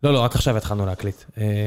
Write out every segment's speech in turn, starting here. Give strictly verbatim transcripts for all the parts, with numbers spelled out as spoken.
לא, לא, רק עכשיו התחלנו להקליט.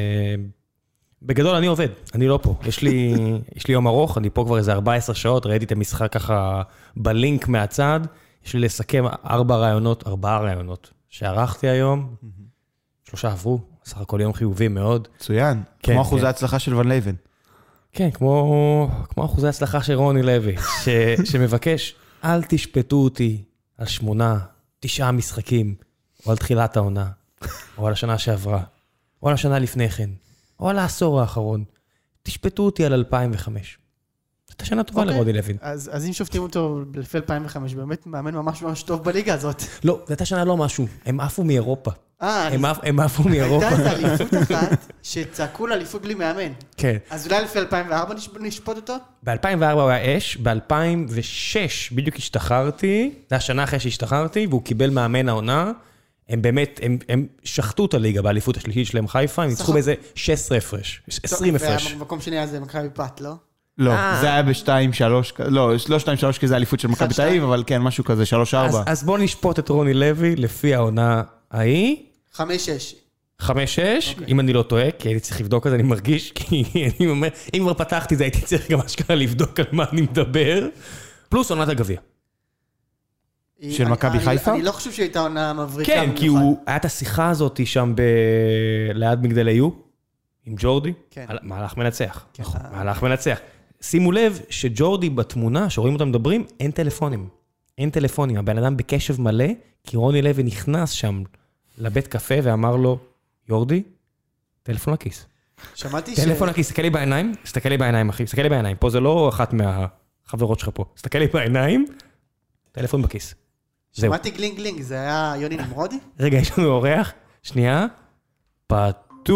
בגדול אני עובד, אני לא פה. יש לי, יש לי יום ארוך, אני פה כבר איזה ארבע עשרה שעות, ראיתי את המשחק ככה בלינק מהצד, יש לי לסכם ארבע רעיונות, ארבעה רעיונות שערכתי היום, שלושה עברו, סך הכל יום חיובי מאוד. מצוין, כמו אחוזי ההצלחה של ון לייבן. כן, כמו, כמו אחוזי ההצלחה של רוני לוי, ש, שמבקש, אל תשפטו אותי על שמונה, תשעה משחקים, או על תחילת העונה, או על השנה שעברה, או על השנה לפני כן, או על העשור האחרון. תשפטו אותי על אלפיים וחמש. זאת השנה טובה לרוני לוין. אז, אז אם שופטים אותו לפי אלפיים וחמש, באמת מאמן ממש ממש טוב בליגה הזאת. לא, זאת השנה לא משהו. הם עפו מאירופה. אה, הם, אז... הם עפו מאירופה. הייתה איזו אליפות אחת, שצעקו לאליפות בלי מאמן. כן. אז אולי לפי אלפיים וארבע נשפוט אותו? ב-אלפיים וארבע הוא היה אש, ב-אלפיים ושש בדיוק השתחררתי, זה השנה אחרי שהשתחררתי, והוא קיבל מאמן העונה, הם באמת, הם, הם שחטו את הליגה באליפות השלישית שלהם חיפה, הם ניצחו באיזה שש עשרה הפרש, עשרים הפרש. והמקום שני הזה מכבי פת, לא? לא, זה היה ב-שתיים שלוש, לא, לא שתיים שלוש כי זה אליפות של מכבי תל אביב, אבל כן, משהו כזה, שלוש ארבע. אז בואו נשפוט את רוני לוי לפי העונה ההיא. חמש שש. חמש שש, אם אני לא טועה, כי הייתי צריך לבדוק, אז אני מרגיש, כי אני אומר, אם כבר פתחתי זה, הייתי צריך גם אשכרה לבדוק על מה אני מדבר, פלוס עונת הגביע. של מכבי חיפה? אני לא חושב שהייתה עונה מבריקה. כן, כי הוא, היה את השיחה הזאת שם ליד מגדל היו, עם ג'ורדי, מהלך מנצח. מהלך מנצח. שימו לב שג'ורדי בתמונה, שרואים אותם מדברים, אין טלפונים. אין טלפונים. הבן אדם בקשב מלא, כי רוני לוי נכנס שם לבית קפה ואמר לו, יורדי, טלפון לכיס. שמעתי ש... טלפון לכיס, תסתכל לי בעיניים, תסתכל לי בעיניים, אחי, תסתכל לי בעיניים. פה זה לא אחת מהחברות שלך פה. תסתכל לי בעיניים, טלפון בכיס. שמעתי גלינג גלינג, זה היה יוני נמרודי? רגע, יש לנו אורח. שנייה. פתוח.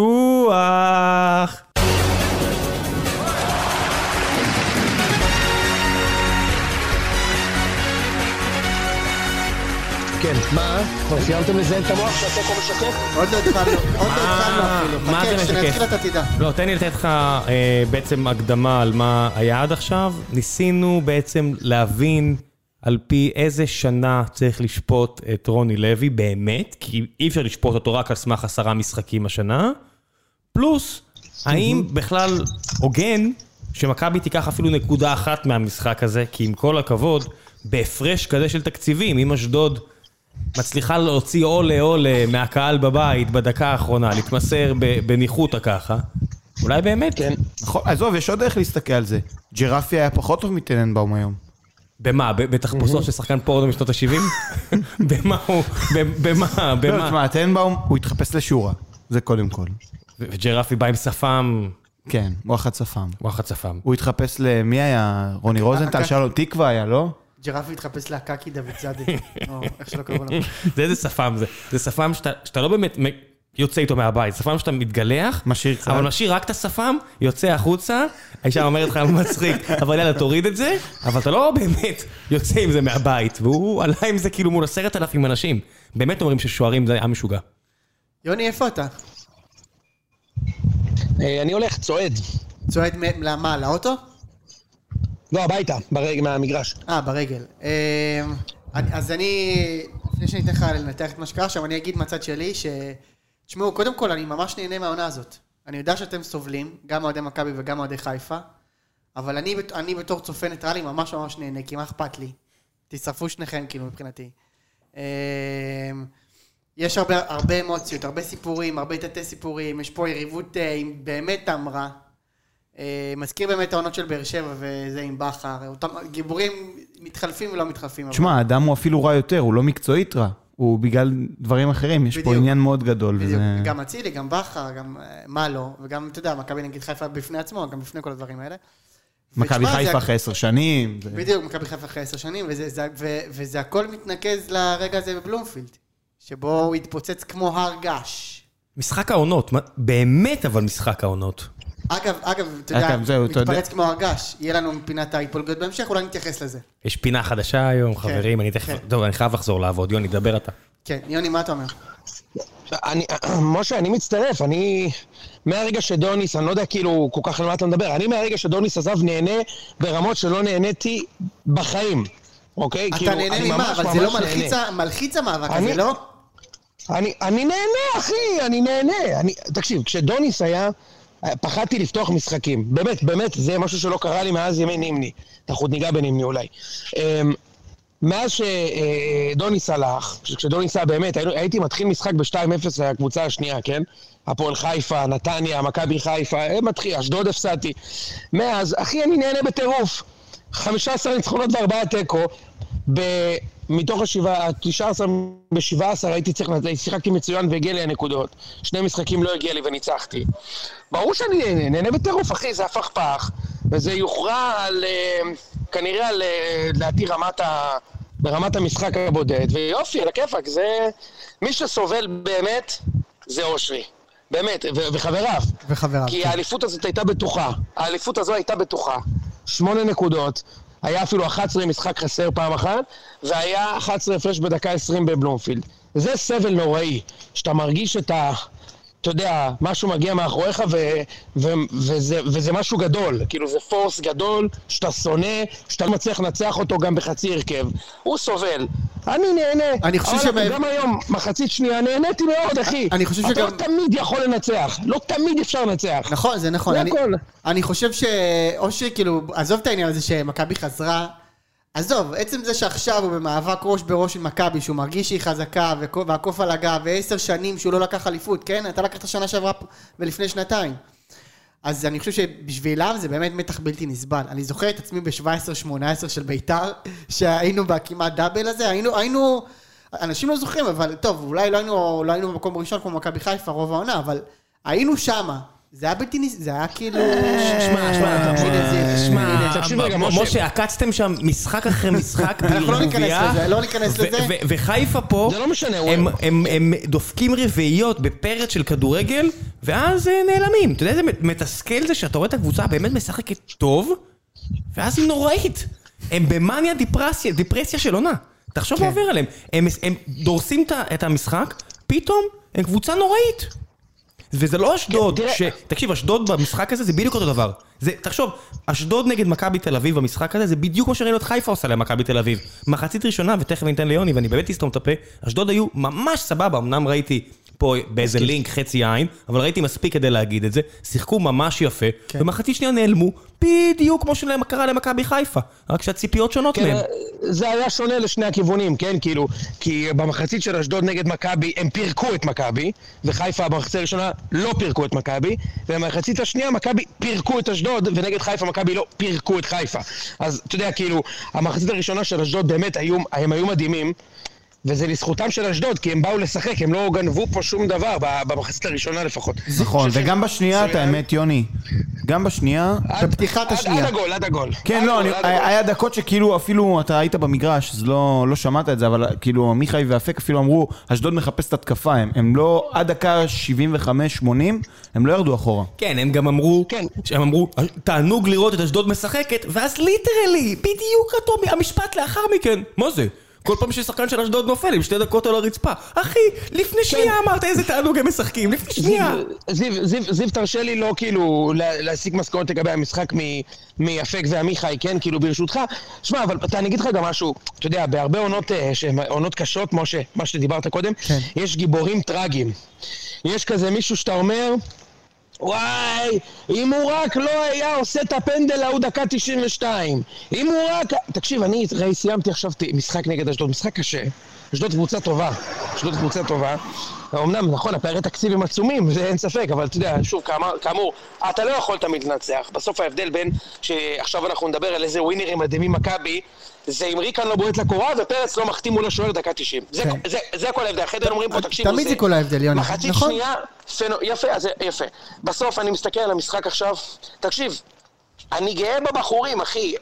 כן, מה? כבר סיימתם לזיין את המוח שעושה כל משקף? עוד לא התחלנו, עוד לא התחלנו אפילו. מה זה משקף? כשנתחיל אתה תדע. לא, תן לי לתת לך בעצם הקדמה על מה היה עד עכשיו. ניסינו בעצם להבין על פי איזה שנה צריך לשפוט את רוני לוי באמת, כי אי אפשר לשפוט אותו רק על סמך עשרה משחקים השנה, פלוס, האם בכלל הוגן שמכבי תיקח אפילו נקודה אחת מהמשחק הזה, כי עם כל הכבוד, בהפרש כזה של תקציבים, אם אשדוד מצליחה להוציא עולה עולה מהקהל בבית בדקה האחרונה, להתמסר בניחותא ככה, אולי באמת. כן. נכון, עזוב, יש עוד איך להסתכל על זה. ג'רפי היה פחות טוב מטננבאום היום. במה? בתחפושות של שחקן פורנו משנות ה-שבעים? במה הוא? במה? לא, תשמע, טננבאום הוא התחפש לשורה, זה קודם כל. וג'רפי בא עם שפם. כן, וואחד שפם. וואחד שפם. הוא התחפש למי היה? רוני רוזנטל, שלום, תקווה היה, לא? ג'רפי התחפש להקקי דוד צדק, או איך שלא קראו לו. זה איזה שפם זה. זה שפם שאתה לא באמת יוצא איתו מהבית, שפם שאתה מתגלח, אבל משאיר רק את השפם, יוצא החוצה, האישה אומרת לך, מצחיק, אבל יאללה, תוריד את זה, אבל אתה לא באמת יוצא עם זה מהבית, והוא עלה עם זה כאילו מול עשרת אלפים אנשים. באמת אומרים ששוערים זה היה משוגע. יוני, איפה אתה? אני הולך, צועד. צועד למה? לאוטו? לא, הביתה, מהמגרש. אה, ברגל. אז אני, לפני שאני אתן לך לנתח את מה שקרה שם, אני אגיד מהצד שלי ש... תשמעו, קודם כל, אני ממש נהנה מהעונה הזאת. אני יודע שאתם סובלים, גם אוהדי מכבי וגם אוהדי חיפה, אבל אני, אני בתור צופה ניטרלי ממש ממש נהנה, כי מה אכפת לי? תשרפו שניכם, כאילו, מבחינתי. יש הרבה, הרבה אמוציות, הרבה סיפורים, הרבה תתי סיפורים, יש פה יריבות עם באמת תמרה. מזכיר באמת העונות של באר שבע וזה עם בחר, גיבורים מתחלפים ולא מתחלפים. תשמע, האדם הוא אפילו רע יותר, הוא לא מקצועית רע. הוא בגלל דברים אחרים, יש פה עניין מאוד גדול. גם אצילי, גם בחר, גם מה לא, וגם, אתה יודע, מכבי נגיד חיפה בפני עצמו, גם בפני כל הדברים האלה. מכבי חיפה אחרי עשר שנים. בדיוק, מכבי חיפה אחרי עשר שנים, וזה הכל מתנקז לרגע הזה בבלומפילד, שבו הוא התפוצץ כמו הר געש. משחק העונות, באמת אבל משחק העונות. אגב, אגב, אתה יודע, מתפרץ כמו הרגש, יהיה לנו פינת ההתפולגות בהמשך, אולי נתייחס לזה. יש פינה חדשה היום, חברים, אני תכף, טוב, אני חייב לחזור לעבוד, יוני, דבר אתה. כן, יוני, מה אתה אומר? משה, אני מצטרף, אני, מהרגע שדוניס, אני לא יודע כאילו כל כך על מה אתה מדבר, אני מהרגע שדוניס עזב נהנה ברמות שלא נהניתי בחיים, אוקיי? אתה נהנה ממה, אבל זה לא מלחיץ המאבק הזה, לא? אני, אני נהנה, אחי, אני נהנה. אני, תקשיב, כשדוניס היה, פחדתי לפתוח משחקים. באמת, באמת, זה משהו שלא קרה לי מאז ימי נימני. אנחנו ניגע בנימני אולי. מאז שדוניס הלך, כשדוניס היה באמת, הייתי מתחיל משחק ב-שתיים אפס לקבוצה השנייה, כן? הפועל חיפה, נתניה, מכבי חיפה, מתחיל, אשדוד הפסדתי. מאז, אחי, אני נהנה בטירוף. חמישה עשר ניצחונות וארבעה תיקו, מתוך השבעה, תשע עשרה בשבעה עשר הייתי צריך, שיחקתי מצוין והגיע לי הנקודות. שני משחקים לא הגיע לי וניצחתי. ברור שאני נהנה, נהנה בטירוף, אחי, זה הפך פח, וזה יוכרע על, כנראה על להטיל רמת ה... ברמת המשחק הבודד, ויופי, על הכיפק, זה... מי שסובל באמת, זה אושרי. באמת, ו- וחבריו. וחבריו. כי האליפות הזאת הייתה בטוחה. האליפות הזו הייתה בטוחה. שמונה נקודות, היה אפילו אחת עשרה משחק חסר פעם אחת, והיה אחת עשרה הפרש בדקה עשרים בבלומפילד. זה סבל נוראי, שאתה מרגיש את ה... אתה יודע, משהו מגיע מאחוריך ו- ו- וזה, וזה משהו גדול, כאילו זה פורס גדול, שאתה שונא, שאתה מצליח לנצח אותו גם בחצי הרכב. הוא סובל. אני נהנה. אני חושב אבל שבא... גם היום, מחצית שנייה, נהניתי מאוד, אחי. אני חושב אתה שגם... לא תמיד יכול לנצח, לא תמיד אפשר לנצח. נכון, זה נכון. זה אני... הכל. אני חושב שאושרי, כאילו, עזוב את העניין הזה שמכבי חזרה, עזוב, עצם זה שעכשיו הוא במאבק ראש בראש עם מכבי, שהוא מרגיש שהיא חזקה והקוף על הגב, ועשר שנים שהוא לא לקח אליפות, כן? אתה לקחת השנה שעברה ולפני שנתיים. אז אני חושב שבשבילם זה באמת מתח בלתי נסבל. אני זוכר את עצמי ב-שבע עשרה שמונה עשרה של ביתר, שהיינו בכמעט דאבל הזה, היינו, היינו, אנשים לא זוכרים, אבל טוב, אולי לא היינו, לא היינו במקום ראשון כמו מכבי חיפה, רוב העונה, אבל היינו שמה. זה היה בלתי נסבל, זה היה כאילו... שמע, שמע, שמע, תקשיב רגע, משה, עקצתם שם משחק אחרי משחק, אנחנו לא ניכנס לזה, לא ניכנס לזה. וחיפה פה, זה לא משנה, הם דופקים רביעיות בפרץ של כדורגל, ואז נעלמים. אתה יודע, זה מתסכל זה שאתה רואה את הקבוצה באמת משחקת טוב, ואז היא נוראית. הם במאניה דיפרסיה של עונה. תחשוב מה עובר עליהם. הם דורסים את המשחק, פתאום הם קבוצה נוראית. וזה לא אשדוד, ש... תקשיב, אשדוד במשחק הזה זה בדיוק אותו דבר. זה, תחשוב, אשדוד נגד מכבי תל אביב במשחק הזה, זה בדיוק כמו שראינו את חיפה עושה למכבי תל אביב. מחצית ראשונה, ותכף ניתן ליוני, ואני באמת אסתום את הפה, אשדוד היו ממש סבבה, אמנם ראיתי פה באיזה לינק חצי עין, אבל ראיתי מספיק כדי להגיד את זה, שיחקו ממש יפה, כן. ומחצית שנייה נעלמו, בדיוק כמו שלהם קרה למכבי חיפה, רק שהציפיות שונות כן, מהם. זה היה שונה לשני הכיוונים, כן, כאילו, כי במחצית של אשדוד נגד מכבי, הם פירקו את מכבי, וחיפה במחצית הראשונה לא פירקו את מכבי, ובמחצית השנייה מכבי פירקו את אשדוד, ונגד חיפה מכבי לא פירקו את חיפה. אז אתה יודע, כאילו, המחצית הראשונה של אשדוד באמת היו, הם היו מדהימים, וזה לזכותם של אשדוד, כי הם באו לשחק, הם לא גנבו פה שום דבר, במחצית הראשונה לפחות. נכון, וגם בשנייה, את האמת, יוני, גם בשנייה... בפתיחת השנייה. עד הגול, עד הגול. כן, לא, היה דקות שכאילו אפילו אתה היית במגרש, אז לא שמעת את זה, אבל כאילו מיכאי ואפק אפילו אמרו, אשדוד מחפש את התקפה, הם לא עד דקה שבעים וחמש שמונים, הם לא ירדו אחורה. כן, הם גם אמרו, הם אמרו, תענוג לראות את אשדוד משחקת, ואז ליטרלי, בדיוק אותו המשפט לאחר מכן. מה זה? כל פעם ששחקן של אשדוד נופל עם שתי דקות על הרצפה. אחי, לפני שנייה אמרת איזה תענוג הם משחקים, לפני שנייה. זיו, תרשה לי לא כאילו להסיק מסקנות לגבי המשחק מאפק והמיכאי, כן? כאילו ברשותך. שמע, אבל אני אגיד לך גם משהו, אתה יודע, בהרבה עונות קשות, כמו מה שדיברת קודם, יש גיבורים טרגיים. יש כזה מישהו שאתה אומר... וואי, אם הוא רק לא היה עושה את הפנדל ההוא דקה תשעים ושתיים. אם הוא רק... תקשיב, אני ראי, סיימתי עכשיו משחק נגד אשדוד, משחק קשה. אשדוד קבוצה טובה, אשדוד קבוצה טובה. אמנם, נכון, הפערי תקציבים עצומים, זה אין ספק, אבל אתה יודע, שוב, כאמור, אתה לא יכול תמיד לנצח. בסוף ההבדל בין שעכשיו אנחנו נדבר על איזה ווינרים מדהימים מכבי, זה אם ריקן לא בועט לקורה ופרץ לא מחתים מול השוער דקה תשעים. זה הכל ההבדל. אחרי זה אומרים פה, תקשיבו, תמיד זה כל ההבדל, יוני. מחצית שנייה, יפה, אז יפה. בסוף אני מסתכל על המשחק עכשיו, תקשיב, אני גאה בבחורים, אחי.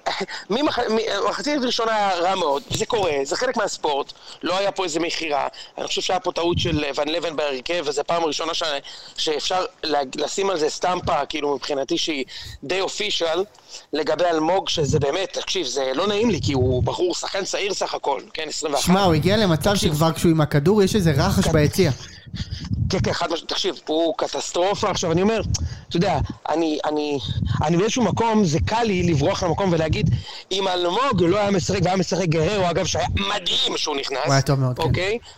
מחצית ראשונה היה רע מאוד, זה קורה, זה חלק מהספורט, לא היה פה איזה מחירה. אני חושב שהיה פה טעות של ון לבן בהרכב, וזו פעם ראשונה שאפשר לשים על זה סטמפה, כאילו מבחינתי שהיא די אופישל, לגבי אלמוג, שזה באמת, תקשיב, זה לא נעים לי, כי הוא בחור שחקן צעיר סך הכל, כן, עשרים ואחת. שמע, הוא הגיע למצב שכבר כשהוא עם הכדור, יש איזה רחש ביציע. כן, כן, חד משמעית, תקשיב, הוא קטסטרופה. עכשיו אני אומר, אתה יודע, אני, אני, אני באיזשהו מקום, זה קל לי לברוח למקום ולהגיד, אם אלמוג לא היה משחק, והיה משחק גררו, אגב, שהיה מדהים שהוא נכנס. הוא היה טוב מאוד, אוקיי?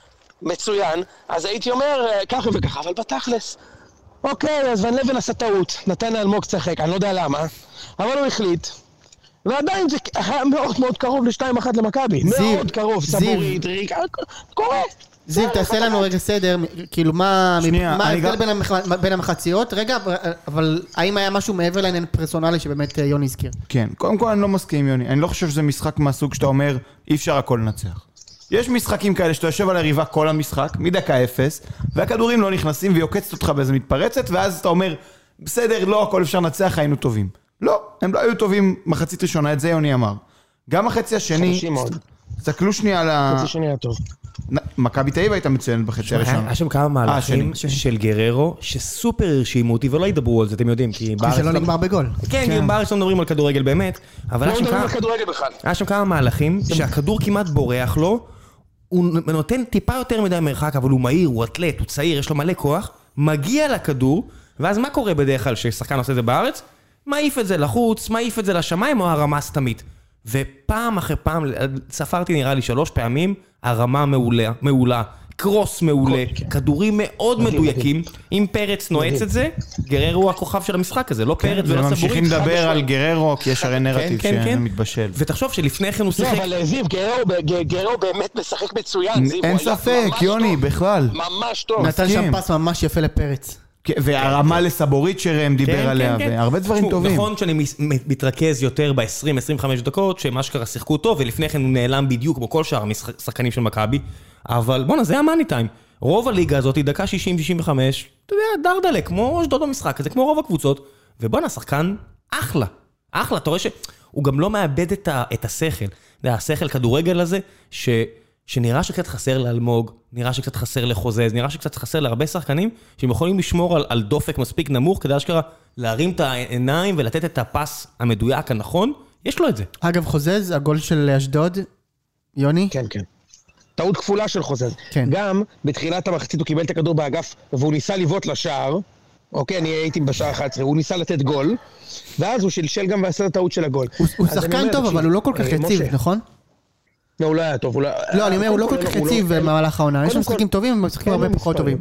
מצוין, אז הייתי אומר ככה וככה, אבל בתכלס. אוקיי, אז ון לבן עשה טעות, נתן לאלמוג צחק, אני לא יודע למה, אבל הוא החליט. ועדיין זה היה מאוד מאוד קרוב לשתיים אחת למכבי. מאוד קרוב, סבורית, ריק, קורה. זיו, תעשה לנו רגע סדר, כאילו מה ההבדל בין המחציות, רגע, אבל האם היה משהו מעבר לעניין פרסונלי שבאמת יוני הזכיר? כן, קודם כל אני לא מסכים עם יוני, אני לא חושב שזה משחק מהסוג שאתה אומר, אי אפשר הכל לנצח. יש משחקים כאלה שאתה יושב על הריבה כל המשחק, מדקה אפס, והכדורים לא נכנסים ויוקצת אותך באיזה מתפרצת, ואז אתה אומר, בסדר, לא, הכל אפשר לנצח, היינו טובים. לא, הם לא היו טובים מחצית ראשונה, את זה יוני אמר. גם החצי השני, תסתכלו שנייה על ה... חצי שני היה טוב. מכבי תל אביב הייתה מצוינת בחצי הראשון. היה שם כמה מהלכים של גררו, שסופר הרשימו אותי, ולא ידברו על זה, אתם יודעים, כי בארץ... כי זה לא נגמר בגול. כן, כי בארץ לא מדברים על כדורגל באמת, אבל לא מדברים על כדורגל בכלל. היה שם כמה מהלכים, שהכדור כמעט בורח לו, הוא נותן טיפה יותר מדי מרחק, אבל הוא מהיר, הוא אטלט, הוא צעיר, יש לו מלא כוח, מגיע לכדור, ואז מה קורה בדרך כלל ששחקן עושה את זה בארץ? מעיף את זה לחוץ, מעיף את זה לשמיים או הרמה סתמית. ופעם אחרי פעם, ספרתי נראה לי שלוש פעמים, הרמה מעולה, מעולה, קרוס מעולה, כדורים מאוד מדויקים. אם פרץ נועץ את זה, גררו הוא הכוכב של המשחק הזה, לא פרץ ולא סבורית. ממשיכים לדבר על גררו, כי יש הרי נרטיב שמתבשל. ותחשוב שלפני כן הוא שיחק... לא, אבל זיו, גררו באמת משחק מצוין. אין ספק, יוני, בכלל. ממש טוב. נתן שם פס ממש יפה לפרץ. והרמה לסבורית שרם דיבר עליה, והרבה דברים טובים. נכון שאני מתרכז יותר ב-עשרים עד עשרים וחמש דקות, שמה שקרה שיחקו טוב, ולפני כן הוא נעלם בדיוק כמו כל שאר השחקנים של מכבי, אבל בוא'נה, זה המאני טיים. רוב הליגה הזאת היא דקה שישים שישים וחמש, אתה יודע, דרדלה, כמו אשדוד במשחק הזה, כמו רוב הקבוצות, ובוא'נה, שחקן אחלה, אחלה, אתה רואה שהוא גם לא מאבד את השכל, השכל כדורגל הזה, ש... שנראה שקצת חסר לאלמוג, נראה שקצת חסר לחוזז, נראה שקצת חסר להרבה שחקנים, שהם יכולים לשמור על, על דופק מספיק נמוך, כדי אשכרה להרים את העיניים ולתת את הפס המדויק הנכון, יש לו את זה. אגב, חוזז, הגול של אשדוד, יוני? כן, כן. טעות כפולה של חוזז. כן. גם בתחילת המחצית הוא קיבל את הכדור באגף, והוא ניסה לבעוט לשער, אוקיי, אני הייתי בשער אחת עשרה, הוא ניסה לתת גול, ואז הוא שלשל גם ועשה את הטעות של הגול. הוא, הוא שחקן טוב, אבל הוא לא כל כך יציב, נכון? לא, הוא לא היה טוב, הוא לא... לא, אני אומר, הוא לא כל כך יציב במהלך העונה, יש לו משחקים טובים, הם משחקים הרבה פחות טובים.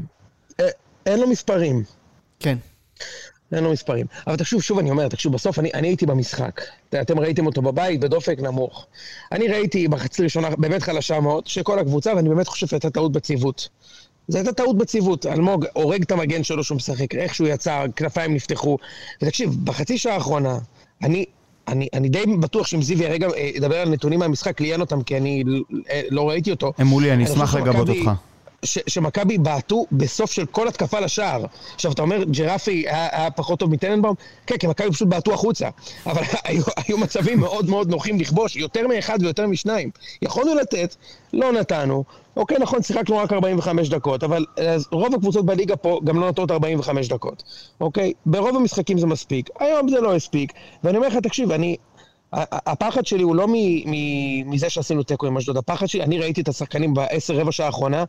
אין לו מספרים. כן. אין לו מספרים. אבל תחשוב, שוב אני אומר, תחשוב, בסוף אני הייתי במשחק. אתם ראיתם אותו בבית, בדופק נמוך. אני ראיתי בחצי ראשונה, באמת חלשה מאוד, שכל הקבוצה, ואני באמת חושב שהייתה טעות בציוות. זו הייתה טעות בציוות. אלמוג הורג את המגן שלו שהוא משחק, איך שהוא יצא, כנפיים נפתחו. ותקשיב, בחצי שעה האחרונה, אני... אני, אני די בטוח שאם זיו הרגע ידבר על נתונים מהמשחק, ליין אותם, כי אני לא ראיתי אותו. הם מולי, אני אשמח לגבות אותך. שמכבי בעטו בסוף של כל התקפה לשער. עכשיו, אתה אומר, ג'רפי היה, היה פחות טוב מטננבאום? כן, כי מכבי פשוט בעטו החוצה. אבל היו, היו מצבים מאוד מאוד נוחים לכבוש, יותר מאחד ויותר משניים. יכולנו לתת, לא נתנו. אוקיי, נכון, שיחקנו רק ארבעים וחמש דקות, אבל רוב הקבוצות בליגה פה גם לא נותנות ארבעים וחמש דקות. אוקיי? ברוב המשחקים זה מספיק. היום זה לא הספיק. ואני אומר לך, תקשיב, אני... הפחד שלי הוא לא מזה שעשינו טקו עם אשדוד. הפחד שלי, אני ראיתי את השחקנים בעשר רבע שעה האחרונה,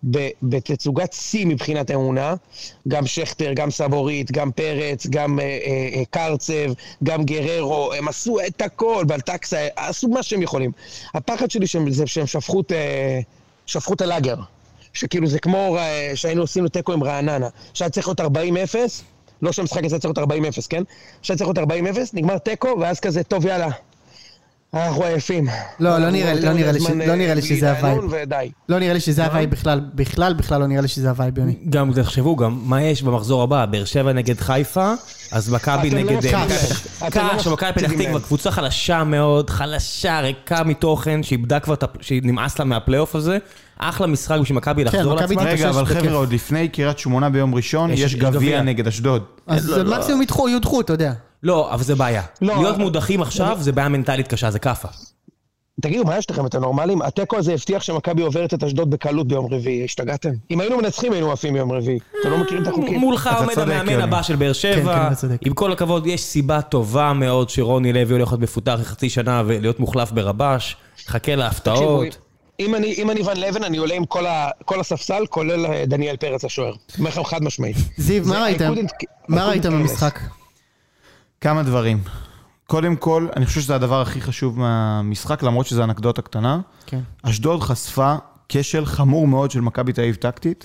בתצוגת C מבחינת האמונה, גם שכטר, גם סבורית, גם פרץ, גם קרצב, גם גררו, הם עשו את הכל, בלטקסה, עשו מה שהם יכולים. הפחד שלי זה שהם שפכו את... שפכו את הלאגר, שכאילו זה כמו שהיינו עושים טקו עם רעננה, שהיה צריך להיות ארבעים אפס, לא שהמשחק הזה צריך להיות ארבעים אפס, כן? שהיה צריך להיות ארבעים אפס, נגמר טקו, ואז כזה, טוב, יאללה, אנחנו עייפים. לא, לא נראה לי שזה הווייב. לא נראה לי שזה הווייב בכלל, בכלל, בכלל לא נראה לי שזה הווייב, יוני. גם תחשבו גם, מה יש במחזור הבא? באר שבע נגד חיפה, אז מכבי נגד... קש, מכבי פתח תקווה, קבוצה חלשה מאוד, חלשה, ריקה מתוכן, שאיבדה כבר, שנמאס לה מהפלייאוף הזה. אחלה משחק בשביל מכבי לחזור לעצמה. רגע, אבל חבר'ה, עוד לפני קריית שמונה ביום ראשון, יש גביע נגד אשדוד. אז מקסימום יודחו, אתה יודע. לא, אבל זה בעיה. להיות מודחים עכשיו, זה בעיה מנטלית קשה, זה קפה. תגידו, מה יש לכם? אתם נורמלים? הטקו הזה הבטיח שמכבי עוברת את אשדוד בקלות ביום רביעי. השתגעתם? אם היינו מנצחים, היינו עפים ביום רביעי. אתם לא מכירים את החוקים. מולך עומד המאמן הבא של באר שבע. עם כל הכבוד, יש סיבה טובה מאוד שרוני לוי הולך להיות מפוטר לחצי שנה ולהיות מוחלף ברבש. חכה להפתעות. אם אני, אם אני ון לבן, אני עולה עם כל, ה, כל הספסל, כולל דניאל פרץ השוער. אומר לכם חד משמעית. זיו, מה ראיתם? מה ראיתם במשחק? כמה דברים. קודם כל, אני חושב שזה הדבר הכי חשוב מהמשחק, למרות שזה אנקדוטה קטנה. כן. אשדוד חשפה כשל חמור מאוד של מכבי תל אביב טקטית.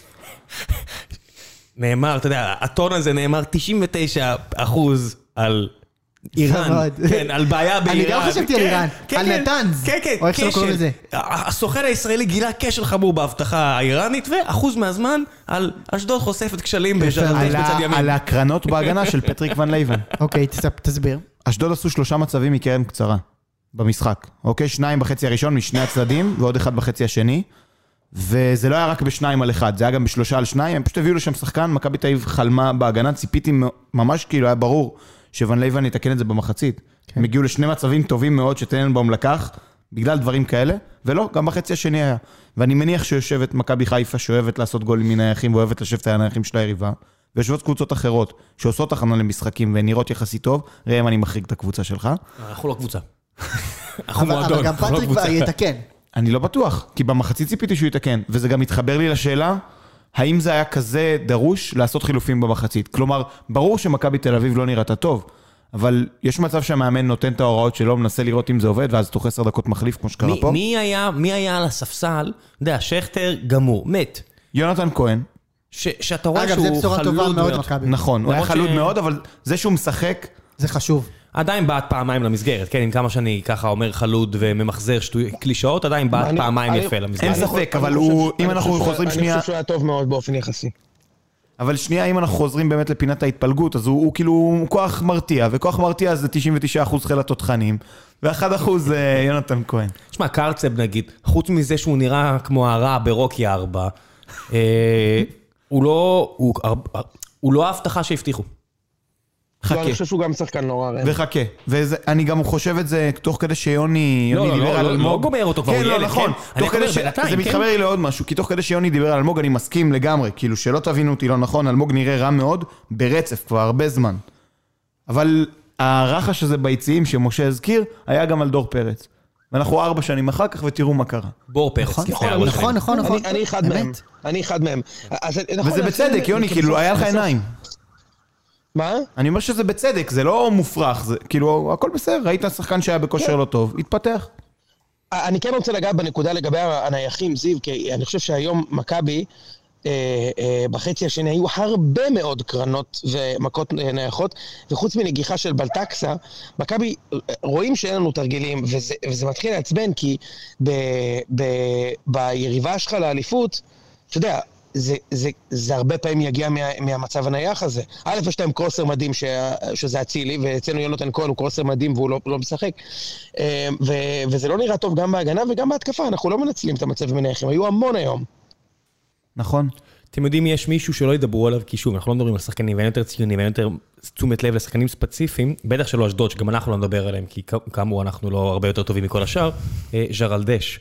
נאמר, אתה יודע, הטון הזה נאמר תשעים ותשעה אחוז על איראן, כן, על בעיה באיראן. אני גם חשבתי על איראן, על נתנז, כן, כן, או איך שלא קוראים לזה. הסוכן הישראלי גילה כשל חמור בהבטחה האיראנית, ואחוז מהזמן על אשדוד חושפת כשלים בז'רלדש בצד ימין. על הקרנות בהגנה של פטריק ון לייבן. אוקיי, תסביר. אשדוד עשו שלושה מצבים מקרן קצרה במשחק, אוקיי? שניים בחצי הראשון משני הצדדים, ועוד אחד בחצי השני, וזה לא היה רק בשניים על אחד, זה היה גם בשלושה על שניים, הם פשוט הביאו לשם שחקן, מכבי תל אביב חלמה בהגנה, ציפיתי ממש כאילו היה ברור שוון לייבן יתקן את זה במחצית. הם הגיעו לשני מצבים טובים מאוד שטננבאום לקח, בגלל דברים כאלה, ולא, גם בחצי השני היה. ואני מניח שיושבת מכבי חיפה, שאוהבת לעשות גולים מן היחים, ואוהבת לשבת על היחים של היריבה, ויושבות קבוצות אחרות, שעושות הכנה למשחקים, ונראות יחסית טוב, ראם, אני מחריג את הקבוצה שלך. אנחנו לא קבוצה. אבל גם פטריק יתקן. אני לא בטוח, כי במחצית ציפיתי שהוא יתקן, וזה גם מתחבר לי לשאלה, האם זה היה כזה דרוש לעשות חילופים במחצית? כלומר, ברור שמכבי תל אביב לא נראתה טוב, אבל יש מצב שהמאמן נותן את ההוראות שלו, מנסה לראות אם זה עובד, ואז תוך עשר דקות מחליף, כמו שקרה פה. מי היה, מי היה על הספסל? אתה יודע, שכטר גמור, מת. יונתן כהן. שאתה רואה שהוא חלוד מאוד. נכון, הוא היה חלוד מאוד, אבל זה שהוא משחק... זה חשוב. עדיין בעט פעמיים למסגרת, כן, עם כמה שאני ככה אומר חלוד וממחזר קלישאות, עדיין בעט פעמיים יפה למסגרת. אין ספק, אבל הוא, אם אנחנו חוזרים שנייה... אני חושב שהוא היה טוב מאוד באופן יחסי. אבל שנייה, אם אנחנו חוזרים באמת לפינת ההתפלגות, אז הוא, הוא כאילו כוח מרתיע, וכוח מרתיע זה תשעים ותשעה אחוז חיל התותחנים, ו-אחד אחוז זה יונתן כהן. תשמע, קרצב נגיד, חוץ מזה שהוא נראה כמו הרע ברוקי ארבע, הוא לא, הוא, הוא לא ההבטחה שהבטיחו. חכה. אני חושב שהוא גם שחקן נורא רע. וחכה. ואני גם חושב את זה תוך כדי שיוני דיבר על אלמוג. לא גומר אותו כבר, הוא ילד, כן. תוך כדי ש... זה מתחבר לי לעוד משהו, כי תוך כדי שיוני דיבר על אלמוג, אני מסכים לגמרי, כאילו שלא תבינו אותי לא נכון, אלמוג נראה רע מאוד, ברצף כבר הרבה זמן. אבל הרחש הזה ביציעים שמשה הזכיר, היה גם על דור פרץ. ואנחנו ארבע שנים אחר כך, ותראו מה קרה. בור פרץ. נכון, נכון, נכון. אני אחד מהם. אני אחד מהם. וזה בצדק, יוני, כאילו, היה לך עיניים. מה? אני אומר שזה בצדק, זה לא מופרך, זה כאילו, הכל בסדר, ראית שחקן שהיה בכושר לא טוב, התפתח. אני כן רוצה לגעת בנקודה לגבי הנייחים, זיו, כי אני חושב שהיום מכבי, בחצי השני היו הרבה מאוד קרנות ומכות נייחות, וחוץ מנגיחה של בלטקסה, מכבי רואים שאין לנו תרגילים, וזה, וזה מתחיל לעצבן, כי ב, ב, ביריבה שלך לאליפות, אתה יודע, זה, זה, זה הרבה פעמים יגיע מה, מהמצב הנייח הזה. א', יש להם קרוסר מדהים ש, שזה הצילי, ואצלנו יונתן כהן הוא קרוסר מדהים והוא לא, לא משחק. ו, וזה לא נראה טוב גם בהגנה וגם בהתקפה, אנחנו לא מנצלים את המצב מנייחים, היו המון היום. נכון. אתם יודעים, יש מישהו שלא ידברו עליו, כי שוב, אנחנו לא מדברים על שחקנים, ואין יותר ציונים, ואין יותר תשומת לב לשחקנים ספציפיים, בטח שלא אשדוד, שגם אנחנו לא נדבר עליהם, כי כאמור אנחנו לא הרבה יותר טובים מכל השאר, ז'רלדש,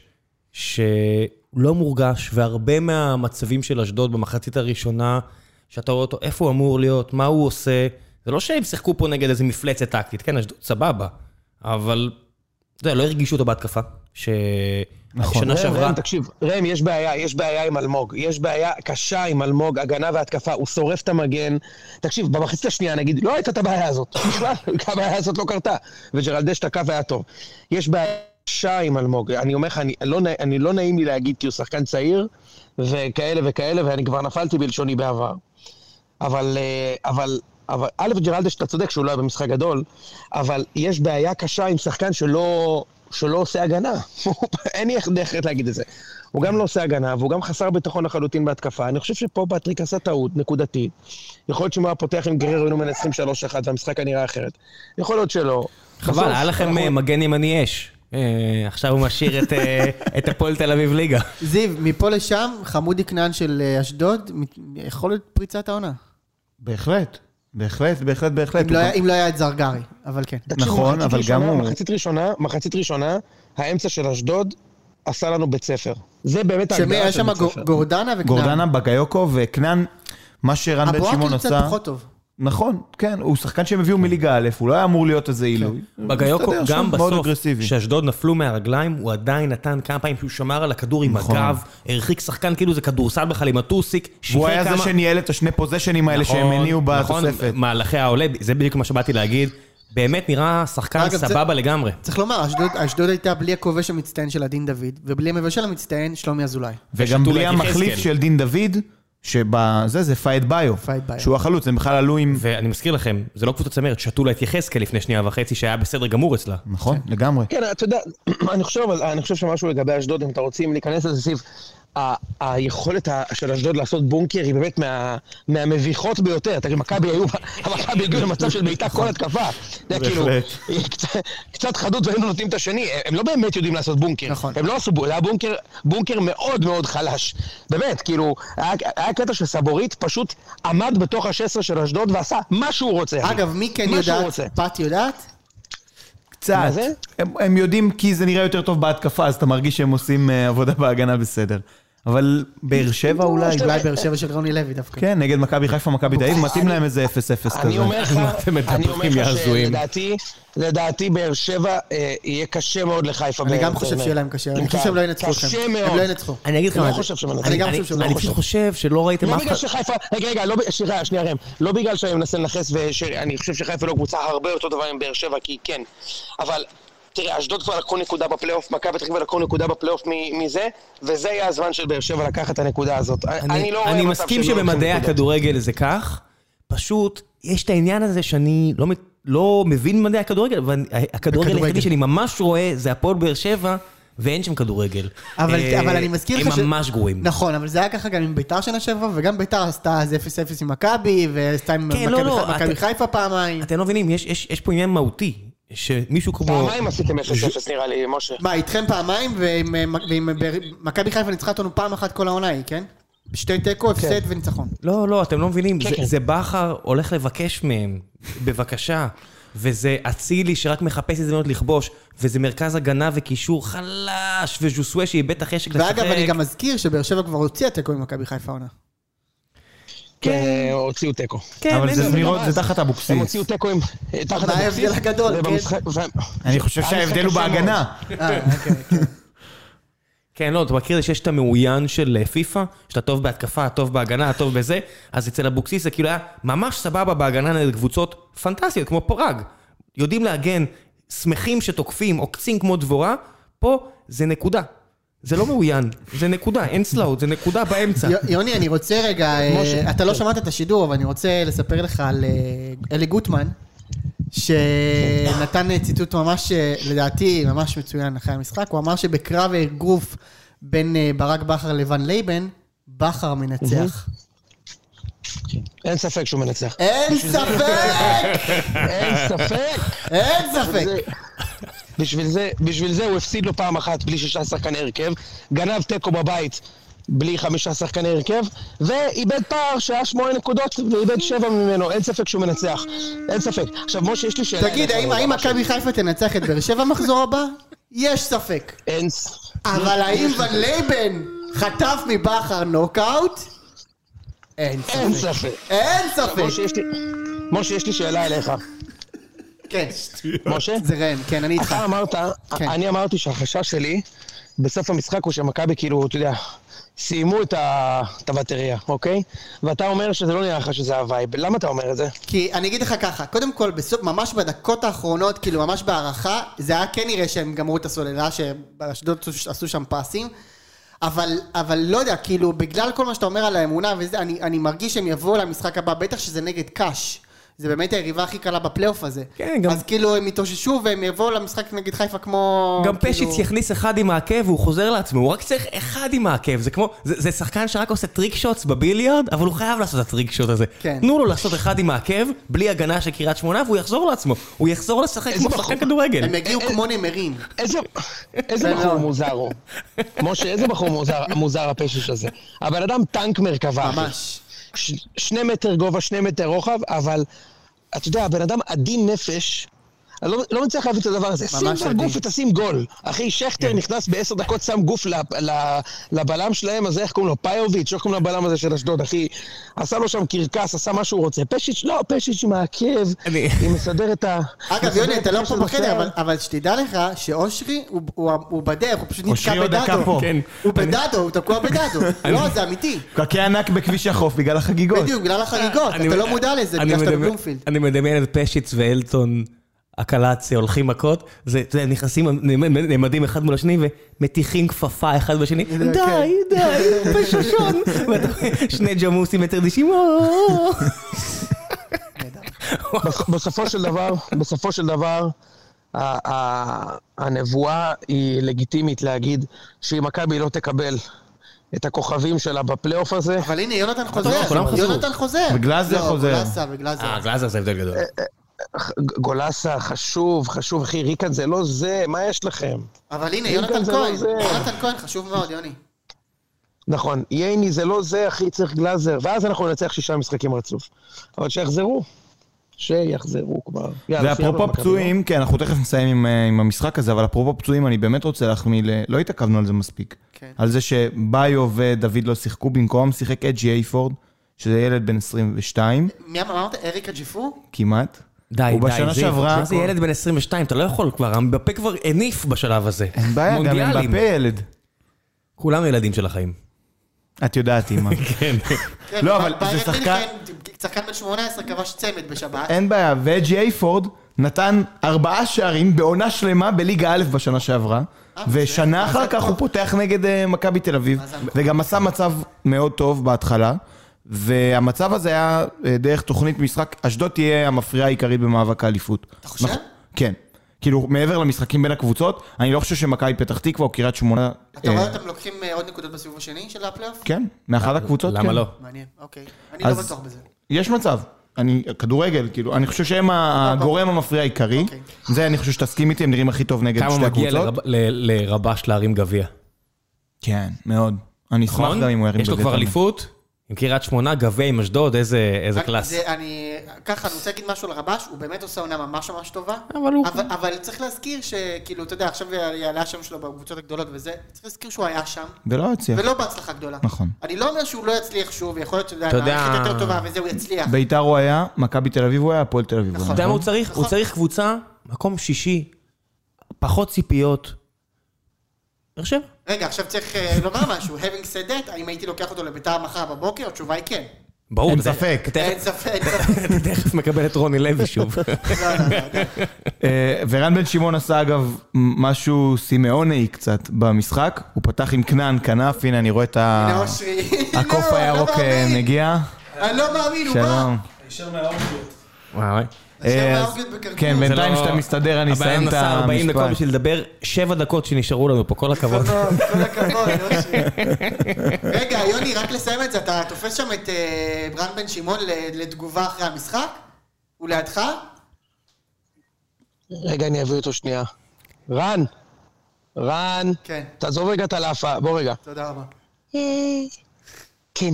שלא מורגש, והרבה מהמצבים של אשדוד במחצית הראשונה, שאתה רואה אותו, איפה הוא אמור להיות, מה הוא עושה, זה לא שהם שיחקו פה נגד איזה מפלצת טקטית, כן, אשדוד סבבה, אבל, אתה יודע, לא הרגישו אותו בהתקפה, ש... נכון. שנה שעברה. רם, תקשיב, רם, יש בעיה, יש בעיה עם אלמוג, יש בעיה קשה עם אלמוג, הגנה והתקפה, הוא שורף את המגן. תקשיב, במחצית השנייה נגיד, לא הייתה את הבעיה הזאת, בכלל, הבעיה הזאת לא קרתה, וג'רלדש תקף היה טוב. יש בעיה קשה עם אלמוג, אני אומר לך, אני לא, אני לא נעים לי להגיד, כי הוא שחקן צעיר, וכאלה וכאלה, ואני כבר נפלתי בלשוני בעבר. אבל, אבל, אבל, א' ג'רלדש, אתה צודק שהוא לא היה במשחק גדול, אבל יש בעיה קשה עם שחקן שלא... שלא עושה הגנה, אין לי איך להגיד את זה. הוא גם לא עושה הגנה, והוא גם חסר ביטחון לחלוטין בהתקפה. אני חושב שפה פטריק עשה טעות, נקודתית. יכול להיות שהוא היה פותח עם גרר, היינו מן עשרים ושלוש אחת, והמשחק הנראה אחרת. יכול להיות שלא. חבל, היה לכם מגן ימני אש. עכשיו הוא משאיר את הפועל תל אביב ליגה. זיו, מפה לשם, חמודי כנען של אשדוד, יכול להיות פריצת העונה. בהחלט. בהחלט, בהחלט, בהחלט. אם לא היה את זרגרי, אבל כן. נכון, אבל גם הוא... מחצית ראשונה, מחצית ראשונה, האמצע של אשדוד עשה לנו בית ספר. זה באמת ההגדרה של בית ספר. שם גורדנה וכנען. גורדנה, בגיוקו וכנען, מה שרן בן שמעון עשה... הבואק קצת פחות טוב. נכון, כן, הוא שחקן שהם הביאו מליגה א', הוא לא היה אמור להיות איזה אילוי. בגיוקו, גם בסוף, שאשדוד נפלו מהרגליים, הוא עדיין נתן כמה פעמים שהוא שמר על הכדור עם הגב, הרחיק שחקן כאילו זה כדורסל בכלל עם הטוסיק. הוא היה זה שניהל את השני פוזיישנים האלה שהם הניעו בתוספת. מהלכי העולה, זה בדיוק מה שבאתי להגיד, באמת נראה שחקן אגב, סבבה זה- לגמרי. צריך לומר, אשדוד- אשדוד הייתה בלי הכובש המצטיין של הדין דוד, ובלי המבשל המצטיין, שלומי אזולאי. וגם ושתולה בלי את המחליף יחזקאל. של דין דוד, שבזה זה פייד ביו. פייד ביו. שהוא החלוץ, הם בכלל עלו עם... ואני מזכיר לכם, זה לא קבוצת צמרת, שתולה את יחזקאל לפני שנייה וחצי, שהיה בסדר גמור אצלה. נכון, לגמרי. כן, אתה יודע, אני חושב, אבל אני חושב שמשהו לגבי אשדוד, אם אתה רוצים להיכנס לזה סביב, ה- היכולת ה- של אשדוד לעשות בונקר היא באמת מה- מהמביכות ביותר. תגיד, מכבי היו, המכבי הגיעו למצב של בעיטה כל התקפה. זה כאילו, קצת- קצת חדות והיינו נותנים את השני, הם לא באמת יודעים לעשות בונקר. נכון. הם לא עשו בונקר, זה היה בונקר, בונקר מאוד מאוד חלש. באמת, כאילו, היה היה קטע שסבורית פשוט עמד בתוך ה-שש עשרה של אשדוד ועשה מה שהוא רוצה. אחי. אגב, מי כן מה שהוא יודעת? רוצה. פת יודעת? קצת. מה זה? הם, הם יודעים כי זה נראה יותר טוב בהתקפה, אז אתה מרגיש שהם עושים uh, עבודה בהגנה בסדר. אבל באר שבע אולי... אולי באר שבע של רוני לוי דווקא. כן, נגד מכבי חיפה, מכבי תל אביב, אני- מתאים להם איזה אפס אפס כזה. אני אומר לך, אתם מדברים, אני אומר יא לך הזויים. שלדעתי, לדעתי באר שבע אה, יהיה קשה מאוד לחיפה. אני גם ב- חושב ב- שיהיה להם קשה, עם אני חושב קהל. שהם לא ינצחו אתכם. קשה הם מאוד. לא ינצחו. אני אגיד לך אני מה, לא חושב שהם אני- מנצחים. אני גם אני- חושב שהם לא אני חושבים. פשוט חושב שלא ראיתם לא אף בגלל אחד... שחיפה, רגע, רגע, לא, ב- שנייה, שנייה ראם, לא בגלל שאני מנסה לנחס ואני חושב שחיפה לא קבוצה הרבה יותר טובה עם באר שבע, כי כן, אבל תראה, אשדוד כבר לקחו נקודה בפלייאוף, מכבי פתח תקווה לקחו נקודה בפלייאוף מ- מזה, וזה יהיה הזמן של באר שבע לקחת את הנקודה הזאת. אני לא רואה אני מצב מסכים שהם לא שבמדעי יקחו נקודות. הכדורגל זה כך, פשוט יש את העניין הזה שאני לא, מת- לא מבין במדעי הכדורגל, אבל הכדורגל בכדורגל. היחידי שאני ממש רואה זה הפועל באר שבע, ואין שם כדורגל. אבל, אה, אבל אני מזכיר לך הם ממש גרועים. נכון, אבל זה היה ככה גם עם ביתר שנה שבע, וגם ביתר עשתה אז אפס אפס עם מכבי, ועשתה עם כן, מכבי לא, לא, ח- מכבי אתה- חיפה פעמיים. אתם לא מבינים, יש, יש, יש פה עניין מהותי, שמישהו כמו... פעמיים עשיתם אפס אפס נראה לי, משה. מה, איתכם פעמיים, ועם אה, ועם באר- מכבי חיפה ניצחה אותנו פעם אחת כל העונה היא, כן? שתי תיקו, הפסד וניצחון. לא, לא, אתם לא מבינים, כן, זה, כן. זה בכר הולך לבקש מהם, בבקשה, וזה אצילי שרק מחפש הזדמנות לכבוש, וזה מרכז הגנה וקישור חלש, וז'וסווה שאיבד את החשק לשחק. ואגב, אני גם מזכיר שבאר שבע כבר הוציאה תיקו עם מכבי חיפה עונה. כן, הוציאו תיקו. כן, אבל אין זה זה. זמירות, זה תחת הם אבוקסיס. הוציאו תיקו עם... תחת מה אבוקסיס, ההבדל הגדול, כן? ובמשחק- ו- אני חושב שההבדל הוא קשה מאוד. בהגנה. אה, אוקיי, כן. כן, לא, אתה מכיר שיש את המעוין של אה, פיפה, שאתה טוב בהתקפה, טוב בהגנה, טוב בזה, אז אצל אבוקסיס זה כאילו היה ממש סבבה בהגנה נגד קבוצות פנטסטיות, כמו פראג. יודעים להגן, שמחים שתוקפים, עוקצים כמו דבורה, פה זה נקודה. זה לא מעוין, זה נקודה, אין סלאוט, זה נקודה באמצע. יו- יוני, אני רוצה רגע, אה, משה. אתה לא שמעת את השידור, אבל אני רוצה לספר לך על אה, אלי גוטמן, שנתן ציטוט ממש, אה, לדעתי, ממש מצוין אחרי המשחק. הוא אמר שבקרב אגרוף בין אה, ברק בכר לוון לייבן, בכר מנצח. אין ספק שהוא מנצח. אין ספק! אין ספק. אין ספק! זה- בשביל זה, בשביל זה הוא הפסיד לו פעם אחת בלי שישה שחקני הרכב, גנב תיקו בבית בלי חמישה שחקני הרכב, ואיבד פער שהיה שמונה נקודות ואיבד שבע ממנו, אין ספק שהוא מנצח, אין ספק. עכשיו משה, יש לי שאלה... תגיד, אליך, האם רגע, האם משהו. מכבי חיפה תנצח את באר שבע מחזור הבא? יש ספק. אין... ס- אבל האם ון לייבן חטף מבכר נוקאוט? אין אין ספק. ספק. אין ספק. משה, יש לי... משה, יש לי שאלה אליך. כן, משה? זה רן, כן, אני איתך. אתה אמרת, כן. אני אמרתי שהחשש שלי בסוף המשחק הוא שמכבי כאילו, אתה יודע, סיימו את ה- את הבטריה, אוקיי? ואתה אומר שזה לא נראה לך שזה הווייב. למה אתה אומר את זה? כי אני אגיד לך ככה, קודם כל, בסוף, ממש בדקות האחרונות, כאילו ממש בהערכה, זה היה כן נראה שהם גמרו את הסוללה, שבאשדוד עשו שם פסים, אבל, אבל לא יודע, כאילו, בגלל כל מה שאתה אומר על האמונה וזה, אני, אני מרגיש שהם יבואו למשחק הבא, בטח שזה נגד קאש. זה באמת היריבה הכי קלה בפלייאוף הזה. כן, גם- אז כאילו הם יתאוששו והם יבואו למשחק נגד חיפה כמו... גם כאילו... פשיץ יכניס אחד עם העקב והוא חוזר לעצמו, הוא רק צריך אחד עם העקב, זה כמו, זה, זה שחקן שרק עושה טריק שוטס בביליארד, אבל הוא חייב לעשות את הטריק שוט הזה. כן. תנו לו לעשות אחד עם העקב, בלי הגנה של קריית שמונה, והוא יחזור לעצמו. הוא יחזור לשחק איזה כמו בחור. שחקן כדורגל. הם יגיעו כמו נמרים. איזה, איזה זה בחור מאוד. מוזר הוא. משה, איזה בחור מוזר, מוזר הפשש הזה. הבן אדם טנק מרכבה. אחי. ממש. ש, שני מטר גובה, שני מטר רוחב, אבל אתה יודע, הבן אדם עדין נפש, אני לא, לא מצליח להביא את הדבר הזה. שים כבר עדין. גוף ותשים גול. אחי, שכטר נכנס בעשר דקות, שם גוף ל, ל, לבלם שלהם, אז איך קוראים לו? פאיוביץ', איך קוראים לבלם הזה של אשדוד, אחי? עשה לו שם קרקס, עשה מה שהוא רוצה. פשיץ', לא, פשיץ' עם העקב, אני- היא מסדר את ה... אגב, מסדר יוני, את אתה לא הקשר פה בחדר, בשיער. אבל, אבל שתדע לך שאושרי הוא, הוא, הוא בדרך, הוא פשוט אושרי נתקע עוד דקה בדדו. פה. כן. הוא בדדו, הוא תקוע בדדו. לא, זה אמיתי. פקקי ענק בכביש החוף בגלל החגיגות. בדיוק, בגלל החגיגות. אני- אתה לא מודע לזה, אני בגלל שאתה מדמיין- בבלומפילד. אני מדמיין את פשיץ ואלטון הקלציה, הולכים מכות, זה, זה נכנסים, נעמדים אחד מול השני, ומתיחים כפפה אחד בשני, די, די, פשושון, שני ג'מוסים מטרדישים, בסופו של דבר, בסופו של דבר, הנבואה היא לגיטימית להגיד שאם מכבי לא תקבל את הכוכבים שלה בפלייאוף הזה. אבל הנה, יונתן חוזר, יונתן חוזר. וגלאזר חוזר. גולסה, וגלאזר. אה, גלאזר זה הבדל גדול. גולסה, חשוב, חשוב, אחי, ריקן זה לא זה, מה יש לכם? אבל הנה, יונתן כהן, יונתן כהן חשוב מאוד, יוני. נכון, ייני זה לא זה, אחי, צריך גלאזר, ואז אנחנו נצח שישה משחקים רצוף. אבל שיחזרו, שיחזרו כבר. ואפרופו פצועים, כן, אנחנו תכף נסיים עם, עם המשחק הזה, אבל אפרופו פצועים, אני באמת רוצה להחמיא, לא התעכבנו על זה מספיק. כן. על זה שביו ודוד לא שיחקו, במקום שיחק אג'י אייפורד, שזה ילד בן עשרים ושתיים. מי אמרת? אריק הג'יפור? כמעט. די, הוא די, בשנה זה, שעברה... מה זה ילד בן עשרים ושתיים? אתה לא יכול כבר, אמבפה כבר הניף בשלב הזה. אין בעיה, גם אמבפה ילד. כולם ילדים של החיים. את יודעת, אמא. כן. לא, אבל זה שחקן... שחקן בן שמונה עשרה כבש צמד בשבת. אין בעיה, ואג'י אייפורד נתן ארבעה שערים בעונה שלמה בליגה א' בשנה שעברה, ושנה אחר כך הוא פותח נגד מכבי תל אביב, וגם עשה מצב מאוד טוב בהתחלה, והמצב הזה היה דרך תוכנית משחק, אשדוד תהיה המפריעה העיקרית במאבק האליפות. אתה חושב? כן. כאילו, מעבר למשחקים בין הקבוצות, אני לא חושב שמכבי פתח תקווה או קריית שמונה... אתה רואה אותם לוקחים עוד נקודות בסיבוב השני של הפלייאוף? כן, מאחת הקבוצות, כן. למה לא? מעניין, אוקיי. אני לא בטוח בזה. יש מצב. אני, כדורגל, כאילו, אני חושב שהם הגורם המפריע העיקרי. זה אני חושב שתסכים איתי, הם נראים הכי טוב נגד שתי הקבוצות. כמה מגיע לרבש להרים גביע? כן, מאוד. אני אשמח גם אם הוא ירים יש לו כבר אליפות? עם קריית שמונה, גביע עם אשדוד, איזה קלאס. אני, ככה, אני רוצה להגיד משהו לרבש, הוא באמת עושה עונה ממש ממש טובה. אבל צריך להזכיר שכאילו, אתה יודע, עכשיו יעלה השם שלו בקבוצות הגדולות וזה, צריך להזכיר שהוא היה שם. ולא יצליח. ולא בהצלחה גדולה. נכון. אני לא אומר שהוא לא יצליח שוב, יכול להיות שזה היה יותר טובה וזה הוא יצליח. בית"ר הוא היה, מכבי תל אביב הוא היה, הפועל תל אביב. אתה יודע מה הוא צריך? הוא צריך קבוצה, מקום שישי, פחות ציפיות. עכשיו? רגע, עכשיו צריך לומר משהו. Having said that, האם הייתי לוקח אותו לבית"ר מחר בבוקר? התשובה היא כן. ברור. אין ספק. אין ספק. אתה תכף מקבל את רוני לוי שוב. ורן בן שמעון עשה אגב משהו סימאוני קצת במשחק. הוא פתח עם כנען כנף, הנה אני רואה את הקוף הירוק מגיע. אני לא מאמין, הוא בא. ישר מהאורגיות. וואי. כן, בינתיים שאתה מסתדר, אני אסיים את המשפט. ארבעים דקות בשביל לדבר, שבע דקות שנשארו לנו פה, כל הכבוד. כל הכבוד, יושי. רגע, יוני, רק לסיים את זה, אתה תופס שם את רן בן שמעון לתגובה אחרי המשחק? הוא לידך? רגע, אני אביא אותו שנייה. רן, רן, תעזוב רגע את הלאפה, בוא רגע. תודה רבה. כן.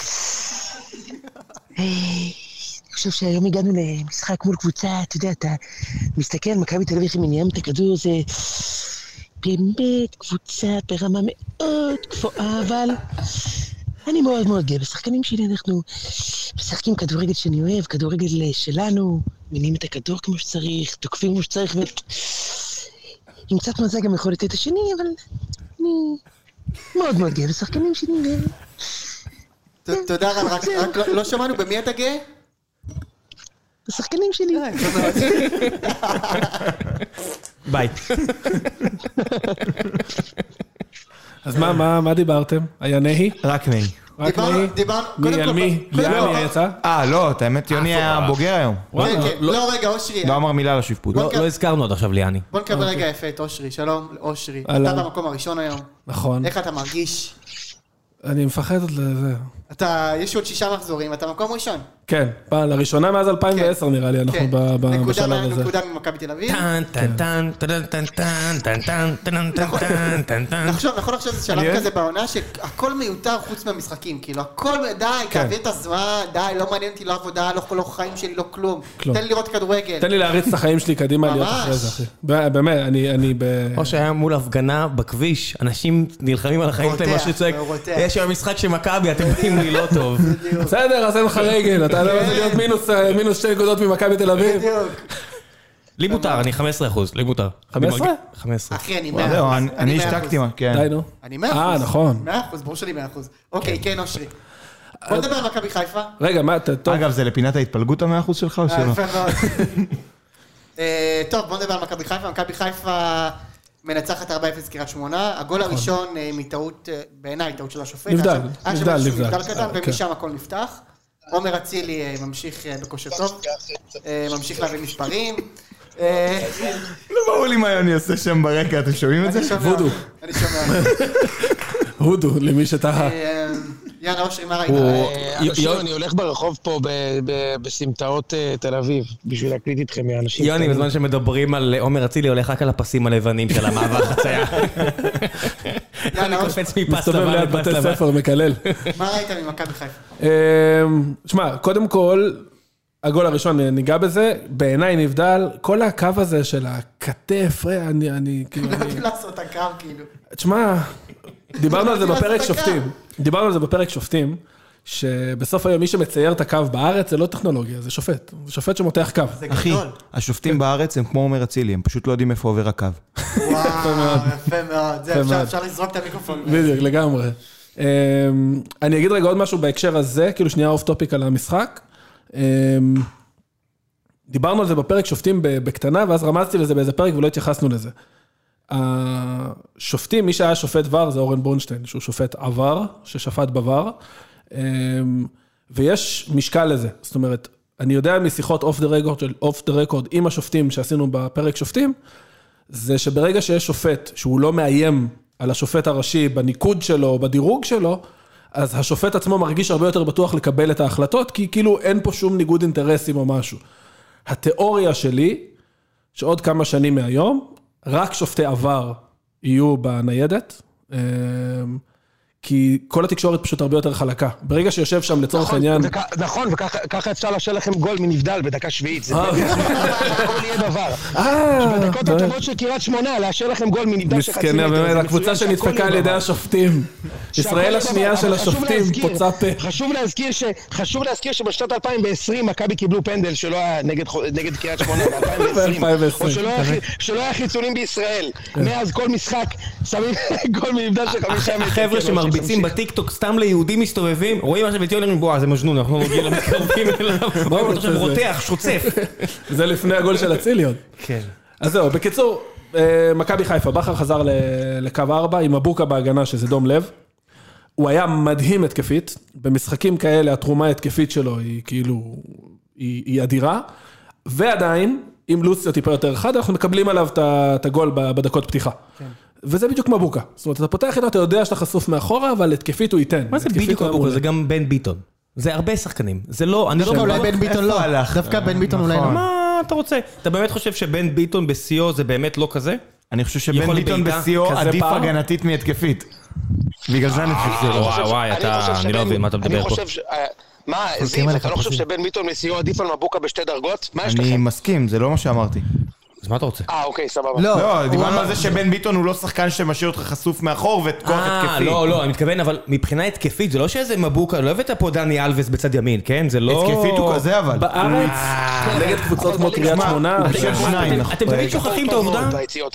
אני חושב שהיום הגענו למשחק מול קבוצה, אתה יודע, אתה מסתכל, מכבי תל אביב מניעים את הכדור, זה באמת קבוצה ברמה מאוד גבוהה, אבל אני מאוד מאוד גאה. בשחקנים שלי אנחנו משחקים כדורגל שאני אוהב, כדורגל שלנו, מניעים את הכדור כמו שצריך, תוקפים כמו שצריך, ועם קצת מזל גם יכול לתת את השני, אבל אני מאוד מאוד גאה. בשחקנים שלי... תודה רן, רק לא שמענו במי אתה גאה? השחקנים שלי. ביי. אז מה, מה דיברתם? היה נהי? רק נהי. רק נהי? מי, על מי? לאן מי יצא? אה, לא, את האמת, יוני היה בוגר היום. לא, רגע, אושרי. לא אמר מילה על השפפות. לא הזכרנו עוד עכשיו ליאני. בוא נקבל רגע יפה את אושרי. שלום, אושרי. אתה במקום הראשון היום. נכון. איך אתה מרגיש? אני מפחד לזה. אתה, יש עוד שישה מחזורים, אתה מקום ראשון. כן, לראשונה מאז אלפיים ועשר נראה לי, אנחנו בשלב הזה. נקודה ממכבי תל אביב. טן, טן, טן, טן, טן, טן, טן, טן, טן, טן, טן, טן. נכון עכשיו זה שלב כזה בעונה שהכל מיותר חוץ מהמשחקים, כאילו, הכל, די, תעביר את הזמן, די, לא מעניין אותי, לא עבודה, לא חיים שלי, לא כלום. תן לי לראות כדורגל. תן לי להריץ את החיים שלי קדימה להיות אחרי זה, אחי. באמת, אני ב... או שהיה מול הפגנה בכביש, אנשים נלחמים על החיים שלהם, משהו צועק, יש היום משחק של מכבי, אתם באים לי לא טוב. בסדר, אז אין לך רגל, אתה לא רוצה להיות מינוס שתי נקודות ממכבי תל אביב. בדיוק. לי מותר, אני חמש עשרה אחוז, לי מותר. חמש עשרה? חמש עשרה. אחי, אני מאה אחוז. אני השתקתי מה, כן. די, נו. אני מאה אחוז. אה, נכון. מאה אחוז, ברור שלי מאה אחוז. אוקיי, כן, אושרי. בוא נדבר על מכבי חיפה. רגע, מה, טוב. אגב, זה לפינת ההתפלגות המאה אחוז שלך או שלא? טוב, בוא נדבר על מכבי חיפה. מכבי חיפה מנצחת ארבע אפס קריית שמונה. הגול הראשון מטעות, בעיניי, טעות של השופט. נבדל, נבדל, נבדל. נבדל קטן, ומשם הכל נפתח. עומר אצילי ממשיך בכושר טוב, ממשיך להביא מספרים. לא ברור לי מה אני עושה שם ברקע, אתם שומעים את זה? וודו. אני שומע. וודו, למי שאתה... יאללה, אושרי, מה ראית? אנשים, אני הולך ברחוב פה בסמטאות תל אביב, בשביל להקליט איתכם, האנשים. יוני, בזמן שמדברים על עומר אצילי, הולך רק על הפסים הלבנים של המעבר חצייה. יאללה, קופץ מפס מסתובב לבן ליד לפס בתי לבן. ספר, מקלל. מה ראית ממכבי חיפה? שמע, קודם כל, הגול הראשון ניגע בזה, בעיניי נבדל, כל הקו הזה של הכתף, אני, אני, כאילו, לא יודעים לעשות הקו, כאילו. תשמע, דיברנו על זה לא יודעים בפרק לעשות הקו. שופטים, דיברנו על זה בפרק שופטים, שבסוף היום מי שמצייר את הקו בארץ זה לא טכנולוגיה, זה שופט, זה שופט שמותח קו. זה אחי, גדול. השופטים בארץ הם כמו עומר אצילי, הם פשוט לא יודעים איפה עובר הקו. וואו, יפה מאוד. זה, אפשר- אפשר לזרוק את המיקרופון. בדיוק, לגמרי. אמ, אני אגיד רגע עוד משהו בהקשר הזה, כאילו שנייה אוף טופיק על המשחק. אמ, דיברנו על זה בפרק שופטים ב- בקטנה, ואז רמזתי לזה באיזה פרק ולא התייחסנו לזה. השופטים, מי שהיה שופט ור זה אורן בורנשטיין, שהוא שופט עבר, ששפט בבר, אמ, ויש משקל לזה. זאת אומרת, אני יודע משיחות אוף דה רקורד של אוף דה רקורד עם השופטים שעשינו בפרק שופטים, זה שברגע שיש שופט שהוא לא מאיים על השופט הראשי בניקוד שלו, בדירוג שלו, אז השופט עצמו מרגיש הרבה יותר בטוח לקבל את ההחלטות, כי כאילו אין פה שום ניגוד אינטרסים או משהו. התיאוריה שלי, שעוד כמה שנים מהיום, רק שופטי עבר יהיו בניידת, כי כל התקשורת פשוט הרבה יותר חלקה. ברגע שיושב שם לצורך העניין... נכון, וככה אפשר לאשר לכם גול מנבדל בדקה שביעית. זה הכל יהיה דבר. בדקות הטובות של קריית שמונה, לאשר לכם גול מנבדל של חצי מסכנה, מטר. באמת, הקבוצה שנדפקה על ידי השופטים. ישראל השנייה של השופטים, פוצה פה. חשוב להזכיר ש... חשוב להזכיר שבשנת אלפיים ועשרים מכבי קיבלו פנדל שלא היה נגד קריית שמונה ב-אלפיים ועשרים. או שלא היה חיצונים בישראל. מאז כל משחק שמים גול מנבדל של חמישה מטר. חבר'ה שמרביצים בטיקטוק סתם ליהודים מסתובבים, רואים עכשיו את יונר מבואה, זה מז'נון, אנחנו מגיעים למתקרבים אליו, רואים אותו עכשיו רותח, שוצף. זה לפני הגול של אצילי עוד. כן. אז זהו, בקיצור, מכבי חיפה, בכר חזר לקו ארבע עם מבוקה בהגנה, שזה דום לב. הוא היה מדהים התקפית, במשחקים כאלה התרומה ההתקפית שלו היא כאילו, היא, היא אדירה, ועדיין, אם לוסיו טיפה יותר אחד, אנחנו מקבלים עליו את הגול בדקות פתיחה. כן. וזה בדיוק מבוקה. זאת אומרת, אתה פותח איתו, אתה יודע שאתה חשוף מאחורה, אבל התקפית הוא ייתן. מה זה בדיוק מבוקה? זה גם בן ביטון. זה הרבה שחקנים. זה לא... דווקא אולי בן ביטון לא. דווקא בן ביטון אולי לא. מה אתה רוצה? אתה באמת חושב שבן ביטון בסיו זה באמת לא כזה? אני חושב שבן ביטון בסיו עדיף הגנתית מהתקפית. בגלל זה אני חושב שזה לא. וואי וואי, אני לא מבין מה אתה מדבר פה. מה, זיו, אתה לא חושב שבן ביטון בסיו עדיף על מבוקה בשתי דרגות? מה יש לכם? אני מסכים, זה לא מה שאמרתי. אז מה אתה רוצה? אה, אוקיי, סבבה. לא, דיברנו על זה שבן ביטון הוא לא שחקן שמשאיר אותך חשוף מאחור וכוח התקפי. לא, לא, אני מתכוון, אבל מבחינה התקפית, זה לא שאיזה מבוקה, לא הבאת פה דני אלווס בצד ימין, כן? זה לא... התקפית הוא כזה, אבל. בארץ, נגד קבוצות כמו קריית שמונה. אתם תמיד שוכחים את העובדה?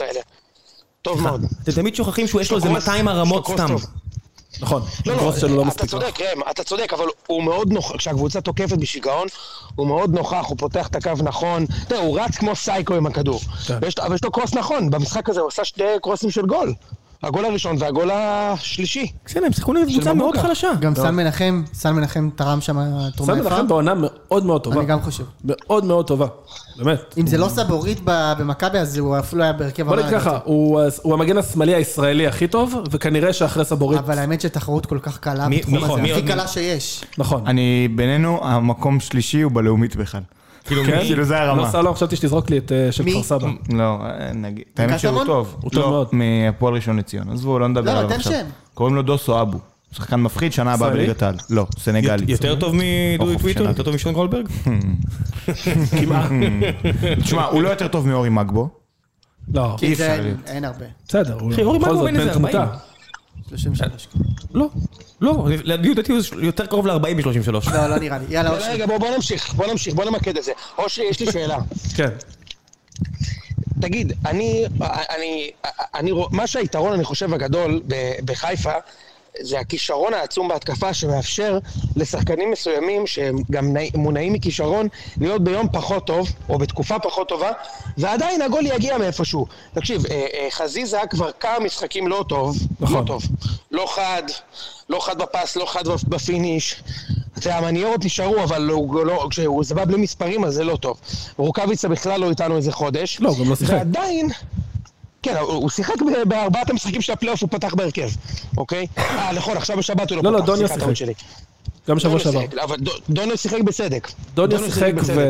טוב מאוד. אתם תמיד שוכחים שהוא יש לו איזה מאתיים הרמות סתם. נכון, לא, לא, אתה צודק, ראם, אתה צודק, אבל הוא מאוד נוכח, כשהקבוצה תוקפת בשיגעון, הוא מאוד נוכח, הוא פותח את הקו נכון, תראה, הוא רץ כמו סייקו עם הכדור, אבל יש לו קרוס נכון, במשחק הזה הוא עשה שתי קרוסים של גול, הגול הראשון והגול השלישי. בסדר, הם שיחקו נגד קבוצה מאוד חלשה. גם סל מנחם, סל מנחם תרם שם תרומה יפה. סל מנחם בעונה מאוד מאוד טובה. אני גם חושב. מאוד מאוד טובה, באמת. אם זה לא סבורית במכבי, אז הוא אפילו היה בהרכב... בוא נגיד ככה, הוא המגן השמאלי הישראלי הכי טוב, וכנראה שאחרי סבורית... אבל האמת שתחרות כל כך קלה בתחום הזה, הכי קלה שיש. נכון. אני, בינינו, המקום שלישי הוא בלאומית בכלל. כאילו זה הרמה. לא סלו, חשבתי שתזרוק לי את של כפר סבא. לא, נגיד. האמת שהוא טוב. הוא טוב מאוד. מהפועל ראשון לציון. עזבו, לא נדבר עליו עכשיו. קוראים לו דוסו אבו. שחקן מפחיד, שנה הבאה בליגת העל. לא, סנגלי. יותר טוב מדודו טוויטר? יותר טוב משון גולדברג? כמעט. תשמע, הוא לא יותר טוב מאורי מגבו. לא. כי זה אין הרבה. בסדר, הוא אורי מגבו בין איזה ארבעים. שלושים ושלוש. לא, לא, לדעתי הוא יותר קרוב ל-ארבעים ב-שלושים ושלוש. לא, לא נראה לי. יאללה, אושרי. רגע, בוא נמשיך, בוא נמשיך, בוא נמקד את זה. אושרי, יש לי שאלה. כן. תגיד, אני, אני, אני, מה שהיתרון, אני חושב, הגדול בחיפה, זה הכישרון העצום בהתקפה שמאפשר לשחקנים מסוימים שהם גם מונעים מכישרון להיות ביום פחות טוב או בתקופה פחות טובה ועדיין הגול יגיע מאיפשהו. תקשיב, חזיזה כבר כמה משחקים לא טוב, נכון. לא טוב, לא חד, לא חד בפס, לא חד בפיניש. המניירות נשארו, אבל לא, כשהוא זה בא בלי מספרים אז זה לא טוב. רוקאביצה בכלל לא איתנו איזה חודש. לא, גם לא שיחק. ועדיין... כן, הוא שיחק בארבעת המשחקים של הפלייאוף, הוא פתח בהרכב, אוקיי? אה, נכון, עכשיו בשבת הוא לא פתח. לא, לא, דוניו שיחק. גם שבוע שעבר. אבל דוניו שיחק בסדק. דוניו שיחק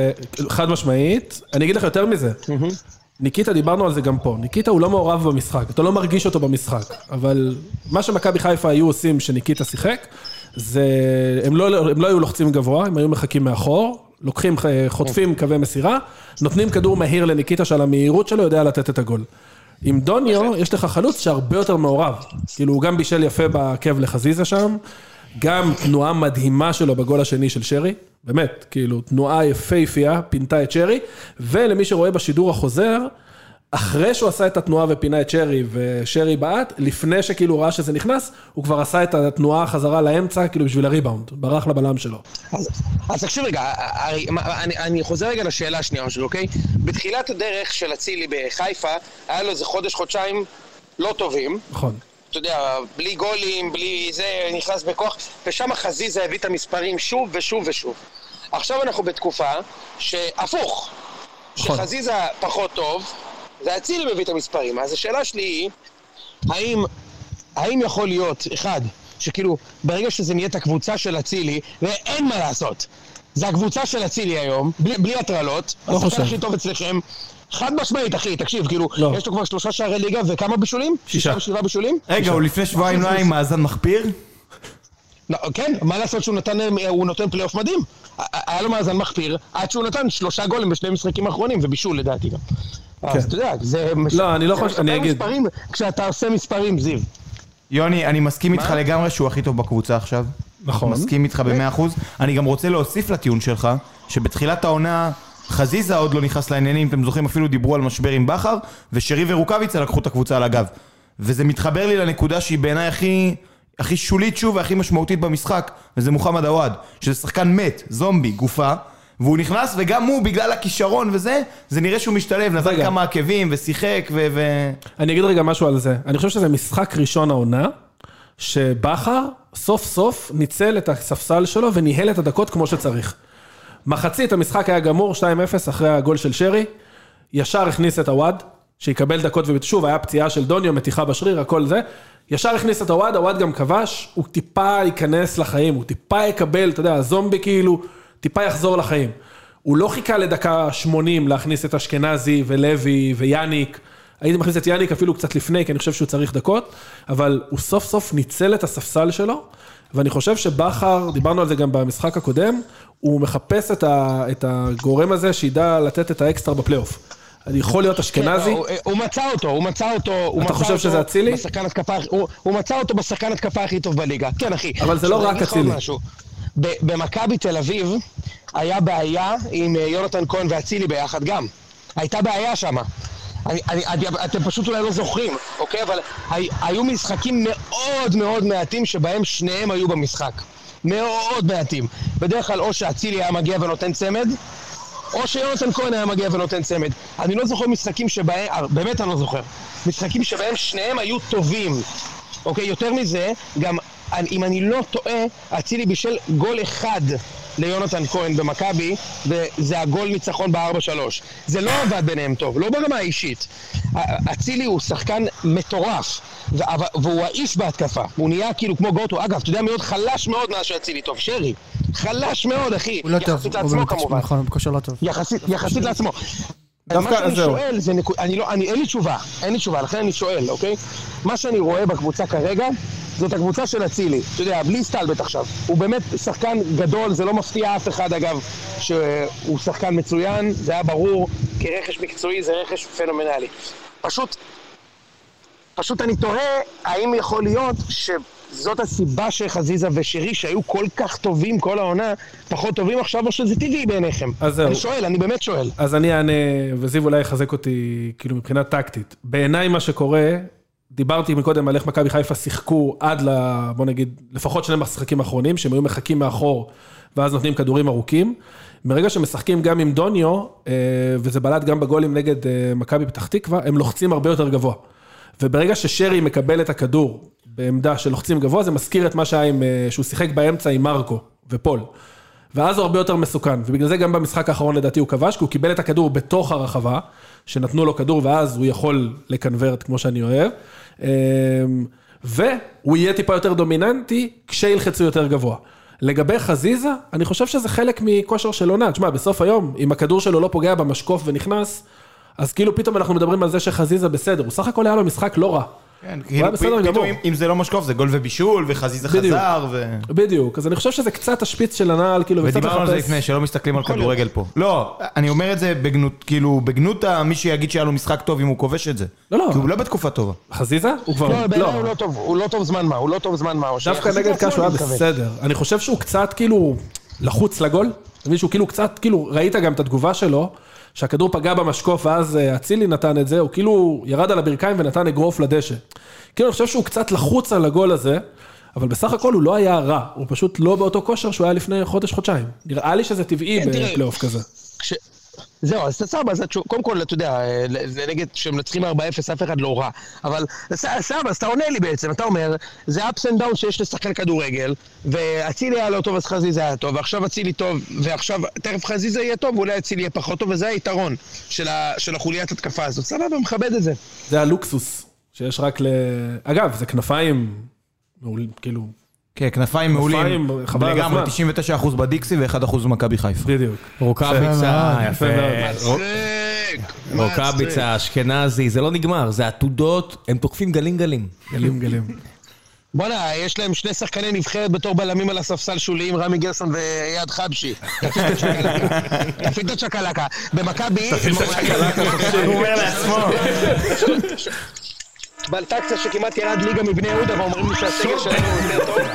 חד משמעית. אני אגיד לך יותר מזה. ניקיטה, דיברנו על זה גם פה. ניקיטה הוא לא מעורב במשחק, אתה לא מרגיש אותו במשחק. אבל מה שמכבי חיפה היו עושים שניקיטה שיחק, זה... הם לא, הם לא היו לוחצים גבוה, הם היו מחכים מאחור, לוקחים, חוטפים קווי מסירה, נותנים כדור מהיר לניקיטה שעל המהירות שלו יודע לתת את הגול. עם דוניו יש לך חלוץ שהרבה יותר מעורב, כאילו הוא גם בישל יפה בעקב לחזיזה שם, גם תנועה מדהימה שלו בגול השני של שרי, באמת, כאילו תנועה יפהפייה, פינתה את שרי, ולמי שרואה בשידור החוזר, אחרי שהוא עשה את התנועה ופינה את שרי ושרי בעט, לפני שכאילו ראה שזה נכנס, הוא כבר עשה את התנועה חזרה לאמצע, כאילו בשביל הריבאונד, ברח לבלם שלו. אז, אז תקשיב רגע, אני, אני חוזר רגע לשאלה השנייה שלו, אוקיי? בתחילת הדרך של אצילי בחיפה, היה לו איזה חודש, חודשיים לא טובים. נכון. אתה יודע, בלי גולים, בלי זה, נכנס בכוח, ושם חזיזה הביא את המספרים שוב ושוב ושוב. עכשיו אנחנו בתקופה שהפוך, שחזיזה פחות טוב, זה אצילי מביא את המספרים. אז השאלה שלי היא, האם, האם יכול להיות, אחד, שכאילו, ברגע שזה נהיה את הקבוצה של אצילי, ואין מה לעשות, זה הקבוצה של אצילי היום, בלי, בלי הטרלות, לא השחקן הכי טוב אצלכם, חד משמעית, אחי, תקשיב, כאילו, לא. יש לו כבר שלושה שערי ליגה, וכמה בישולים? שישה. שבעה בישולים? רגע, הוא לפני שבועיים לא עם מאזן מחפיר? לא, כן, מה לעשות שהוא נתן, הוא נותן פלייאוף מדהים? היה לו מאזן מחפיר, עד שהוא נתן שלושה גולים בשני משחקים האחרונים, ובישול לדעתי גם. אז אתה יודע, זה... לא, אני לא חושב, אני אגיד. כשאתה עושה מספרים, זיו. יוני, אני מסכים איתך לגמרי שהוא הכי טוב בקבוצה עכשיו. נכון. מסכים איתך ב-מאה אחוז. אני גם רוצה להוסיף לטיעון שלך, שבתחילת העונה חזיזה עוד לא נכנס לעניינים, אתם זוכרים אפילו דיברו על משבר עם בכר, ושרי ורוקאביצה לקחו את הקבוצה על הגב. וזה מתחבר לי לנקודה שהיא בעיניי הכי... הכי שולית שוב והכי משמעותית במשחק, וזה מוחמד עוואד, שזה שחקן מת, זומבי, גופה, והוא נכנס, וגם הוא, בגלל הכישרון וזה, זה נראה שהוא משתלב, נתן כמה עקבים ושיחק ו... ו... אני אגיד רגע משהו על זה. אני חושב שזה משחק ראשון העונה, שבכר סוף סוף ניצל את הספסל שלו, וניהל את הדקות כמו שצריך. מחצית המשחק היה גמור, שתיים אפס אחרי הגול של שרי, ישר הכניס את עוואד, שיקבל דקות ושוב, היה פציעה של דוניו, מתיחה בשריר, הכל זה. ישר הכניס את עוואד, עוואד גם כבש, הוא טיפה ייכנס לחיים, הוא טיפה יקבל, אתה יודע, הזומבי כאילו, טיפה יחזור לחיים. הוא לא חיכה לדקה שמונים להכניס את אשכנזי ולוי ויאניק, הייתי מכניס את יאניק אפילו קצת לפני, כי אני חושב שהוא צריך דקות, אבל הוא סוף סוף ניצל את הספסל שלו, ואני חושב שבכר, דיברנו על זה גם במשחק הקודם, הוא מחפש את, ה, את הגורם הזה שידע לתת את האקסטרה בפלייאוף. אני יכול להיות אשכנזי. הוא מצא אותו, הוא מצא אותו. אתה חושב שזה אצילי? הוא מצא אותו בשחקן התקפה הכי טוב בליגה. כן, אחי. אבל זה לא רק אצילי. במכבי תל אביב היה בעיה עם יונתן כהן ואצילי ביחד גם. הייתה בעיה שם. אתם פשוט אולי לא זוכרים, אוקיי? אבל היו משחקים מאוד מאוד מעטים שבהם שניהם היו במשחק. מאוד מעטים. בדרך כלל או שאצילי היה מגיע ונותן צמד, או שיונתן כהן היה מגיע ונותן צמד. אני לא זוכר משחקים שבהם, באמת אני לא זוכר, משחקים שבהם שניהם היו טובים. אוקיי, יותר מזה, גם אם אני לא טועה, אצילי בישל גול אחד ליונתן כהן במכבי, וזה הגול ניצחון ב-ארבע שלוש. זה לא עבד ביניהם טוב, לא ברמה האישית. אצילי הוא שחקן מטורף, והוא האיש בהתקפה. הוא נהיה כאילו כמו גוטו. אגב, אתה יודע מאוד חלש מאוד מה שאצילי טוב. שרי, חלש מאוד, אחי. הוא לא טוב, יחסית לעצמו כמובן. נכון, הוא בכושר לא טוב. יחסית לעצמו. דווקא, מה שאני זהו. שואל, זה נקו... אני לא, אני, אין לי תשובה, אין לי תשובה, לכן אני שואל, אוקיי? מה שאני רואה בקבוצה כרגע, זאת הקבוצה של אצילי. אתה יודע, בלי סטלבט עכשיו. הוא באמת שחקן גדול, זה לא מפתיע אף אחד, אגב, שהוא שחקן מצוין, זה היה ברור, כרכש מקצועי זה רכש פנומנלי. פשוט, פשוט אני תוהה, האם יכול להיות שזאת הסיבה שחזיזה ושירי, שהיו כל כך טובים כל העונה, פחות טובים עכשיו, או שזה טבעי בעיניכם? אני שואל, אני באמת שואל. אז אני אענה, וזיו אולי יחזק אותי, כאילו מבחינה טקטית. בעיניי מה שקורה, דיברתי מקודם על איך מכבי חיפה שיחקו עד ל... בוא נגיד, לפחות שני משחקים האחרונים, שהם היו מחכים מאחור, ואז נותנים כדורים ארוכים. ברגע שמשחקים גם עם דוניו, וזה בלט גם בגולים נגד מכבי פתח תקווה, הם לוחצים הרבה יותר גבוה. וברגע ששרי מקבל את הכדור בעמדה של לוחצים גבוה, זה מזכיר את מה שהיה עם, שהוא שיחק באמצע עם מרקו ופול. ואז הוא הרבה יותר מסוכן, ובגלל זה גם במשחק האחרון לדעתי הוא כבש, כי הוא קיבל את הכדור בתוך הרחבה, שנתנו לו כדור, ואז הוא יכול לקנברט כמו שאני אוהב, והוא יהיה טיפה יותר דומיננטי, כשילחצו יותר גבוה. לגבי חזיזה, אני חושב שזה חלק מכושר של עונה. תשמע, בסוף היום, אם הכדור שלו לא פוגע במשקוף ונכנס, אז כאילו פתאום אנחנו מדברים על זה שחזיזה בסדר. הוא סך הכל היה לו משחק לא רע. כן, כאילו פתאום אם זה לא משקוף, זה גול ובישול, וחזיזה חזר, ו... בדיוק, אז אני חושב שזה קצת השפיץ של הנעל, כאילו, ודיברנו על זה לפני, שלא מסתכלים על כדורגל פה. לא, אני אומר את זה בגנות, כאילו, בגנות מי שיגיד שהיה לו משחק טוב אם הוא כובש את זה. לא, לא. כי הוא לא בתקופה טובה. חזיזה? הוא כבר... לא, בעיניי הוא לא טוב, הוא לא טוב זמן מה, הוא לא טוב זמן מה. דווקא נגד קש הוא היה בסדר. אני חושב שהוא קצת, כאילו, לחוץ לגול. אתה מבין שהוא כאילו קצת, כאילו, ראית גם את התגובה שלו, שהכדור פגע במשקוף, ואז אצילי נתן את זה, הוא כאילו ירד על הברכיים ונתן אגרוף לדשא. כאילו, אני חושב שהוא קצת לחוץ על הגול הזה, אבל בסך הכל הוא לא היה רע, הוא פשוט לא באותו כושר שהוא היה לפני חודש, חודשיים. נראה לי שזה טבעי בפלייאוף כזה. זהו, אז סבבה, אז קודם כל, אתה יודע, זה נגד שמנצחים ארבע אפס, אף אחד לא רע, אבל סבבה, אז אתה עונה לי בעצם, אתה אומר, זה ups and downs שיש לשחקן כדורגל, ואצילי היה לא טוב, אז חזיזה היה טוב, ועכשיו אצילי טוב, ועכשיו תכף חזיזה יהיה טוב, ואולי אצילי יהיה פחות טוב, וזה היתרון של החוליית התקפה הזאת. סבבה, מכבד את זה. זה הלוקסוס שיש רק ל... אגב, זה כנפיים, כאילו... כן, כנפיים מעולים, לגמרי, תשעים ותשעה אחוז בדיקסי ו-אחד אחוז במכבי חיפה. בדיוק. רוקאביצה, יפה. מצחיק, רוקאביצה, אשכנזי, זה לא נגמר, זה עתודות, הם תוקפים גלים גלים. גלים גלים. בוא'נה, יש להם שני שחקני נבחרת בתור בלמים על הספסל שוליים, רמי גרסון ויד חבשי. תפית את שקלקה. במכבי... תפית את שקלקה, הוא אומר לעצמו. בלטקציה שכמעט ירד ליגה מבני יהודה, ואומרים לי שהסגל שלנו הוא יותר טוב.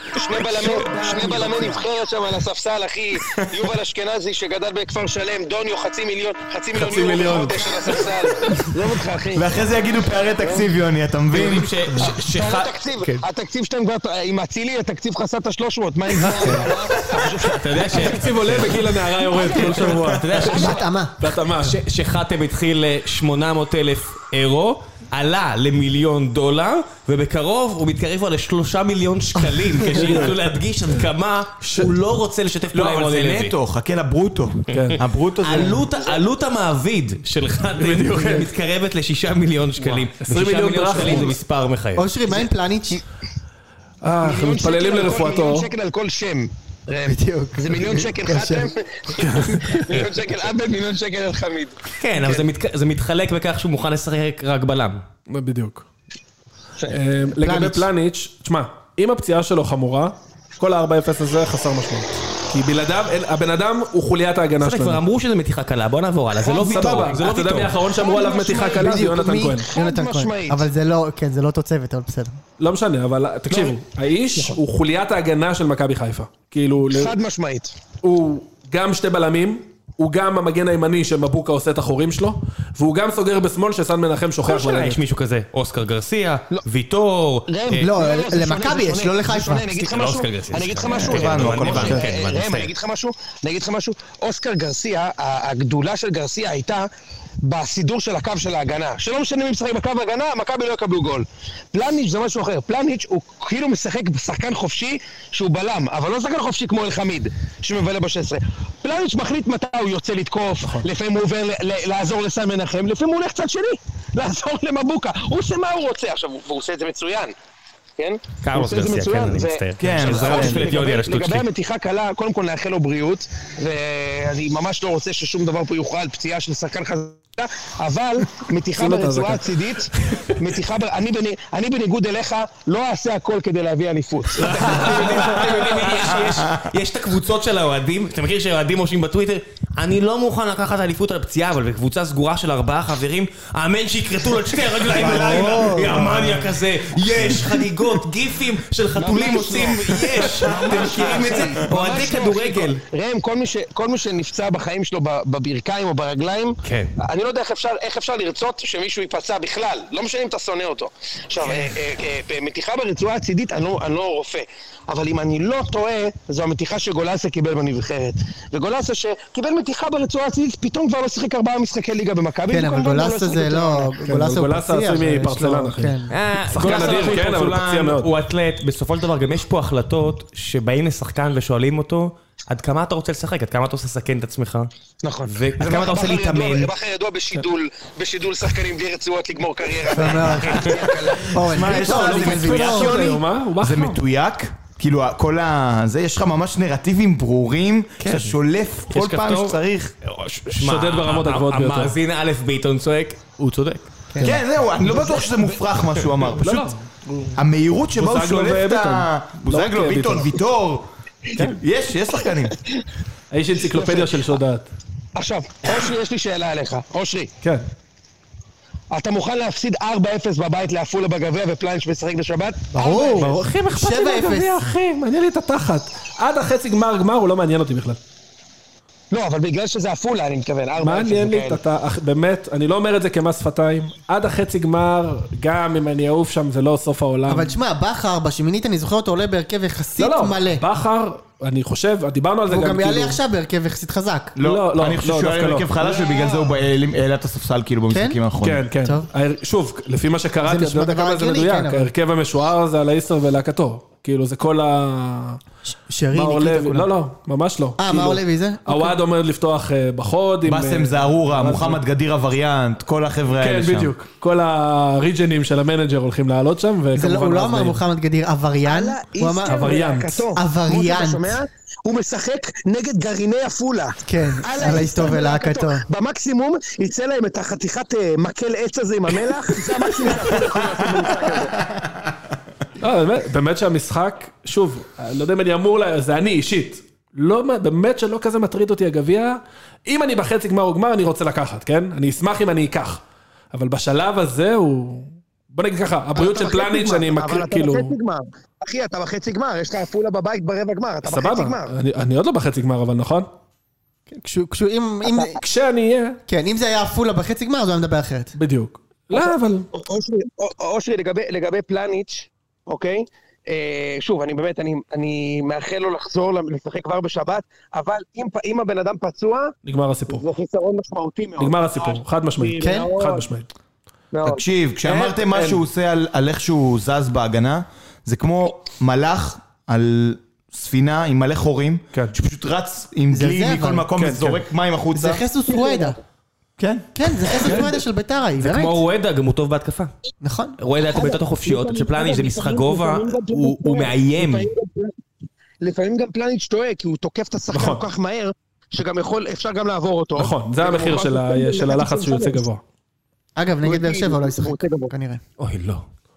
שני בלמי נבחרת שם על הספסל, אחי, יובל אשכנזי שגדל בכפר שלם, דוניו חצי מיליון, חצי מיליון יורו בחודש על הספסל. זה אותך, אחי. ואחרי זה יגידו פערי תקציב, יוני, אתה מבין? התקציב שאתם כבר, עם אצילי, התקציב חסה את ה-שלוש מאות, מה נגזר? אתה יודע שהתקציב עולה בגיל הנערה יורד כל שבוע. אתה יודע בהתאמה. בהתאמה. שחתם התחיל שמונה מאות אלף אירו, עלה למיליון דולר, ובקרוב הוא מתקרב כבר לשלושה מיליון שקלים, כשירצו להדגיש עד כמה הוא לא רוצה לשתף פעולה עם אבל רוני זה לוי. נטו, חכה לברוטו. הברוטו זה... עלות המעביד של חתם מתקרבת לשישה מיליון שקלים. עשרים ושישה מיליון מיליון דרחמות. שקלים זה מספר מחייב. אושרי, מה עם פלניץ'? אה, אנחנו מתפללים לרפואתו. מיליון שקל על כל שם. בדיוק. זה מיליון שקל חתם, מיליון שקל עבד, מיליון שקל על חמיד. כן, אבל זה מתחלק בכך שהוא מוכן לשחק רק בלם. בדיוק. לגבי פלניץ', תשמע, אם הפציעה שלו חמורה, כל ה-ארבע אפס הזה חסר משמעות. כי בלעדיו, הבן אדם הוא חוליית ההגנה שלנו. כבר אמרו שזה מתיחה קלה, בוא נעבור הלאה, זה לא ויתור. סבבה, אתה יודע מי האחרון שאמרו עליו מתיחה קלה, זה יונתן כהן. יונתן כהן. אבל זה לא, כן, זה לא אותו צוות, אבל בסדר. לא משנה, אבל תקשיבו, האיש הוא חוליית ההגנה של מכבי חיפה. כאילו, חד משמעית. הוא גם שתי בלמים, הוא גם המגן הימני שמבוקה עושה את החורים שלו, והוא גם סוגר בשמאל שסן מנחם שוכח בלגת. יש מישהו כזה, אוסקר גרסיה, ויטור. לא, למכבי יש, לא לחיפה. אני אגיד לך משהו, אני אגיד לך משהו, אני אגיד לך משהו, אני אגיד לך משהו, אוסקר גרסיה, הגדולה של גרסיה הייתה בסידור של הקו של ההגנה, שלא משנה מי משחק בקו ההגנה, מכבי לא יקבלו גול. פלניץ' זה משהו אחר, פלניץ' הוא כאילו משחק בשחקן חופשי שהוא בלם, אבל לא שחקן חופשי כמו אלחמיד, שמבלה ב-שש עשרה. פלניץ' מחליט מתי הוא יוצא לתקוף, לפעמים הוא עובר לעזור לסן מנחם, לפעמים הוא הולך צד שני, לעזור למבוקה, הוא עושה מה הוא רוצה, עכשיו הוא עושה את זה מצוין. כן? קארלוס גרסיה, כן, אני מצטער. כן, לגבי המתיחה קלה, קודם כל נאחל לו בריאות, ואני ממש לא רוצה ששום דבר פה יוכל על פציעה של שחקן חזקה, אבל מתיחה ברצועה הצידית, מתיחה, אני בניגוד אליך לא אעשה הכל כדי להביא אליפות. יש את הקבוצות של האוהדים, אתה מכיר שהאוהדים מושים בטוויטר, אני לא מוכן לקחת אליפות על פציעה, אבל בקבוצה סגורה של ארבעה חברים, האמן שיקרטו לו את שתי הרגליים בלילה, ירמניה כזה, יש חגיגות, גיפים של חתולים עושים, יש, אתם מכירים את זה? אוהדי כדורגל. ראם, כל מי שנפצע בחיים שלו בברכיים או ברגליים, אני לא יודע איך אפשר, איך אפשר לרצות שמישהו ייפצע בכלל, לא משנה אם אתה שונא אותו. עכשיו, מתיחה ברצועה הצידית, אני לא, אני לא רופא, אבל אם אני לא טועה, זו המתיחה שגולסה קיבל בנבחרת. וגולסה שקיבל מתיחה ברצועה הצידית, פתאום כבר לא שיחק ארבעה משחקי ליגה במכבי. כן, אבל גולסה זה לא... גולסה עשוי מפרצלן, אחי. שחקן אדיר, כן, אבל פציע מאוד. הוא אתלט, בסופו של דבר גם יש פה החלטות שבאים לשחקן ושואלים אותו, עד כמה אתה רוצה לשחק, עד כמה אתה רוצה לסכן את עצמך. נכון. ועד כמה אתה רוצה להתאמן. בכר ידוע בשידול, בשידול שחקנים בלי רצועות לגמור קריירה. זה מתויק? כאילו, כל ה... זה, יש לך ממש נרטיבים ברורים, שאתה שולף כל פעם שצריך. שודד ברמות הגבוהות ביותר. המאזין א' ביטון צועק, הוא צודק. כן, זהו, אני לא בטוח שזה מופרך מה שהוא אמר. פשוט, המהירות שבה הוא שולף את ה... בוזגלו, ביטון, ויטור. יש, יש שחקנים. האיש אנציקלופדיה של שודעת. עכשיו, אושרי, יש לי שאלה עליך. אושרי. כן. אתה מוכן להפסיד ארבע אפס בבית לעפולה בגביע ופלניץ' משחק בשבת? ברור. ברור. אחי, אכפת לי בגביע, אחי. מעניין לי את התחת. עד החצי גמר גמר הוא לא מעניין אותי בכלל. לא, אבל בגלל שזה עפולה, אני מתכוון. מעניין לי, אתה, באמת, אני לא אומר את זה כמס שפתיים. עד החצי גמר, גם אם אני אעוף שם, זה לא סוף העולם. אבל תשמע, בכר, בשמינית אני זוכר אותו עולה בהרכב יחסית לא, לא, מלא. בכר, אני חושב, דיברנו על זה גם כאילו... הוא גם כאילו... יעלה עכשיו בהרכב יחסית חזק. לא, לא, אני חושב שהוא היה בהרכב חלש, ובגלל זה הוא העלה את הספסל כאילו במשחקים האחרונים. כן, כן. שוב, לפי מה שקראתי, אני לא יודע כמה זה מדויק. ההרכב המשוער זה על האיסר ולהקתו. כאילו זה כל ה... שרי מאור לוי, לא, לא, ממש לא. אה, מאור לוי זה? הוואד עומד לפתוח בחוד. בסם זערורה, מוחמד גדיר הווריאנט, כל החבר'ה האלה שם. כן, בדיוק. כל הריג'נים של המנג'ר הולכים לעלות שם, הוא לא אמר מוחמד גדיר עבריין, הוא אמר עבריינט. עבריינט. הוא משחק נגד גרעיני עפולה. כן, על ההיסטור ולהקתו. במקסימום יצא להם את החתיכת מקל עץ הזה עם המלח, זה המקסימום לא, באמת שהמשחק, שוב, לא יודע אם אני אמור, זה אני אישית, לא, באמת שלא כזה מטריד אותי הגביע, אם אני בחצי גמר או גמר, אני רוצה לקחת, כן? אני אשמח אם אני אקח, אבל בשלב הזה הוא, בוא נגיד ככה, הבריאות של פלניץ' שאני מכיר, כאילו... אבל אתה בחצי גמר, אחי, אתה בחצי גמר, יש לך עפולה בבית ברבע גמר, אתה בחצי גמר. אני עוד לא בחצי גמר, אבל נכון? כשאני אהיה... כן, אם זה היה עפולה בחצי גמר, זה היה מדבר אחרת. בדיוק. לא, אבל... אושרי, לגבי פלניץ', אוקיי? שוב, אני באמת, אני מאחל לו לחזור לשחק כבר בשבת, אבל אם הבן אדם פצוע... נגמר הסיפור. זה חיסרון משמעותי מאוד. נגמר הסיפור, חד משמעית. כן? חד משמעית. תקשיב, כשאמרתם מה שהוא עושה על איך שהוא זז בהגנה, זה כמו מלאך על ספינה עם מלא חורים, שפשוט רץ עם דלי מכל מקום וזורק מים החוצה. זה חסוס רואדה. כן? כן, זה חסוס רואדה של ביתר. זה כמו רואדה, גם הוא טוב בהתקפה. נכון. רואדה את ביתות החופשיות, של פלניץ' זה משחק גובה, הוא מאיים. לפעמים גם פלניץ' טועה, כי הוא תוקף את השחקן כל כך מהר, שגם יכול, אפשר גם לעבור אותו. נכון, זה המחיר של הלחץ שהוא יוצא גבוה. אגב, נגד באר שבע הוא לא ישחק, כנראה. אוי, לא.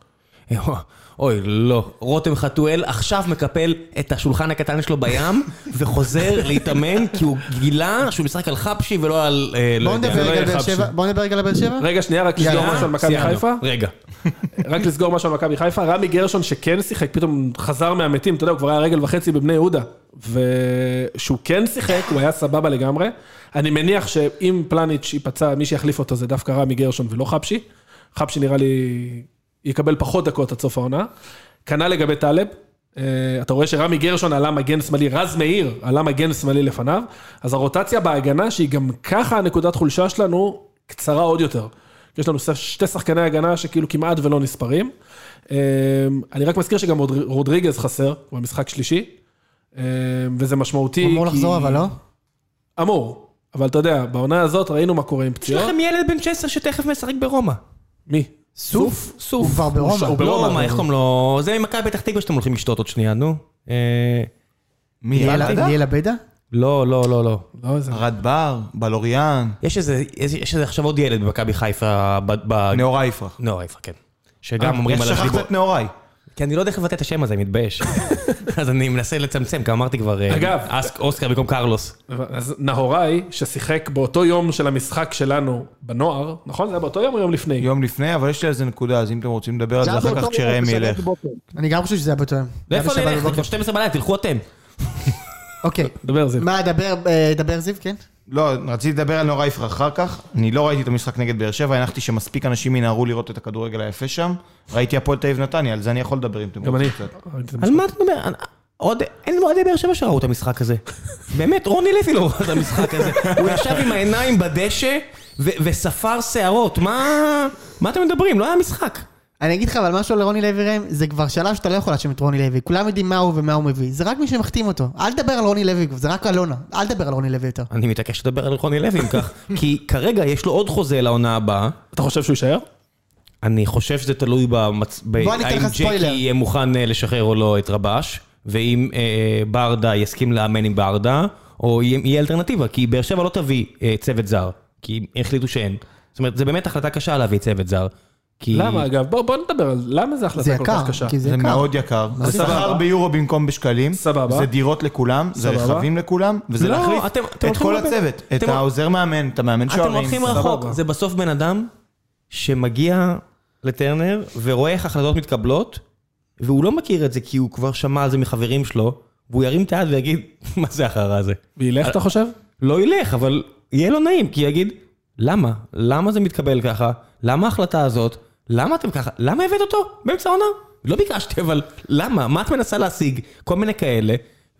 אוי, לא. רותם חתואל עכשיו מקפל את השולחן הקטן שלו בים, וחוזר להתאמן, כי הוא גילה שהוא משחק על חפשי ולא על... בואו נדבר רגע על באר שבע. רגע, שנייה, רק לסגור משהו על מכבי חיפה. רגע. רק לסגור משהו על מכבי חיפה. רמי גרשון שכן שיחק, פתאום חזר מהמתים, אתה יודע, הוא כבר היה רגל וחצי בבני יהודה. ושהוא כן שיחק, הוא היה סבבה לגמרי. אני מניח שאם פלניץ' ייפצע, מי שיחליף אותו זה דווקא רמי גרשון ולא חפשי. חפשי נראה לי יקבל פחות דקות עד סוף העונה. כנ"ל לגבי טלב. אתה רואה שרמי גרשון עלה מגן שמאלי, רז מאיר עלה מגן שמאלי לפניו. אז הרוטציה בהגנה, שהיא גם ככה הנקודת חולשה שלנו, קצרה עוד יותר. יש לנו שתי שחקני הגנה שכאילו כמעט ולא נספרים. אני רק מזכיר שגם רודריגז חסר, הוא המשחק שלישי. וזה משמעותי. אמור לחזור אבל לא? אמור. אבל אתה יודע, בעונה הזאת ראינו מה קורה עם פציעות. יש לכם ילד בן תשע עשרה שתכף משחק ברומא. מי? סוף? סוף. הוא כבר ברומא. הוא ברומא, איך קוראים לו? זה ממכבי פתח תקווה שאתם הולכים לשתות עוד שנייה, נו. מי? ליאל עבדה? לא, לא, לא, לא. רד בר, בלוריאן. יש איזה עכשיו עוד ילד במכבי חיפה. נאורי יפרח. נאורי יפרח, כן. שגם אומרים על יש שכחת את נאורי. כי אני לא יודע איך לבטא את השם הזה, אני מתבייש. אז אני מנסה לצמצם, כי אמרתי כבר, אגב, אוסקר במקום קרלוס. אז נהוראי, ששיחק באותו יום של המשחק שלנו בנוער, נכון? זה היה באותו יום או יום לפני? יום לפני, אבל יש לי איזה נקודה, אז אם אתם רוצים לדבר על זה אחר כך כשראם ילך. אני גם חושב שזה היה באותו יום. לאיפה נלך? כבר שתים עשרה בלילה, תלכו אתם. אוקיי. דבר זיו. מה, דבר זיו, כן? לא, רציתי לדבר על נורא יפרח אחר כך, אני לא ראיתי את המשחק נגד באר שבע, הנחתי שמספיק אנשים ינערו לראות את הכדורגל היפה שם, ראיתי הפועל תל אביב נתניה, על זה אני יכול לדבר אם אתם גם אני. קצת. על מה אתה מדבר? עוד, אין מועדי באר שבע שראו את המשחק הזה. באמת, רוני לוי לא ראה את המשחק הזה. הוא ישב עם העיניים בדשא ו- וספר שערות. מה, מה אתם מדברים? לא היה משחק. אני אגיד לך, אבל משהו לרוני לוי רם, זה כבר שלב שאתה לא יכול להאשים את רוני לוי. כולם יודעים מה הוא ומה הוא מביא. זה רק מי שמחתים אותו. אל תדבר על רוני לוי, זה רק אלונה. אל תדבר על רוני לוי יותר. אני מתעקש לדבר על רוני לוי אם כך. כי כרגע יש לו עוד חוזה לעונה הבאה. אתה חושב שהוא יישאר? אני חושב שזה תלוי במצ... בוא אני אתן לך האם ספוילר. ג'קי יהיה מוכן אה, לשחרר או לא את רבש, ואם אה, ברדה יסכים לאמן עם ברדה, או יהיה, יהיה אלטרנטיבה, כי באר שבע לא תביא אה, צוות זר, כי החליטו שאין. זאת אומרת, זה באמת החלטה קשה להביא צוות זר. כי... למה אגב? בוא, בוא נדבר על למה זה החלטה זה כל יקר, כך קשה. כי זה זה יקר. מאוד יקר, זה סבבה. שכר ביורו במקום בשקלים, סבבה. זה דירות לכולם, זה סבבה. רכבים לכולם, וזה לא, להחליף אתם- אתם את הולכים כל הרבה- הצוות, את אתם- העוזר מאמן, את המאמן אתם שוערים. הולכים רחוק, סבבה. זה בסוף בן אדם שמגיע לטרנר ורואה איך החלטות מתקבלות, והוא לא מכיר את זה כי הוא כבר שמע על זה מחברים שלו, והוא ירים את היד ויגיד, מה זה החרא הזה? וילך אתה חושב? לא ילך, אבל יהיה לו נעים, כי יגיד, למה? למה זה מתקבל ככה? למה ההחלטה הזאת? למה אתם ככה? למה הבאת אותו באמצע העונה? לא ביקשתי, אבל למה? מה את מנסה להשיג? כל מיני כאלה,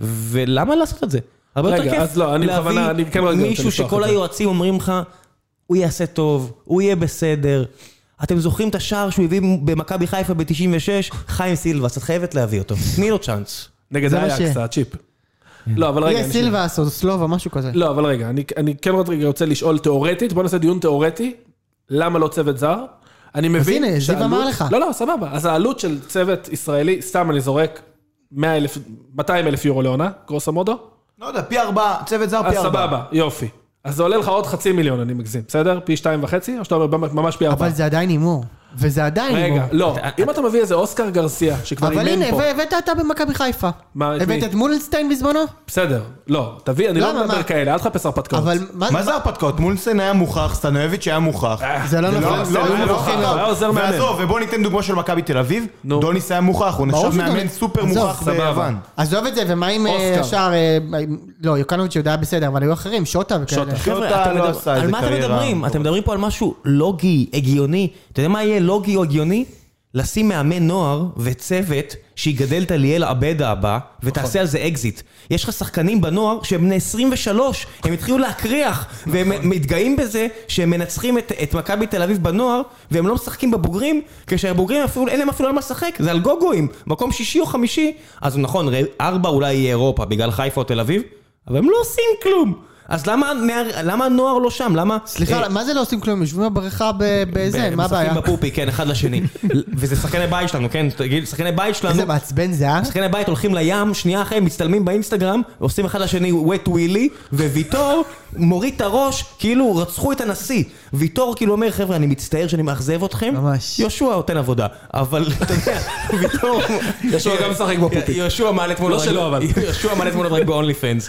ולמה לעשות את זה? הרבה יותר רגע, כיף אז לא, אני להביא בכוונה, אני כן רגע רוצה מישהו לפתוח שכל את זה. היועצים אומרים לך, הוא יעשה טוב, הוא יהיה בסדר. אתם זוכרים את השער שהוא הביא במכבי חיפה ב-תשעים ושש? חיים סילבס, את חייבת להביא אותו. תני לו צ'אנס. נגד זה מה אייקס, ש- הצ'יפ. לא, אבל רגע. יהיה אני- סילבס או סלובה, משהו כזה. לא, אבל רגע, אני, אני כן רגע רוצה לשאול תיאורטית, בוא נעשה דיון תיאורטי, למה לא צוות זר? אני מבין... הנה, זיו שהעלות- אמר לך. לא, לא, סבבה. אז העלות של צוות ישראלי, סתם אני זורק מאה אלף, מאתיים אלף יורו לעונה, גרוס המודו? לא יודע, פי ארבע, צוות זר אז פי ארבע. סבבה, יופי. אז זה עולה לך עוד חצי מיליון, אני מגזים, בסדר? פי שתיים וחצי, או שאתה אומר ממש פי ארבע? אבל זה עדיין הימור. וזה עדיין הימור. רגע, לא, אם אתה מביא איזה אוסקר גרסיה, שכבר אבל אימן הנה, פה, הבאת אתה במכבי חיפה. מה, את מי? הבאת את מולנשטיין בזמנו? בסדר, לא, תביא, אני לא למה, מדבר מה? כאלה, אל תחפש הרפתקאות. אבל מה זה הרפתקאות? מולסן היה מוכח, סטנויביץ' היה מוכח. זה לא נכון. לא, היו היה לא מוכחים חכם. מאוד. היה עוזר מאמן. ועזוב, ובוא ניתן דוגמה של מכבי תל אביב, נו. דוניס היה מוכח, הוא ברור נחשב מאמן שדוניס- סופר עזוב, מוכח סבבה. ביוון. עזוב את זה, ומה עם אה, אוסקר. השאר, אה, לא, יוקנוביץ' יודע בסדר, אבל היו אחרים, שוטה וכאלה. שוטה. חבר'ה, אותה אתם לא מדבר- עשה על איזה מה אתם קריירה. מדברים? אתם מדברים פה על משהו לוגי, הגיוני. אתה יודע מה יהיה לוגי או הגיוני? לשים מאמן נוער וצוות שיגדל את אליאל עבדה הבא, ותעשה על זה אקזיט. יש לך שחקנים בנוער שהם בני עשרים ושלוש, הם התחילו להקריח, והם מתגאים בזה שהם מנצחים את, את מכבי תל אביב בנוער, והם לא משחקים בבוגרים, כשהבוגרים אפילו, אין להם אפילו על מה לשחק, זה על גוגואים, מקום שישי או חמישי. אז נכון, ארבע אולי יהיה אירופה, בגלל חיפה או תל אביב, אבל הם לא עושים כלום. אז למה, הנער- למה הנוער לא שם? למה... סליחה, אה, מה זה לא עושים כלום? יושבים בבריכה ב- בזה, מה הבעיה? משחקים בפופי, כן, אחד לשני. וזה שחקני בית שלנו, כן? תגיד, שחקני בית שלנו... איזה מעצבן זה, אה? שחקני בית הולכים לים, שנייה אחרי, מצטלמים באינסטגרם, עושים אחד לשני wet willy, וויטור מוריד את הראש, כאילו רצחו את הנשיא. ויטור כאילו אומר, חבר'ה, אני מצטער שאני מאכזב אתכם. ממש. יהושע נותן עבודה, אבל אתה יודע, ויטור... יהושע גם משחק בפופי. יהושע מעלה תמונות... לא שלו, אבל. יהושע מעלה תמונות רק ב-only fans.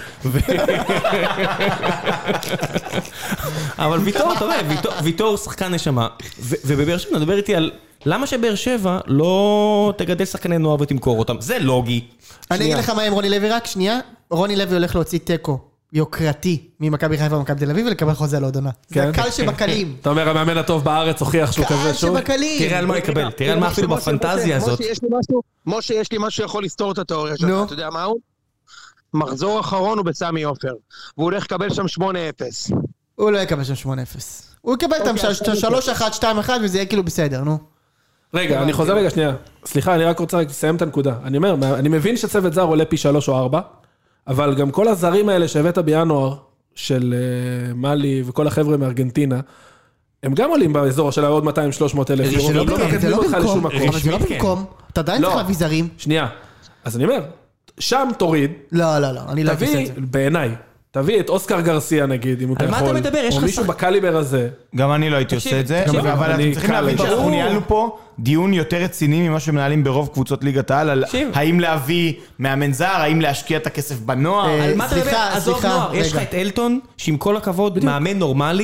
אבל ויטור, אתה רואה, ויטור- ויטור שחקן נשמה. ו- ובבאר שבע, נדבר איתי על... למה שבאר שבע לא תגדל שחקני נוער ותמכור אותם? זה לוגי. אני אגיד לך מה עם רוני לוי רק, שנייה. רוני לוי הולך להוציא טקו יוקרתי ממכבי חיפה ומכבי תל אביב ולקבל חוזה לעוד עונה. זה כן? הקל שבקלים. אתה אומר, המאמן הטוב בארץ הוכיח שהוא קל כזה שוב? שבקלים. תראה על מה יקבל, תראה על מה אפילו משה, בפנטזיה משה, הזאת. משה, יש לי משהו, משה, יש לי משהו שיכול לסתור את התיאוריה שלך, נו. אתה יודע מה הוא? מחזור אחרון הוא בסמי עופר, והוא הולך לקבל שם שמונה אפס. הוא לא יקבל שם שמונה אפס. הוא יקבל את אוקיי, אז שלוש אחת, שתיים אחת וזה יהיה כאילו בסדר, נו. רגע, אני חוזר רגע שנייה. סליחה, אני רק רוצה רק לסיים את הנקודה. אני אומר, אני מבין שצוות זר עולה פי שלוש או ארבע, אבל גם כל הזרים האלה שהבאת בינואר, של אה, מאלי וכל החבר'ה מארגנטינה, הם גם עולים באזור של עוד מאתיים שלוש מאות אלף יורו. זה לא הם לא במקום, זה מקדמים לא אותך לשום במקום, מקום. אבל זה לא רשמית, כן. במקום. אתה עדיין לא. צריך להביא זרים. שנייה. אז אני אומר, שם תוריד, לא, לא, לא, אני לא אעשה תביא, את זה. בעיניי, תביא את אוסקר גרסיה נגיד, אם אתה על מה יכול. אתה מדבר? יש או לך מישהו שחק- בקליבר הזה. גם אני לא הייתי תקשיב, עושה את זה, תקשיב, אבל אני אתם צריכים קל להבין לי. שאנחנו ברור. ניהלנו פה דיון יותר רציני ממה שמנהלים ברוב קבוצות ליגת העל, על תקשיב. האם להביא מאמן זר, האם להשקיע את הכסף בנוער. אה, על מה אתה מדבר? סליחה, עזוב סליחה, נוער, יש לך רגע. את אלטון, שעם כל הכבוד, מאמן נורמלי,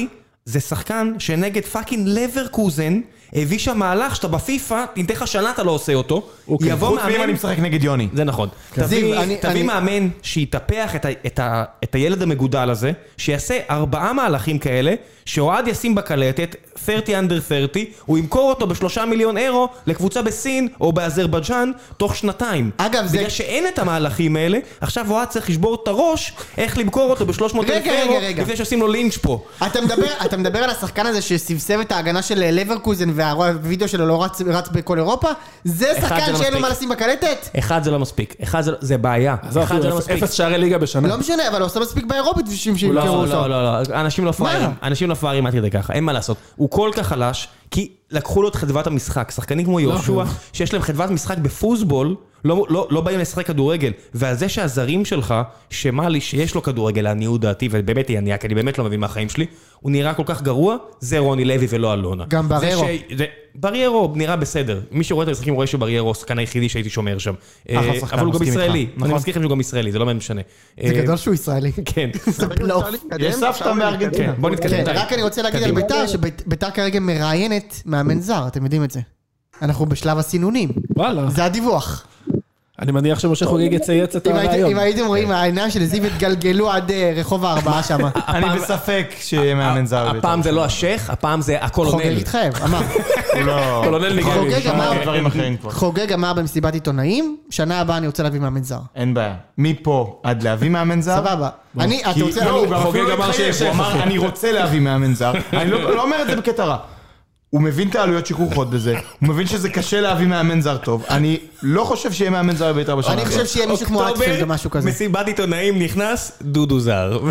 זה שחקן שנגד פאקינג לברקוזן, הביא שם מהלך שאתה בפיפה, תנתן לך שנה אתה לא עושה אותו, יבוא מאמן... חוץ מי אני משחק נגד יוני. זה נכון. תביא מאמן שיתפח את הילד המגודל הזה, שיעשה ארבעה מהלכים כאלה, שאוהד ישים בקלטת, שלושים under שלושים, הוא ימכור אותו בשלושה מיליון אירו, לקבוצה בסין או באזרבייג'אן, תוך שנתיים. אגב, זה... בגלל שאין את המהלכים האלה, עכשיו אוהד צריך לשבור את הראש, איך למכור אותו ב-שלוש מאות אלף אירו, לפני שעושים לו לינץ' פה. אתה מדבר, אתה מדבר על השחקן הזה שסבסב את ההגנה של לברקוזן והווידאו שלו לא רץ, רץ בכל אירופה, זה שחקן שאין לו מה לשים בקלטת? אחד זה לא מספיק, אחד זה, זה בעיה, אחד זה לא מספיק. אפס שערי ליגה בשנה. לא משנה, אבל הוא עושה מספיק באירופית בשביל שימכרו אותו. לא, לא, לא, אנשים לא פראיירים, אנשים לא פראיירים עד כדי ככה, אין מה לעשות. הוא כל כך חלש, כי לקחו לו את חדוות המשחק, שחקנים כמו יהושע, שיש להם חדוות משחק בפוסבול, לא, לא, לא באים לשחק כדורגל, ועל זה שהזרים שלך, שמה לי שיש לו כדורגל, לעניות דעתי, ובאמת היא ענייה, כי אני באמת לא מבין מהחיים שלי, הוא נראה כל כך גרוע, זה רוני לוי ולא אלונה. גם בריירו. ש... בריירו נראה בסדר. מי שרואה את המשחקים רואה שבריירו שחקן היחידי שהייתי שומר שם. אבל הוא גם ישראלי. אני מזכיר לכם שהוא גם ישראלי, זה לא משנה. זה גדול שהוא ישראלי. כן. יש סבתא מארגנטינה. בוא נתקדם. רק אני רוצה להגיד על ביתר, שביתר כרגע מראיינת מאמן זר, אתם יודעים את זה. אנחנו בשלב הסינונים. וואלה. זה הדיווח. אני מניח שמשה חוגג יצייץ את הרעיון. אם הייתם רואים, העיניים של זיו התגלגלו עד רחוב הארבעה שם. אני בספק שיהיה מאמן זר. הפעם זה לא השייך, הפעם זה הקולונל. חוגג התחייב, אמר. הוא לא... קולונל ניגרי. חוגג אמר במסיבת עיתונאים, שנה הבאה אני רוצה להביא מאמן זר. אין בעיה. מפה עד להביא מאמן זר? סבבה. אני, אתה רוצה... לא, הוא גם אפילו לא התחייב. הוא אמר, אני רוצה להביא מאמן זר. אני לא אומר את זה בקטע רע. הוא מבין את העלויות שכרוכות בזה, הוא מבין שזה קשה להביא מאמן זר טוב, אני לא חושב שיהיה מאמן זר בבית"ר בשנה. אני חושב שיהיה מישהו כמו אטפלד או משהו כזה. מסיבת עיתונאים נכנס, דודו זר.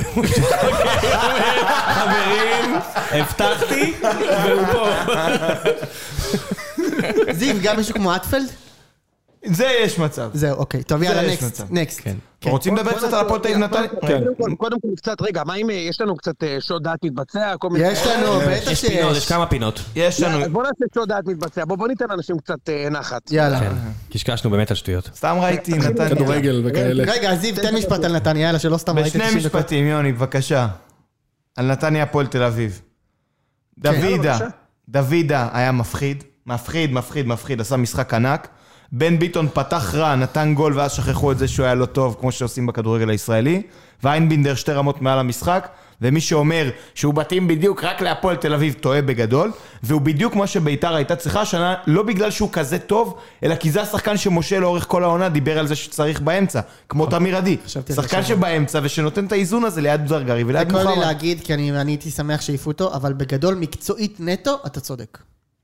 חברים, הבטחתי, והוא פה. זיו, גם מישהו כמו אטפלד? זה יש מצב. זהו, אוקיי. טוב, יאללה, נקסט. נקסט. רוצים לדבר קצת על הפועל תל אביב נתניה? קודם כל קצת, רגע, מה אם יש לנו קצת שוד דעת מתבצע? יש לנו, בטח יש פינות, יש כמה פינות. יש לנו. בוא נעשה שוד דעת מתבצע, בוא ניתן לאנשים קצת נחת. יאללה. קשקשנו באמת על שטויות. סתם ראיתי נתניה. כדורגל וכאלה. רגע, זיו, תן משפט על נתניה, יאללה, שלא סתם ראיתי. בשני משפטים, יוני, בבקשה. על נתניה הפועל תל אביב. דוידה, דוידה היה מפחיד, מפחיד, מפחיד, מפחיד, עשה משחק ענק. בן ביטון פתח רע, נתן גול ואז שכחו את זה שהוא היה לא טוב, כמו שעושים בכדורגל הישראלי. ואיינבינדר שתי רמות מעל המשחק, ומי שאומר שהוא בתים בדיוק רק להפועל תל אביב טועה בגדול, והוא בדיוק כמו שביתר הייתה צריכה השנה, לא בגלל שהוא כזה טוב, אלא כי זה השחקן שמשה לאורך כל העונה דיבר על זה שצריך באמצע, כמו תמיר עדי. שחקן שבאמצע ושנותן את האיזון הזה ליד זרגרי וליד מוחמד. זה כל לי להגיד, כי אני הייתי שמח שיפו אותו, אבל בגדול מקצועית נטו, אתה צודק.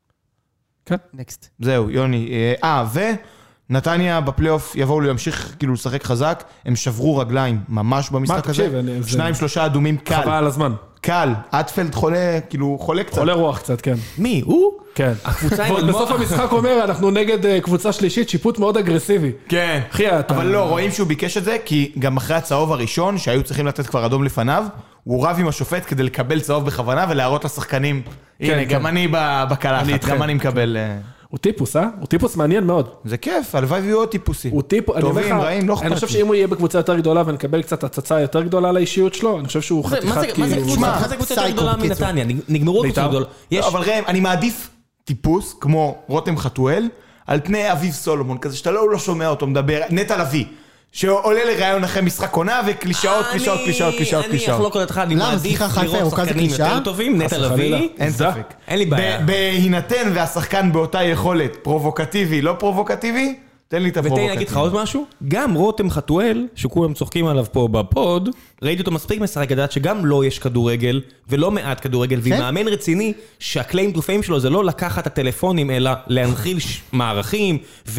כן. נקסט. זהו, יוני. אה, ונתניה בפלייאוף יבואו להמשיך כאילו לשחק חזק, הם שברו רגליים ממש במשחק הזה. שניים, שלושה אדומים קל. חבל על הזמן. קל. אטפלד חולה, כאילו חולה קצת. חולה רוח קצת, כן. מי? הוא? כן. הקבוצה עם בסוף המשחק אומר, אנחנו נגד קבוצה שלישית, שיפוט מאוד אגרסיבי. כן. אבל לא, רואים שהוא ביקש את זה, כי גם אחרי הצהוב הראשון, שהיו צריכים לתת כבר אדום לפניו, הוא רב עם השופט כדי לקבל צהוב בכוונה ולהראות לשחקנים. הנה, גם אני בקלחת, גם אני מקבל... הוא טיפוס, אה? הוא טיפוס מעניין מאוד. זה כיף, הלוואי ויהיו עוד טיפוסים. הוא טיפוס, טובים, רעים, לא אכפת לי. אני חושב שאם הוא יהיה בקבוצה יותר גדולה ונקבל קצת הצצה יותר גדולה לאישיות שלו, אני חושב שהוא חתיכת כאילו... מה זה קבוצה יותר גדולה מנתניה? נגמרו קבוצה גדולה. אבל ראם, אני מעדיף טיפוס כמו רותם חתואל, על פני אביב סולומון, כזה שאתה לא שומע אותו מדבר, נטע לביא. שעולה לרעיון אחרי משחק עונה, וקלישאות, קלישאות, קלישאות, קלישאות, קלישאות. אני אחלוק אותך, אני מעדיף לראות שחקנים יותר טובים, נטע לביא. אין ספק. אין לי בעיה. בהינתן והשחקן באותה יכולת, פרובוקטיבי, לא פרובוקטיבי, תן לי את הפרובוקטיבי. ותן להגיד לך עוד משהו, גם רותם חתואל, שכולם צוחקים עליו פה בפוד, ראיתי אותו מספיק משחק לדעת שגם לא יש כדורגל, ולא מעט כדורגל, והיא מאמן רציני, שהקליים טרופאים שלו זה לא לקחת את הטלפונים, אלא להנחיל מערכים,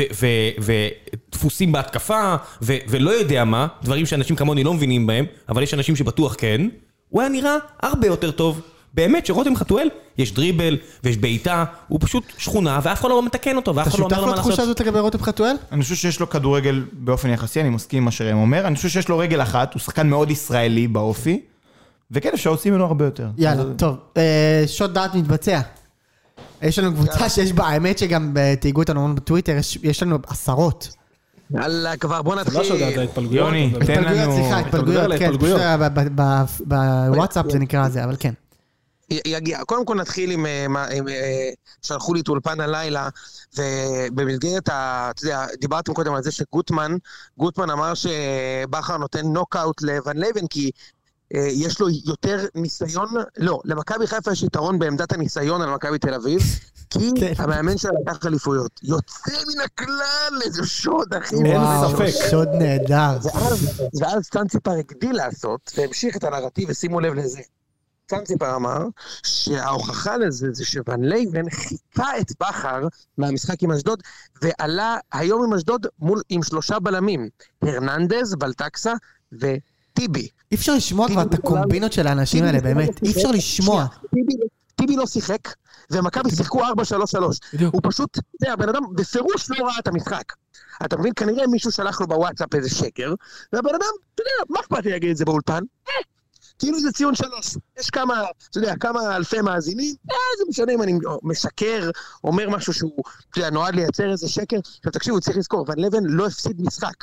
ודפוסים בהתקפה, ולא יודע מה, דברים שאנשים כמוני לא מבינים בהם, אבל יש אנשים שבטוח כן, הוא היה נראה הרבה יותר טוב. באמת שרותם חתואל, יש דריבל ויש בעיטה, הוא פשוט שכונה ואף אחד לא מתקן אותו, ואף אחד לא אומר לו מה לעשות. אתה שותף לתחושה הזאת לגבי רותם חתואל? אני חושב שיש לו כדורגל באופן יחסי, אני מסכים עם מה שראם אומר, אני חושב שיש לו רגל אחת, הוא שחקן מאוד ישראלי באופי, וכן, אפשר עושים ממנו הרבה יותר. יאללה, טוב, שוט דעת מתבצע. יש לנו קבוצה שיש בה, האמת שגם תהיגו אותנו בטוויטר, יש לנו עשרות. יאללה, כבר בוא נתחיל. לא שודעת, התפלגויות. יוני, תן לנו... סליחה, התפלגויות, כן, בוואטסאפ זה נקרא זה, אבל כן. יגיע. קודם כל נתחיל עם, עם שלחו לי את אולפן הלילה, ובמסגרת, ה, אתה יודע, דיברתם קודם על זה שגוטמן, גוטמן אמר שבחר נותן נוקאוט לבן לייבן, כי יש לו יותר ניסיון, לא, למכבי חיפה יש יתרון בעמדת הניסיון על מכבי תל אביב, כי המאמן שלה לקח אליפויות. יוצא מן הכלל, איזה שוד, אחי. אין ספק. שוד נהדר. ואז סטנציפר הגדיל לעשות, והמשיך את הנרטיב, ושימו לב לזה. סטנציפר אמר שההוכחה לזה זה שוון לייבן חיכה את בחר מהמשחק עם אשדוד, ועלה היום עם אשדוד מול עם שלושה בלמים, הרננדז, בלטקסה וטיבי. אי אפשר לשמוע כבר את הקומבינות של האנשים האלה, באמת. אי אפשר לשמוע. טיבי לא שיחק, ומכבי שיחקו ארבע שלוש שלוש. הוא פשוט, זה, הבן אדם בפירוש לא ראה את המשחק. אתה מבין, כנראה מישהו שלח לו בוואטסאפ איזה שקר, והבן אדם, אתה יודע, מה אכפת לי להגיד את זה באולפן? כאילו זה ציון שלוש. יש כמה, אתה יודע, כמה אלפי מאזינים, אה, זה משנה אם אני משקר, אומר משהו שהוא, אתה יודע, נועד לייצר איזה שקר. עכשיו תקשיבו, צריך לזכור, ון לבן לא הפסיד משחק.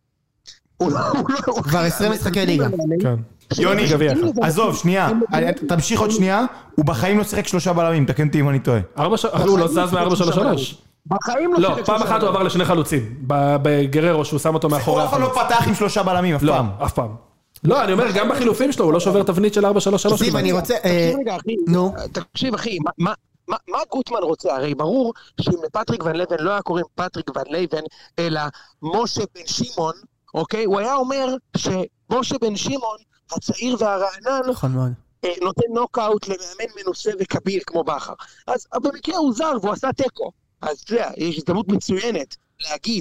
כבר עשרים משחקי ליגה. יוני, עזוב, שנייה, תמשיך עוד שנייה, הוא בחיים לא שיחק שלושה בלמים, תקן אותי אם אני טועה. הוא לא זז מ-ארבע שלוש שלוש. בחיים לא לא, פעם אחת הוא עבר לשני חלוצים, בגררו שהוא שם אותו מאחורי. הוא לא פתח עם שלושה בלמים, אף פעם. לא, אף פעם. לא, אני אומר, גם בחילופים שלו, הוא לא שובר תבנית של ארבע שלוש שלוש. תקשיב, אני רוצה... תקשיב, אחי, מה גוטמן רוצה? הרי ברור שאם לפטריק ון לבן לא היה קוראים פטריק ון לבן, אלא משה בן שמעון, אוקיי? הוא היה אומר שמשה בן שמעון, הצעיר והרענן, נותן נוקאוט למאמן מנוסה וקביל כמו בחר. אז במקרה הוא זר והוא עשה טקו. אז זה, יש הזדמנות מצוינת להגיד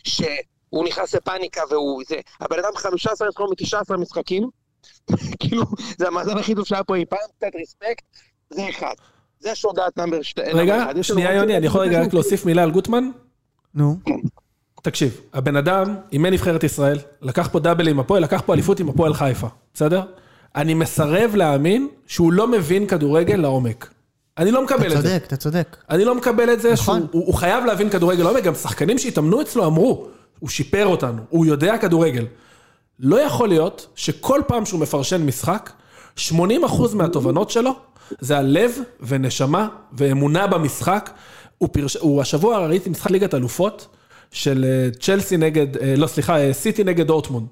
שהוא נכנס לפאניקה והוא זה. הבן אדם חמישה עשר נצחו מ-תשעה עשר משחקים, כאילו, זה המאזן הכי טוב שהיה פה אי פעם, קצת ריספקט, זה אחד. זה שודעת נאמבר שתיים. רגע, שנייה יוני, אני יכול רגע רק להוסיף מילה על גוטמן? נו. תקשיב, הבן אדם, אימן נבחרת ישראל, לקח פה דאבל עם הפועל, לקח פה אליפות עם הפועל חיפה, בסדר? אני מסרב להאמין שהוא לא מבין כדורגל לעומק. אני לא מקבל את זה. אתה צודק, אתה צודק. אני לא מקבל את זה, שהוא חייב להבין כדורגל לעומק, גם שחקנים שהתאמנו אצלו אמרו, הוא שיפר אותנו, הוא יודע כדורגל. לא יכול להיות שכל פעם שהוא מפרשן משחק, שמונים אחוז מהתובנות שלו, זה הלב ונשמה ואמונה במשחק. הוא, פרש... הוא השבוע ראיתי משחק ליגת אלופות, של צ'לסי נגד, לא סליחה, סיטי נגד דורטמונד.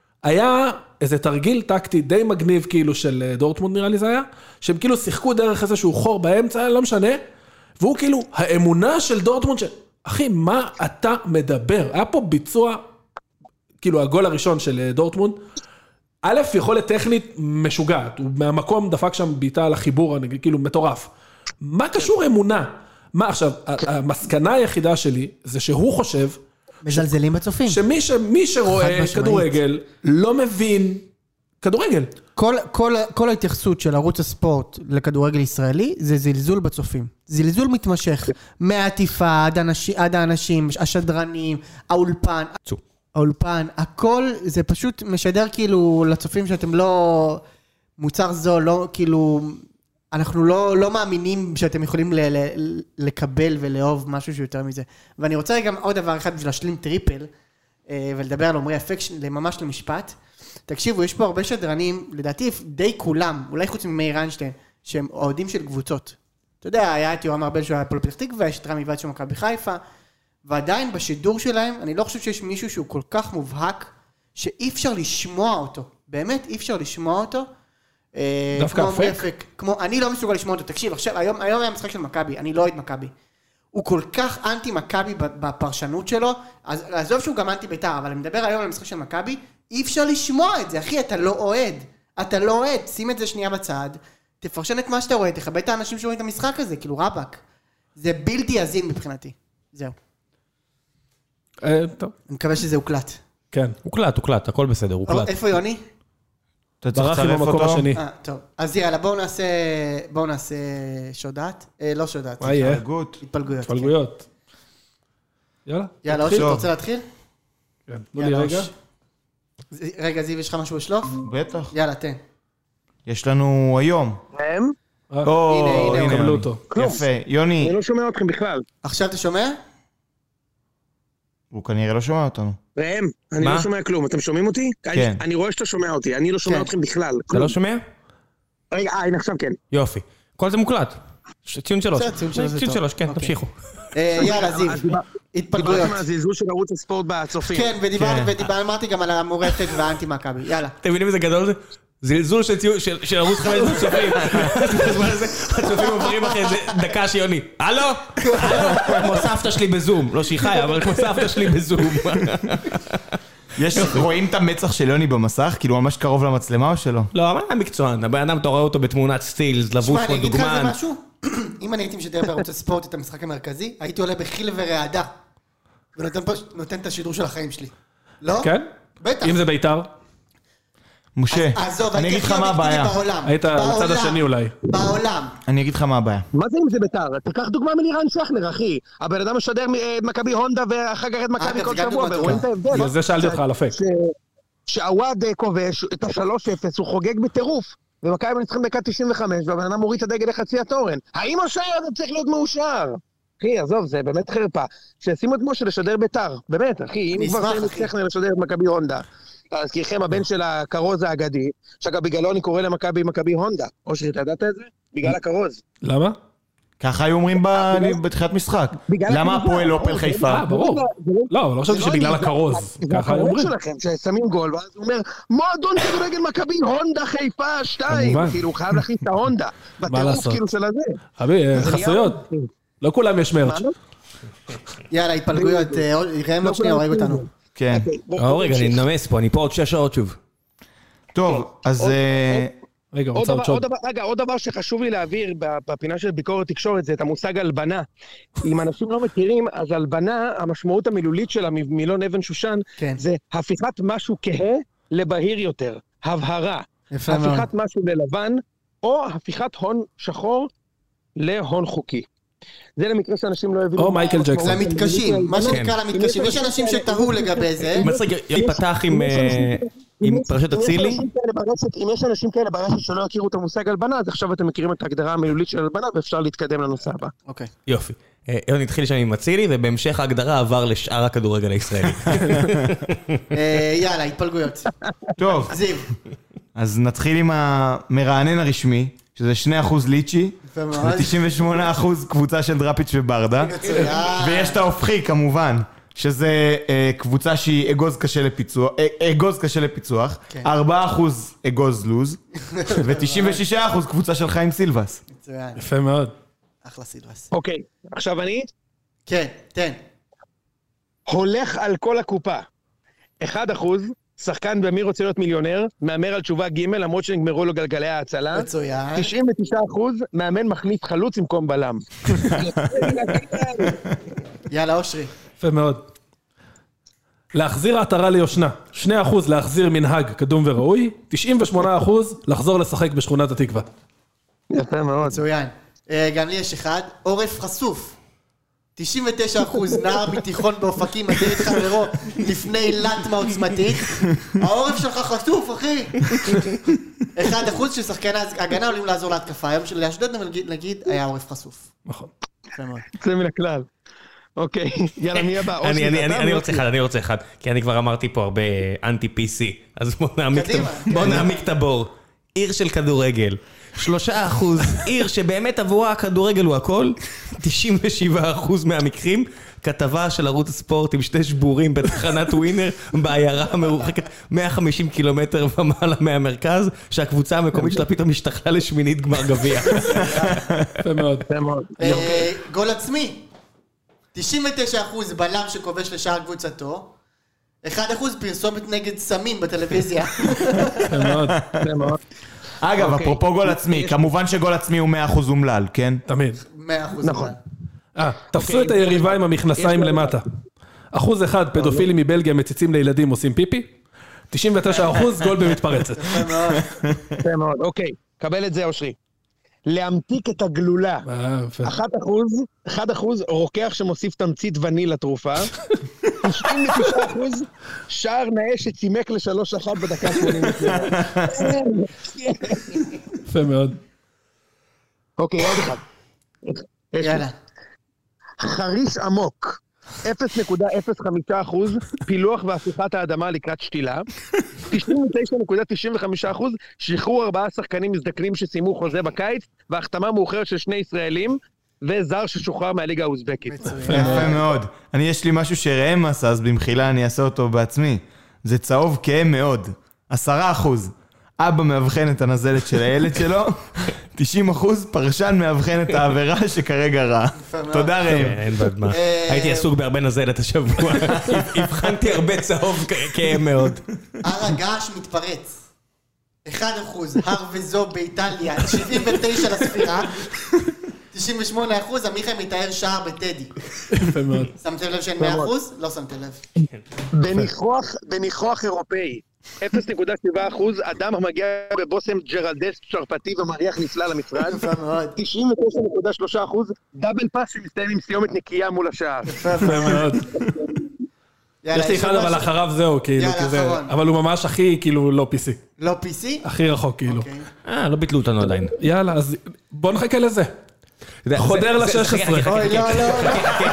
היה איזה תרגיל טקטי די מגניב כאילו של דורטמונד נראה לי זה היה, שהם כאילו שיחקו דרך איזשהו חור באמצע, לא משנה, והוא כאילו האמונה של דורטמונד, ש... אחי, מה אתה מדבר? היה פה ביצוע, כאילו הגול הראשון של דורטמונד, א', יכולת טכנית משוגעת, הוא מהמקום דפק שם ביטה על החיבור, כאילו מטורף. מה קשור אמונה? מה עכשיו, המסקנה היחידה שלי, זה שהוא חושב, מזלזלים בצופים. שמי ש, מי שרואה כדורגל, לא מבין כדורגל. כל, כל, כל ההתייחסות של ערוץ הספורט לכדורגל ישראלי, זה זלזול בצופים. זלזול מתמשך. מהעטיפה, עד, אנשי, עד האנשים, השדרנים, האולפן, האולפן, הכל, זה פשוט משדר כאילו לצופים שאתם לא מוצר זול, לא כאילו... אנחנו לא, לא מאמינים שאתם יכולים ל, ל, לקבל ולאהוב משהו שיותר מזה. ואני רוצה גם עוד דבר אחד בשביל להשלים טריפל, ולדבר על אומרי אפקט, ממש למשפט. תקשיבו, יש פה הרבה שדרנים, לדעתי די כולם, אולי חוץ ממאיר איינשטיין, שהם אוהדים של קבוצות. אתה יודע, היה את יורם ארבל שהוא היה פועל פתח תקווה, יש את רמי ועד שהוא מכבי חיפה, ועדיין בשידור שלהם, אני לא חושב שיש מישהו שהוא כל כך מובהק, שאי אפשר לשמוע אותו. באמת, אי אפשר לשמוע אותו. דווקא אפק? כמו, אני לא מסוגל לשמוע אותו, תקשיב, עכשיו, היום, היום היה משחק של מכבי, אני לא אוהד מכבי. הוא כל כך אנטי מכבי בפרשנות שלו, אז עזוב שהוא גם אנטי בית"ר, אבל אני מדבר היום על המשחק של מכבי, אי אפשר לשמוע את זה, אחי, אתה לא אוהד. אתה לא אוהד, שים את זה שנייה בצד, תפרשן את מה שאתה רואה, תכבד את האנשים שרואים את המשחק הזה, כאילו רבק. זה בלתי יזין מבחינתי. זהו. טוב. אני מקווה שזה הוקלט. כן. הוקלט, הוקלט, הכל בסדר, הוקלט. איפה יוני? אתה צריך לצרף אותו. השני. אה, טוב. אז יאללה, בואו נעשה, בואו נעשה שודעת. אה, לא שודעת. מה יהיה? התפלגות. התפלגויות. התפלגויות. יאללה. יאללה, אושר, אתה רוצה להתחיל? כן. תנו לי רגע. רגע, זיו, יש לך משהו לשלוף? בטח. יאללה, תן. יש לנו היום. הם? או, הנה, הנה, קבלו אותו. יפה. יוני. אני לא שומע אתכם בכלל. עכשיו אתה שומע? הוא כנראה לא שומע אותנו. ראם, אני לא שומע כלום, אתם שומעים אותי? כן. אני רואה שאתה שומע אותי, אני לא שומע אתכם בכלל. אתה לא שומע? רגע, הנה עכשיו כן. יופי. כל זה מוקלט. ציון שלוש. בסדר, ציון שלוש זה ציון טוב. שלוש, כן, אוקיי. תמשיכו. אה, יאללה, זיו. התפלגויות. דיברתם על הזלזול של ערוץ הספורט בצופים. כן, ודיברתי גם על המורפת והאנטי מכבי. יאללה. אתם מבינים איזה גדול זה? זלזול של ציון- של של ערוץ חמש בצופים. בזמן הזה, הצופים עוברים אחרי איזה דקה שיוני. הלו? הלו? כמו סבתא שלי בזום. לא שהיא חיה, אבל כמו סבתא שלי בזום. יש, רואים את המצח של יוני במסך? כאילו ממש קרוב למצלמה או שלא? לא, אבל היה מקצוען. הבן אדם, אתה רואה אותו בתמונת סטילס, לבוש שמע, כמו אני אגיד לך על דוגמן. זה משהו. אם אני הייתי משדר בערוץ הספורט את המשחק המרכזי, הייתי עולה בחיל ורעדה. ונותן פה- נותן את השידור של החיים שלי. לא? כן? בטח. אם זה ביתר, משה, עזוב, אני הייתי אגיד לך הכי מה אובייקטיבי הבעיה. בעולם. היית בצד בעולם. השני אולי. בעולם. אני אגיד לך מה הבעיה. מה זה אם זה ביתר? תיקח דוגמה מלירן שכנר, אחי. הבן אדם משדר אה, מכבי הונדה ואחר כך את מכבי אגב, כל זה גם שבוע, דוגמה ורואים את טובה. ההבדל. בגלל זה שאלתי אותך על הפייק. ש- שהוואד אה, כובש את ה-שלוש אפס, הוא חוגג בטירוף. ומכבי מנצחים דקה תשעים וחמש, והבן אדם מוריד את הדגל לחצי התורן. האם השער הזה צריך להיות מאושר? אחי, עזוב, זה באמת חרפה. שישימו את משה לשדר ביתר. באמת, אחי, אם אני כבר אשמח, שמים את אחי. שכנר לשדר את מכבי הונדה. להזכירכם, הבן של הכרוז האגדי, שאגב בגללו אני קורא למכבי מכבי הונדה. אושרי, אתה ידעת את זה? בגלל הכרוז. למה? ככה היו אומרים ב- בתחילת משחק. בגלל למה הכדורסל, הפועל אופל ברור, חיפה? אה, ברור. לא, אבל לא חשבתי זה לא שבגלל אני, זה- הכרוז. זה ככה הכרוז אומרים. שלכם, ששמים גול, ואז הוא אומר, מועדון כדורגל מכבי הונדה חיפה שתיים. כמובן. כאילו, הוא חייב להכניס את ההונדה. בטירוף לעשות? כאילו של הזה. חבי, זה חסויות. נהיה- לא כולם יש מרץ'. מה? יאללה, התפלגויות. אה, ראם עוד שנייה הורג אותנו. כן. אוקיי, בוא- אה, בוא רגע, אני נמשיך. נמס פה, אני פה עוד שש שעות שוב. טוב, אז... עוד- אה, רגע, עוד רוצה דבר, עוד שוד. עוד דבר, רגע, עוד דבר שחשוב לי להעביר בפינה של ביקורת תקשורת, זה את המושג הלבנה. אם אנשים לא מכירים, אז הלבנה, המשמעות המילולית שלה ממילון אבן שושן, כן. זה הפיכת משהו כהה לבהיר יותר, הבהרה. יפה מאוד. הפיכת משהו ללבן, או הפיכת הון שחור להון חוקי. זה למקרה שאנשים לא הבינו. או מייקל מה ג'קסון. המשמעות למתקשים, המילולית מה של שנקרא הלבנה. למתקשים. יש אנשים שתהו לגבי זה. מצחיק, יפתח עם אה, עם פרשת אם יש אצילי. אנשים כאלה ברשת- אם יש אנשים כאלה ברשת שלא הכירו את המושג הלבנה, אז עכשיו אתם מכירים את ההגדרה המילולית של הלבנה, ואפשר להתקדם לנושא הבא. אוקיי. יופי. אה, יוני התחיל שם עם אצילי, ובהמשך ההגדרה עבר לשאר הכדורגל הישראלי. אה, יאללה, התפלגויות. טוב, זיו. אז נתחיל עם המרענן הרשמי, שזה שני אחוז ליצ'י, יפה מאוד. ו-תשעים ושמונה אחוז קבוצה של דראפיץ' וברדה. מצוין. ויש את ההופכי כמובן, שזה אה, קבוצה שהיא אגוז קשה לפיצוח, אה, אגוז קשה לפיצוח, כן. ארבעה אחוז אגוז לוז, ו-תשעים ושישה אחוז קבוצה של חיים סילבס. מצוין. יפה מאוד. אחלה סילבס. אוקיי, עכשיו אני כן, תן. הולך על כל הקופה. אחד אחוז, שחקן במי רוצה להיות מיליונר, מהמר על תשובה ג' למרות שנגמרו לו גלגלי ההצלה. מצוין. תשעים ותשעה אחוז, מאמן מחליף חלוץ במקום בלם. יאללה, אושרי. יפה מאוד. להחזיר עטרה ליושנה. שני אחוז להחזיר מנהג קדום וראוי, תשעים ושמונה אחוז לחזור לשחק בשכונת התקווה. יפה מאוד. מצוין. אה, גם לי יש אחד. עורף חשוף. תשעים ותשעה אחוז נער מתיכון באופקים, מדהים את חברו לפני לטמה עוצמתית. העורף שלך חשוף, אחי. אחד אחוז ששחקני הגנה עולים לעזור להתקפה. היום של לאשדוד נגיד היה עורף חשוף. נכון. יפה מאוד. זה מן הכלל. אוקיי, יאללה, מי הבא? אני- אושרי, אני- אתה, אני- מי אני רוצה אושרי? אחד, אני רוצה אחד, כי אני כבר אמרתי פה הרבה אנטי פי סי, אז בואו נעמיק את קדימה, ה- בואו נעמיק את הבור. עיר של כדורגל, שלושה אחוז, עיר שבאמת עבורה הכדורגל הוא הכל, תשעים ושבעה אחוז מהמקרים, כתבה של ערוץ הספורט עם שתי שבורים בתחנת ווינר, בעיירה המרוחקת מאה וחמישים קילומטר ומעלה מהמרכז, שהקבוצה המקומית שלה פתאום השתכלה לשמינית גמר גביע. יפה מאוד. יפה מאוד. אה, גול עצמי. תשעים ותשעה אחוז בלם שכובש לשער קבוצתו. אחד אחוז פרסומת נגד סמים בטלוויזיה. יפה מאוד. יפה מאוד. אגב, אוקיי. אפרופו גול עצמי, כמובן שגול עצמי הוא מאה אחוז אומלל, כן? תמיד. מאה אחוז. נכון. אה, תפסו את היריבה עם המכנסיים למטה. אחוז אחד, פדופילים מבלגיה מציצים לילדים עושים פיפי. תשעים ותשעה אחוז גול במתפרצת. יפה מאוד. יפה מאוד. אוקיי, קבל את זה, אושרי. להמתיק את הגלולה. אה, יפה. אחד אחוז, אחד אחוז, רוקח שמוסיף תמצית וניל לתרופה. תשעים ותשעה אחוז, שער נאה שצימק לשלוש אחת בדקה שמונים ושבע. יפה מאוד. אוקיי, עוד אחד. יש לי. יאללה. חריש עמוק. אפס נקודה אפס חמישה אחוז פילוח והפיכת האדמה לקראת שתילה, תשעים ותשע נקודה תשעים וחמישה אחוז שחרור ארבעה שחקנים מזדקנים שסיימו חוזה בקיץ, והחתמה מאוחרת של שני ישראלים, וזר ששוחרר מהליגה האוזבקית. יפה מאוד. אני, יש לי משהו שראם עשה, אז במחילה אני אעשה אותו בעצמי. זה צהוב כהה מאוד. עשרה אחוז. אבא מאבחן את הנזלת של הילד שלו, תשעים אחוז פרשן מאבחן את העבירה שכרגע רע. תודה ראם. אין בעד מה. הייתי עסוק בהרבה נזלת השבוע. הבחנתי הרבה צהוב כהה מאוד. הר הגעש מתפרץ. אחד אחוז, הר וזו באיטליה, שבעים ותשע לספירה. תשעים ושמונה אחוז, עמיחי מתאר שער בטדי. יפה מאוד. שמתם לב שאין מאה אחוז? לא שמתם לב. בניחוח אירופאי, אפס נקודה שבע אחוז אדם המגיע בבושם ג'רלדס צרפתי ומריח נפלא למשרד. יפה מאוד. תשעים ותשע נקודה שלושה אחוז דאבל פאס שמסתיים עם סיומת נקייה מול השער. יפה מאוד. יש לי אחד אבל אחריו זהו, כאילו, אבל הוא ממש הכי, כאילו, לא פי סי. לא פי סי? הכי רחוק, כאילו. אה, לא ביטלו אותנו עדיין. יאללה, אז בוא נחכה לזה. חודר ל-שש עשרה. אוי, לא, לא.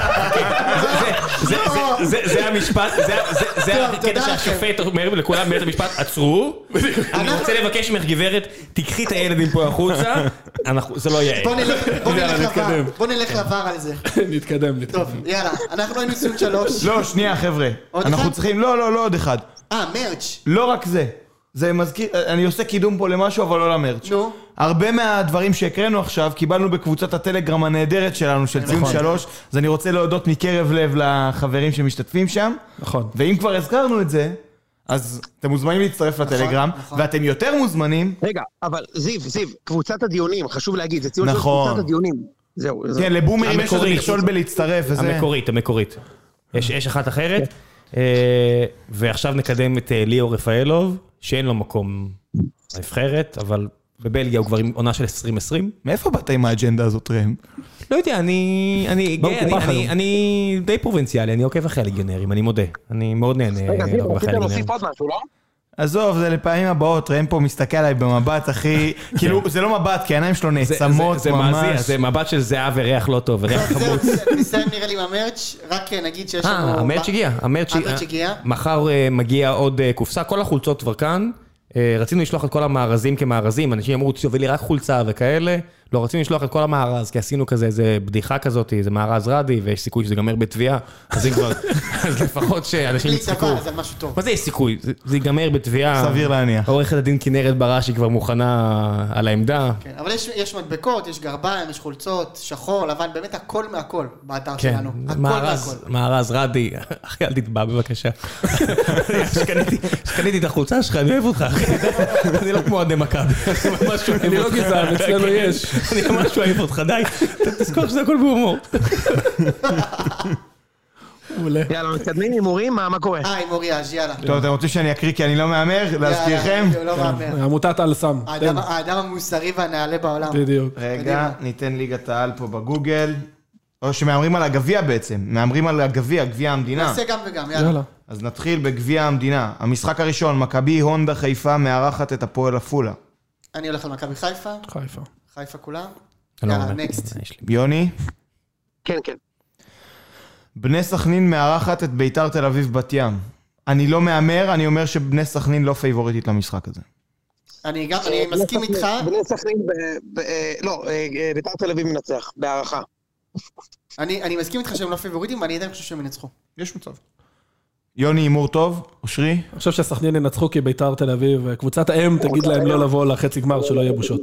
זה המשפט, זה הקטע שהשופט אומר לכולם בית המשפט, עצרו, אני רוצה לבקש ממך גברת, תקחי את הילדים פה החוצה, זה לא יאה. בוא נלך לעבר על זה. נתקדם, נתקדם. טוב, יאללה, אנחנו היינו ציון שלוש. לא, שנייה חבר'ה. אנחנו צריכים, לא, לא, לא עוד אחד. אה, מרץ'. לא רק זה. זה מזכיר, אני עושה קידום פה למשהו, אבל לא למרץ'. נו. הרבה מהדברים שהקראנו עכשיו, קיבלנו בקבוצת הטלגרם הנהדרת שלנו, של ציון שלוש, אז אני רוצה להודות מקרב לב לחברים שמשתתפים שם. נכון. ואם כבר הזכרנו את זה, אז אתם מוזמנים להצטרף לטלגרם, ואתם יותר מוזמנים. רגע, אבל זיו, זיו, קבוצת הדיונים, חשוב להגיד, זה ציון של נכון. קבוצת הדיונים. זהו. כן, לבומרים יש לזה מכשול בלהצטרף, וזה... המקורית, המקורית. יש אחת אחרת, ועכשיו נקדם את ליאור רפאלוב, שאין לו מקום נבחרת, אבל בבלגיה הוא כבר עם עונה של עשרים עשרים. מאיפה באת עם האג'נדה הזאת, ראם? לא יודע, אני אני די פרובינציאלי, אני עוקב אחרי הליגיונרים, אני מודה. אני מאוד נהנה. רגע, זיו, רצית להוסיף עוד משהו, לא? עזוב, זה לפעמים הבאות, ראם פה מסתכל עליי במבט הכי... כאילו, זה לא מבט, כי העיניים שלו נעצמות ממש. זה מבט של זהה וריח לא טוב, וריח חמוץ. נסיים נראה לי מהמרץ', רק נגיד שיש לנו... אה, המרץ' הגיע. המרץ' הגיע. מחר מגיע עוד קופסה, כל החולצות כבר כאן. רצינו לשלוח את כל המארזים כמארזים, אנשים אמרו, תוביל לי רק חולצה וכאלה. לא, רצינו לשלוח את כל המארז, כי עשינו כזה, איזה בדיחה כזאת, איזה מארז רדי, ויש סיכוי שזה ייגמר בתביעה. אז אם כבר, אז לפחות שאנשים יצחקו. זה משהו טוב. מה זה יש סיכוי? זה ייגמר בתביעה. סביר להניח. עורכת הדין כנרת בראשי כבר מוכנה על העמדה. כן, אבל יש מדבקות, יש גרביים, יש חולצות, שחור, לבן, באמת הכל מהכל באתר שלנו. הכל מהכל. מארז רדי, אחי אל תתבע בבקשה. שקניתי את החולצה שלך, אני אוהב אותך. אני לא כמו עדי מכבי. אני לא גזען, אצלנו יש. אני ממש אוהב אותך, די, תזכור שזה הכל בהומור. יאללה, מתקדמים הימורים, מה קורה? אה, הימורי אז, יאללה. טוב, אתם רוצים שאני אקריא כי אני לא מאמר, להזכירכם? לא מאמר. עמותת על סם. האדם המוסרי והנעלה בעולם. בדיוק. רגע, ניתן ליגת העל פה בגוגל. או שמאמרים על הגביע בעצם, מאמרים על הגביע, גביע המדינה. נעשה גם וגם, יאללה. אז נתחיל בגביע המדינה. המשחק הראשון, מכבי הונדה חיפה מארחת את הפועל עפולה. אני הולך על מכבי חיפה. חיפה. חיפה כולה. יאללה, נקסט. יוני? כן, כן. בני סכנין מארחת את ביתר תל אביב בת ים. אני לא מאמר, אני אומר שבני סכנין לא פייבוריטית למשחק הזה. אני גם, אני מסכים איתך. בני סכנין, לא, ביתר תל אביב מנצח, בהערכה. אני מסכים איתך שהם לא פייבוריטים, ואני עדיין חושב שהם ינצחו. יש מצב. יוני, הימור טוב, אושרי? אני חושב שהסכנין ינצחו כי ביתר תל אביב, קבוצת האם תגיד להם לא לבוא לחצי גמר שלא יהיה בושות.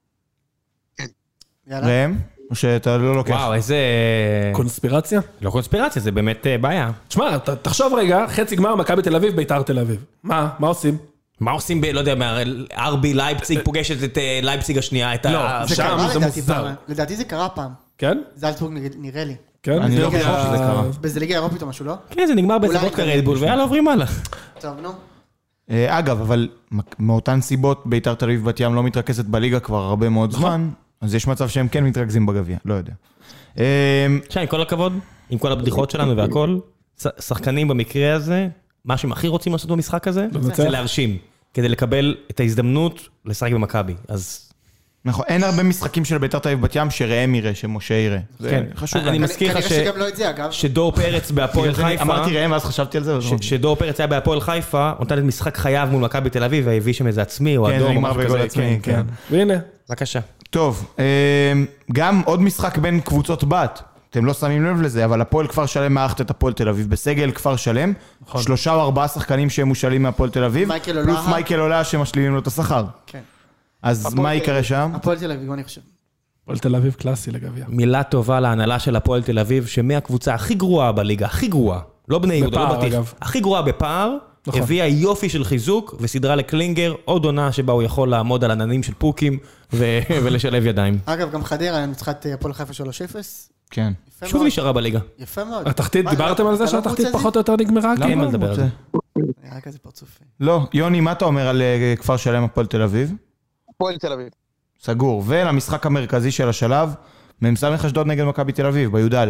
ראם? או שאתה לא לוקח? וואו, איזה... קונספירציה? לא קונספירציה, זה באמת בעיה. תשמע, תחשוב רגע, חצי גמר מכבי תל אביב, ביתר תל אביב. מה? מה עושים? מה עושים ב... לא יודע, ארבי לייפציג פוגשת את לייפציג השנייה, את ה... זה קרה לדעתי פעם. לדעתי זה קרה פעם. כן? זלצבורג נראה לי. כן? אני לא חושב שזה קרה. באיזה ליגה אירופית או משהו, לא? כן, זה נגמר באיזה וודקה רדבול, ויאללה עוברים הלאה. טוב, נו. אגב, אבל מאותן סיבות, ביתר תל אביב בת ים לא מתרכזת בליגה כבר הרבה מאוד זמן, אז יש מצב שהם כן מתרכזים בגביע, לא יודע. עכשיו, עם כל הכבוד, עם כל הבדיחות שלנו והכל, שחקנים במקרה הזה, מה שהם הכי רוצים לעשות במשחק הזה, זה להרשים, כדי לקבל את ההזדמנות לשחק במכבי. אז נכון, אין הרבה משחקים של ביתר תל אביב בת ים שראם יראה, שמשה יראה. כן, חשוב. אני מזכיר לך כנראה שגם לא את זה, אגב. שדור פרץ בהפועל חיפה, אמרתי ראם ואז חשבתי על זה. שדור פרץ היה בהפועל חיפה, נותן את משחק חייו מול מכבי תל אביב, והביא שם איזה עצמי או אדום או משהו כזה. כן. והנה. בבקשה. טוב, גם עוד משחק בין קבוצות בת. אתם לא שמים לב לזה, אבל הפועל כפר שלם מערכת את הפועל תל אביב. בסגל כפר שלם, שלושה או ארבעה שחקנים שהם מושאלים מהפועל תל אביב, פלוס מייקל עולה שמשלימים לו את השכר. כן. אז מה יקרה שם? הפועל תל אביב, אני חושב. הפועל תל אביב קלאסי לגביע. מילה טובה להנהלה של הפועל תל אביב, שמהקבוצה הכי גרועה בליגה, הכי גרועה, לא בני יהודה, לא בטיח, הכי גרועה בפער, הביאה יופי של חיזוק, וסדרה לקלינגר, עוד עונה שבה הוא יכול לעמוד על עננים של פוקים, ולשלב ידיים. אגב, גם חדרה, ניצחת הפועל חיפה שלוש אפס. כן. שוב נשארה בליגה. יפה מאוד. התחתית, דיברתם על זה שהתחתית פחות או יותר נגמרה? אין מה לדבר על זה. נראה כזה פרצופי. לא, יוני, מה אתה אומר על כפר שלם הפועל תל אביב? הפועל תל אביב. סגור. ולמשחק המרכזי של השלב, מ"ס אשדוד נגד מכבי תל אביב, בי"א.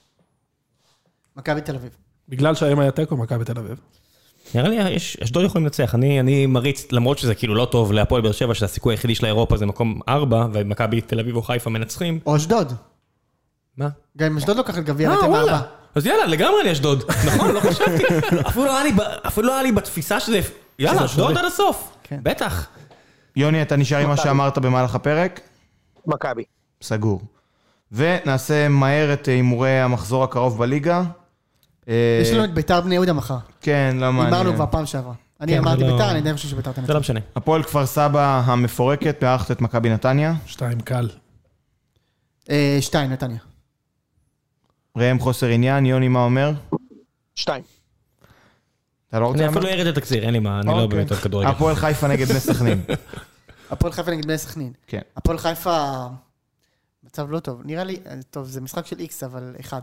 מכבי תל אביב. בגלל שהיום היה תיקו, מכבי תל אביב. נראה לי, יש, אשדוד יכולים לנצח. אני, אני מריץ, למרות שזה כאילו לא טוב להפועל באר שבע, שהסיכוי היחידי של האירופה זה מקום ארבע, ומכבי תל אביב או חיפה מנצחים. או אשדוד. מה? גם אם אשדוד לוקחת גביע, נתן ארבע. אז יאללה, לגמרי אני אשדוד. נכון, לא חשבתי. אפילו לא היה לי בתפיסה שזה, יאללה, אשדוד עד הסוף. בטח. יוני, אתה נשאר עם מה שאמרת במהלך הפרק? מכבי. סגור. ונעשה מהר את הימורי המחזור הקרוב בליגה. יש לנו את ביתר בני יהודה מחר. כן, לא מעניין. אמרנו כבר פעם שעברה. אני אמרתי ביתר, אני די חושב שביתר תנצח. זה לא משנה. הפועל כפר סבא המפורקת, מארחת את מכבי נתניה. שתיים קל. שתיים, נתניה. ראם חוסר עניין, יוני מה אומר? שתיים. אתה לא רוצה אני לומר? אפילו ארד את הקציר, אין לי מה, אני לא באמת עוד כדורגל. הפועל חיפה נגד בני סכנין. הפועל חיפה נגד בני סכנין. כן. הפועל חיפה, מצב לא טוב. נראה לי, טוב, זה משחק של איקס, אבל אחד.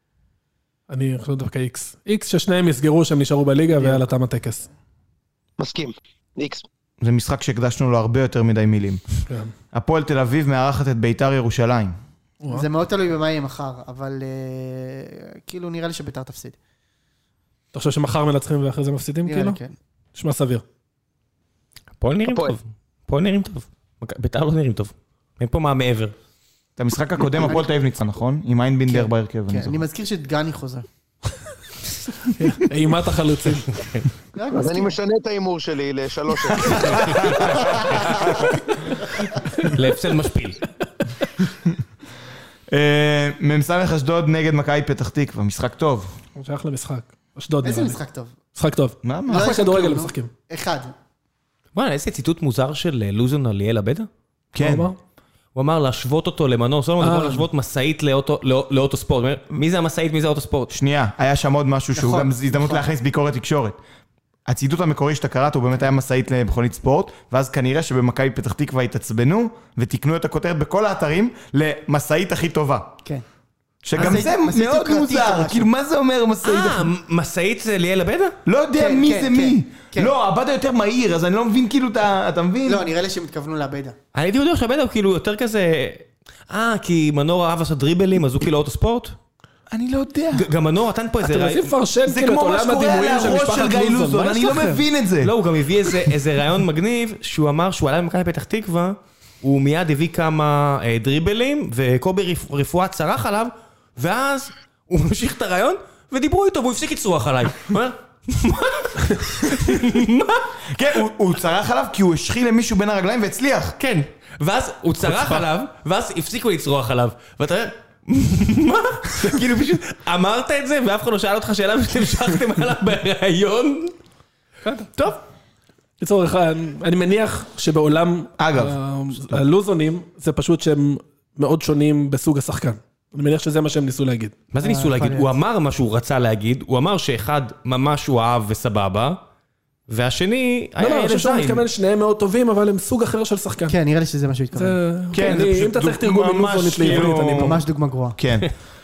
אני חושב דווקא איקס. איקס ששניהם יסגרו שהם נשארו בליגה ויאללה תם הטקס. מסכים. איקס. זה משחק שהקדשנו לו הרבה יותר מדי מילים. כן. הפועל תל אביב מארחת את ביתר ירושלים. זה מאוד תלוי במה יהיה מחר, אבל כאילו נראה לי שביתר תפסיד. אתה חושב שמחר מנצחים ואחרי זה מפסידים כאילו? כן. נשמע סביר. הפועל נראים טוב. הפועל נראים טוב. ביתר לא נראים טוב. אין פה מה מעבר. את המשחק הקודם הפועל תל אביב ניצחה, נכון? עם איינבינדר בהרכב. כן, אני מזכיר שדגני חוזר. אימת החלוצים. אז אני משנה את האימור שלי לשלוש. להפסד משפיל. מ"ס אשדוד נגד מכבי פתח תקווה, משחק טוב. הוא שייך למשחק. אשדוד נראה איזה לי. משחק טוב? משחק טוב. מה? מה? אחלה כדורגל משחקים. אחד. וואלה, איזה ציטוט מוזר של לוזון על ליאל אבדה? כן. הוא אמר להשוות אותו למנוע, זאת אומרת, להשוות מסעית לאוטו ספורט. מי זה המסעית, מי זה אוטו ספורט? שנייה, היה שם עוד משהו שהוא גם הזדמנות להכניס ביקורת תקשורת. הציטוט המקורי שאתה קראת הוא באמת היה מסעית למכונית ספורט, ואז כנראה שבמכבי פתח תקווה התעצבנו, ותקנו את הכותרת בכל האתרים למסעית הכי טובה. כן. שגם זה מאוד מוזר, כאילו מה זה אומר מסעית? אה, מסעית זה ליאל אבדה? לא יודע מי זה מי. לא, אבדה יותר מהיר, אז אני לא מבין כאילו, אתה מבין? לא, נראה לי שהם התכוונו לאבדה. אני הייתי יודע שאבדה הוא כאילו יותר כזה... אה, כי מנור אהב עשה דריבלים, אז הוא כאילו אוטו ספורט? אני לא יודע. גם מנור נתן פה איזה... אתם רוצים לפרשן כאילו את עולם הדימויים של משפחת לוזון. אני לא מבין את זה. לא, הוא גם הביא איזה רעיון מגניב, שהוא אמר שהוא עלה במכבי פתח תקווה, הוא מיד הביא כמה דריבלים, וקובי רפואה צרח עליו, ואז הוא ממשיך את הרעיון, ודיברו איתו, והוא הפסיק לצרוח עליי. הוא אומר, מה? כן, הוא צרח עליו כי הוא השחיל למישהו בין הרגליים והצליח. כן, ואז הוא צרח עליו, ואז הפסיקו לצרוח עליו. ואתה אומר, מה? כאילו פשוט אמרת את זה, ואף אחד לא שאל אותך שאלה ושאתם שכתם עליו ברעיון? טוב. לצורך, אני מניח שבעולם הלוזונים, זה פשוט שהם מאוד שונים בסוג השחקן. אני מניח שזה מה שהם ניסו להגיד. מה זה ניסו להגיד? הוא אמר מה שהוא רצה להגיד, הוא אמר שאחד ממש הוא אהב וסבבה, והשני היה ילד זין. לא, לא, אני חושב שהוא מתכוון שניהם מאוד טובים, אבל הם סוג אחר של שחקן. כן, נראה לי שזה מה שהוא התכוון. כן, זה פשוט אם אתה צריך תרגום מלוזונית לעברית, אני ממש דוגמה גרועה. כן.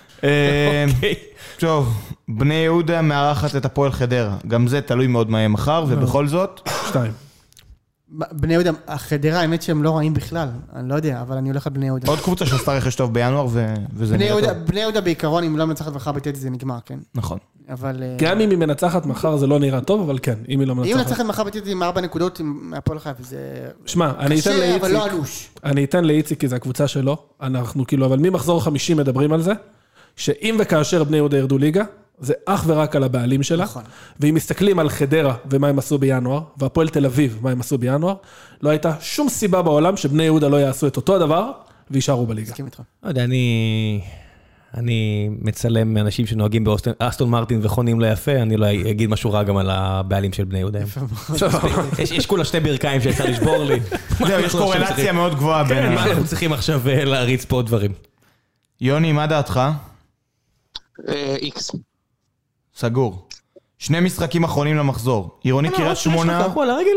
טוב, בני יהודה מארחת את הפועל חדרה. גם זה תלוי מאוד מה יהיה מחר, ובכל זאת... שתיים. בני יהודה, החדרה, האמת שהם לא רעים בכלל, אני לא יודע, אבל אני הולך על בני יהודה. עוד קבוצה שעשתה רכש טוב בינואר, וזה נראה טוב. בני יהודה בעיקרון, אם לא מנצחת מחר בטדי, זה נגמר, כן. נכון. אבל... גם אם היא מנצחת מחר זה לא נראה טוב, אבל כן, אם היא לא מנצחת. אם מנצחת מחר בטדי עם ארבע נקודות, עם הפועל חיפה, זה... שמע, אני אתן קשה, אבל לא לאיציק, אנוש. אני אתן לאיציק, כי זה הקבוצה שלו, אנחנו כאילו, אבל ממחזור חמישים מדברים על זה, שאם וכאשר בני יהודה ירדו ליגה, זה אך ורק על הבעלים שלה, נכון. ואם מסתכלים על חדרה ומה הם עשו בינואר, והפועל תל אביב, מה הם עשו בינואר, לא הייתה שום סיבה בעולם שבני יהודה לא יעשו את אותו הדבר, וישארו בליגה. מסכים איתך. לא יודע, אני... אני מצלם אנשים שנוהגים באסטון מרטין וחונים לא יפה, אני לא אגיד משהו רע גם על הבעלים של בני יהודה. יש כולה שתי ברכיים שאפשר לשבור לי. זהו, יש קורלציה מאוד גבוהה בין... מה אנחנו צריכים עכשיו להריץ פה עוד דברים? יוני, מה דעתך? איקס. סגור. שני משחקים אחרונים למחזור. עירוני קריית שמונה... תלכו על הרגל?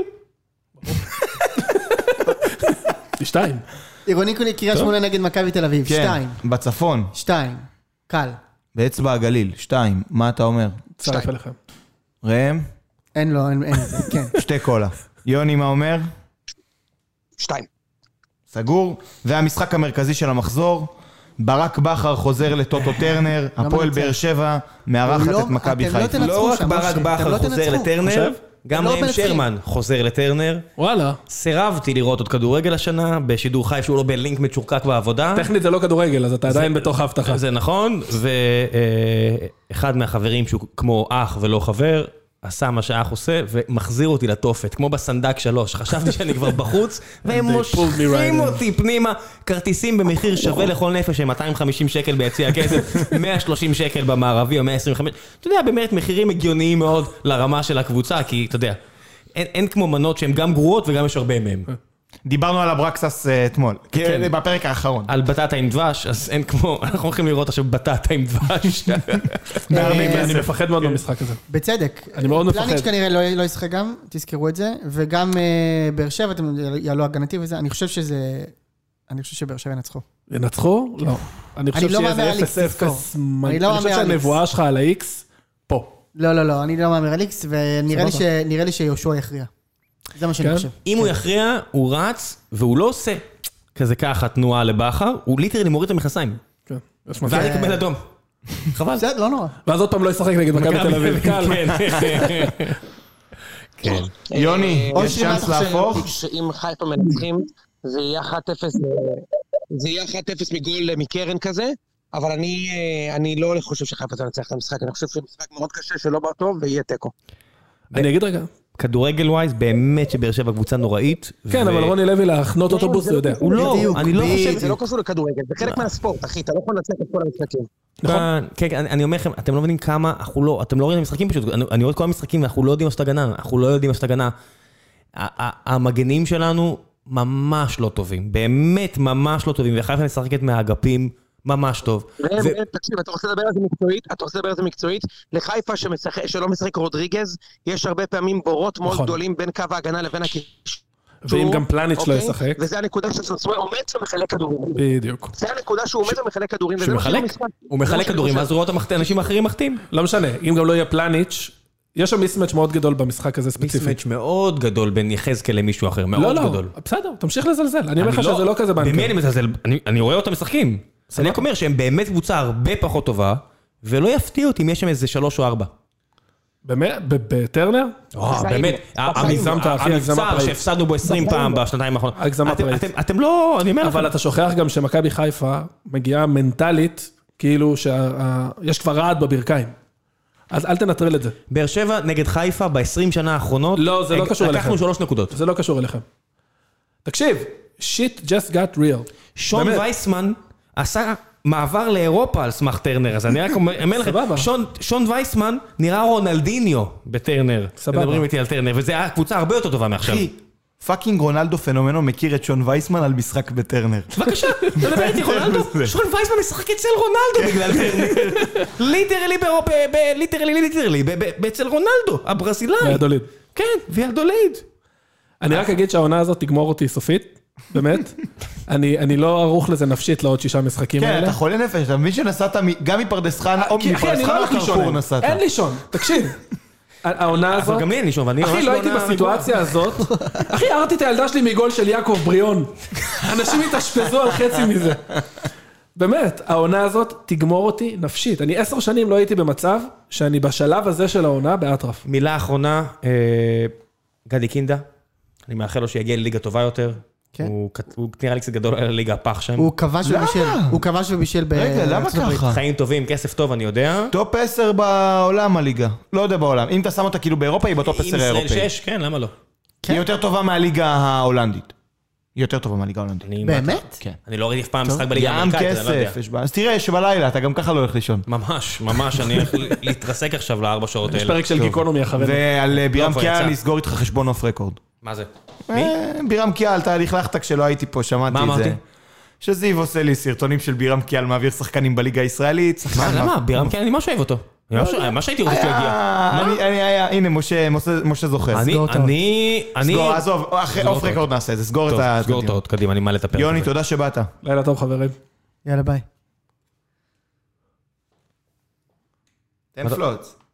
שתיים. עירוני קריית שמונה נגד מכבי תל אביב, שתיים. כן, בצפון. שתיים. קל. באצבע הגליל, שתיים. מה אתה אומר? צרף אליכם. ראם? אין לו, אין זה, כן. שתי קולה. יוני, מה אומר? שתיים. סגור. והמשחק המרכזי של המחזור, ברק בכר חוזר לטוטו טרנר, הפועל באר שבע מארחת את מכבי חיפה. לא רק ברק בכר חוזר לטרנר, גם ראם שרמן חוזר לטרנר. וואלה. סירבתי לראות עוד כדורגל השנה, בשידור חי שהוא לא בלינק מצ'ורקק בעבודה. טכנית זה לא כדורגל, אז אתה עדיין בתוך ההבטחה. זה נכון, ואחד מהחברים שהוא כמו אח ולא חבר, עשה מה שאח עושה, ומחזיר אותי לתופת, כמו בסנדק שלוש. חשבתי שאני כבר בחוץ, והם מושכים אותי פנימה. כרטיסים במחיר שווה לכל נפש, שהם מאתיים וחמישים שקל ביציע הכסף, מאה ושלושים שקל במערבי, או מאה עשרים וחמש. אתה יודע, באמת מחירים הגיוניים מאוד לרמה של הקבוצה, כי אתה יודע, אין, אין כמו מנות שהן גם גרועות, וגם יש הרבה מהם. דיברנו על הברקסס אתמול, בפרק האחרון. על בטטה עם דבש, אז אין כמו, אנחנו הולכים לראות עכשיו בטטה עם דבש. אני מפחד מאוד במשחק הזה. בצדק. אני מאוד מפחד. פלניץ' כנראה לא ישחק גם, תזכרו את זה, וגם באר שבע, אתם יעלו הגנתי וזה, אני חושב שזה, אני חושב שבאר שבע ינצחו. ינצחו? לא. אני חושב שיהיה זה אפס אפס. אני חושב שהנבואה שלך על ה-X, פה. לא, לא, לא, אני לא מאמר על X, ונראה לי שיהושע יכריע. זה מה שאני חושב. אם הוא יכריע, הוא רץ, והוא לא עושה כזה ככה תנועה לבחר, הוא ליטרלי מוריד את המכנסיים. כן. ואז יקבל אדום. חבל. זה לא נורא. ואז עוד פעם לא ישחק נגד מכבי תל אביב. כן. יוני, יש צ'אנס להפוך? שאם חיפה מנצחים, זה יהיה אחת אפס, זה יהיה אחת אפס מגול מקרן כזה, אבל אני, אני לא חושב שחיפה תנצח את המשחק, אני חושב שמשחק מאוד קשה שלא בא טוב, ויהיה טקו. אני אגיד רגע. כדורגל ווייז, באמת שבאר שבע קבוצה נוראית. כן, אבל רוני לוי להכנות אוטובוס, זה יודע. הוא לא, אני לא חושב... זה לא קשור לכדורגל, זה חלק מהספורט, אחי, אתה לא יכול לנצח את כל המשחקים. כן, כן, אני אומר לכם, אתם לא מבינים כמה, אתם לא רואים את המשחקים פשוט, אני רואה את כל המשחקים, ואנחנו לא יודעים לעשות הגנה, אנחנו לא יודעים לעשות הגנה. המגנים שלנו ממש לא טובים, באמת ממש לא טובים, וחיפה משחקת מהאגפים ממש טוב. תקשיב, אתה רוצה לדבר על זה מקצועית, אתה רוצה לדבר על זה מקצועית, לחיפה שלא משחק רודריגז, יש הרבה פעמים בורות מאוד גדולים בין קו ההגנה לבין הקישור. ואם גם פלניץ' לא ישחק. וזה הנקודה שסוסווה עומד ומחלק כדורים. בדיוק. זה הנקודה שהוא עומד ומחלק כדורים. שהוא מחלק? הוא מחלק כדורים, ואז רואה אותם אנשים אחרים מחטים? לא משנה, אם גם לא יהיה פלניץ', יש שם מיסמץ' מאוד גדול במשחק הזה ספציפית. מיסמץ' מאוד גדול בין יחזקאל למישהו אחר, מאוד גדול. לא, לא, בסדר, תמשיך לזלזל. אני אומר לך שזה לא כזה בנקר. במי אני מזלזל? אני רואה אותם משחקים. אני אומר שהם באמת קבוצה הרבה פחות טובה, ולא יפתיע אותי אם יש שם איזה שלוש או ארבע. באמת? בטרנר? באמת, המבצר שהפסדנו בו עשרים פעם בשנתיים האחרונות. אתם לא, אני אומר לכם. אבל אתה שוכח גם שמכבי חיפה מגיעה מנטלית, כאילו שיש כבר רעד בברכיים. אז אל תנטרל את זה. באר שבע נגד חיפה ב-עשרים שנה האחרונות, לא, זה לא קשור אליכם. לקחנו שלוש נקודות. זה לא קשור אליכם. תקשיב, shit just got real. שון וייסמן עשה מעבר לאירופה על סמך טרנר, אז אני רק אומר לכם, שון וייסמן נראה רונלדיניו בטרנר. סבבה. מדברים איתי על טרנר, וזו היה קבוצה הרבה יותר טובה מעכשיו. אחי, פאקינג רונלדו פנומנו מכיר את שון וייסמן על משחק בטרנר. בבקשה, אתה מדבר איתי רונלדו? שון וייסמן משחק אצל רונלדו בגלל טרנר. ליטרלי באירופה, ליטרלי ליטרלי, אצל רונלדו, הברזילאי. ויאדוליד. כן, ויאדוליד. אני רק אגיד שהעונה הזאת תגמור אותי סופית. באמת? אני לא ערוך לזה נפשית לעוד שישה משחקים האלה. כן, אתה חולה נפש, אתה מבין שנסעת גם מפרדס חנה, או מפרדס חנה לחרפור נסעת. אין לישון, תקשיב. העונה הזאת... אבל גם לי אין לי שום, ואני אחי, לא הייתי בסיטואציה הזאת. אחי, הרתי את הילדה שלי מגול של יעקב בריאון. אנשים התאשפזו על חצי מזה. באמת, העונה הזאת תגמור אותי נפשית. אני עשר שנים לא הייתי במצב שאני בשלב הזה של העונה באטרף. מילה אחרונה, גדי קינדה, אני מאחל לו שיגיע לליגה טובה יותר. הוא נראה לי קצת גדול על הליגה הפח שם. הוא כבש ובישל. הוא כבש ובישל בארצות הברית. רגע, למה ככה? חיים טובים, כסף טוב, אני יודע. טופ עשר בעולם הליגה. לא יודע בעולם. אם אתה שם אותה כאילו באירופה, היא בטופ עשר האירופאי. עם ישראל שש, כן, למה לא? היא יותר טובה מהליגה ההולנדית. היא יותר טובה מהליגה ההולנדית. באמת? כן. אני לא ראיתי אף פעם משחק בליגה האמריקאית, אני לא יודע. כסף, יש בה. אז תראה שבלילה, אתה גם ככה לא הולך לישון. ממש, ממש, אני הולך להתרסק עכשיו לארבע שעות האלה. יש פרק של גיקונומי אחרינו. ועל בירם כבר קיאל יצא. לסגור איתך חשבון אוף רקורד. מה זה? מי? אה, בירם קיאל, אתה לכלכת כשלא הייתי פה, שמעתי מה את אמרתי? זה. שזיו עושה לי סרטונים של בירם קיאל מעביר שחקנים בליגה הישראלית. מה, למה? בירם קיאל, אני ממש אוהב אותו. מה שהייתי רוצה שהוא יגיע. אה, אני, אני, היה, הנה, משה, משה- משה זוכר. אני, אני, אני... סגור, עזוב, אחרי סגור אוף אותו. רקורד נעשה את זה, סגור את טוב, ה... סגור אותו, קדימה, אני מעלה את הפרק. יוני, הזה. תודה שבאת. לילה טוב, חברים. יאללה ביי. תן פלוץ.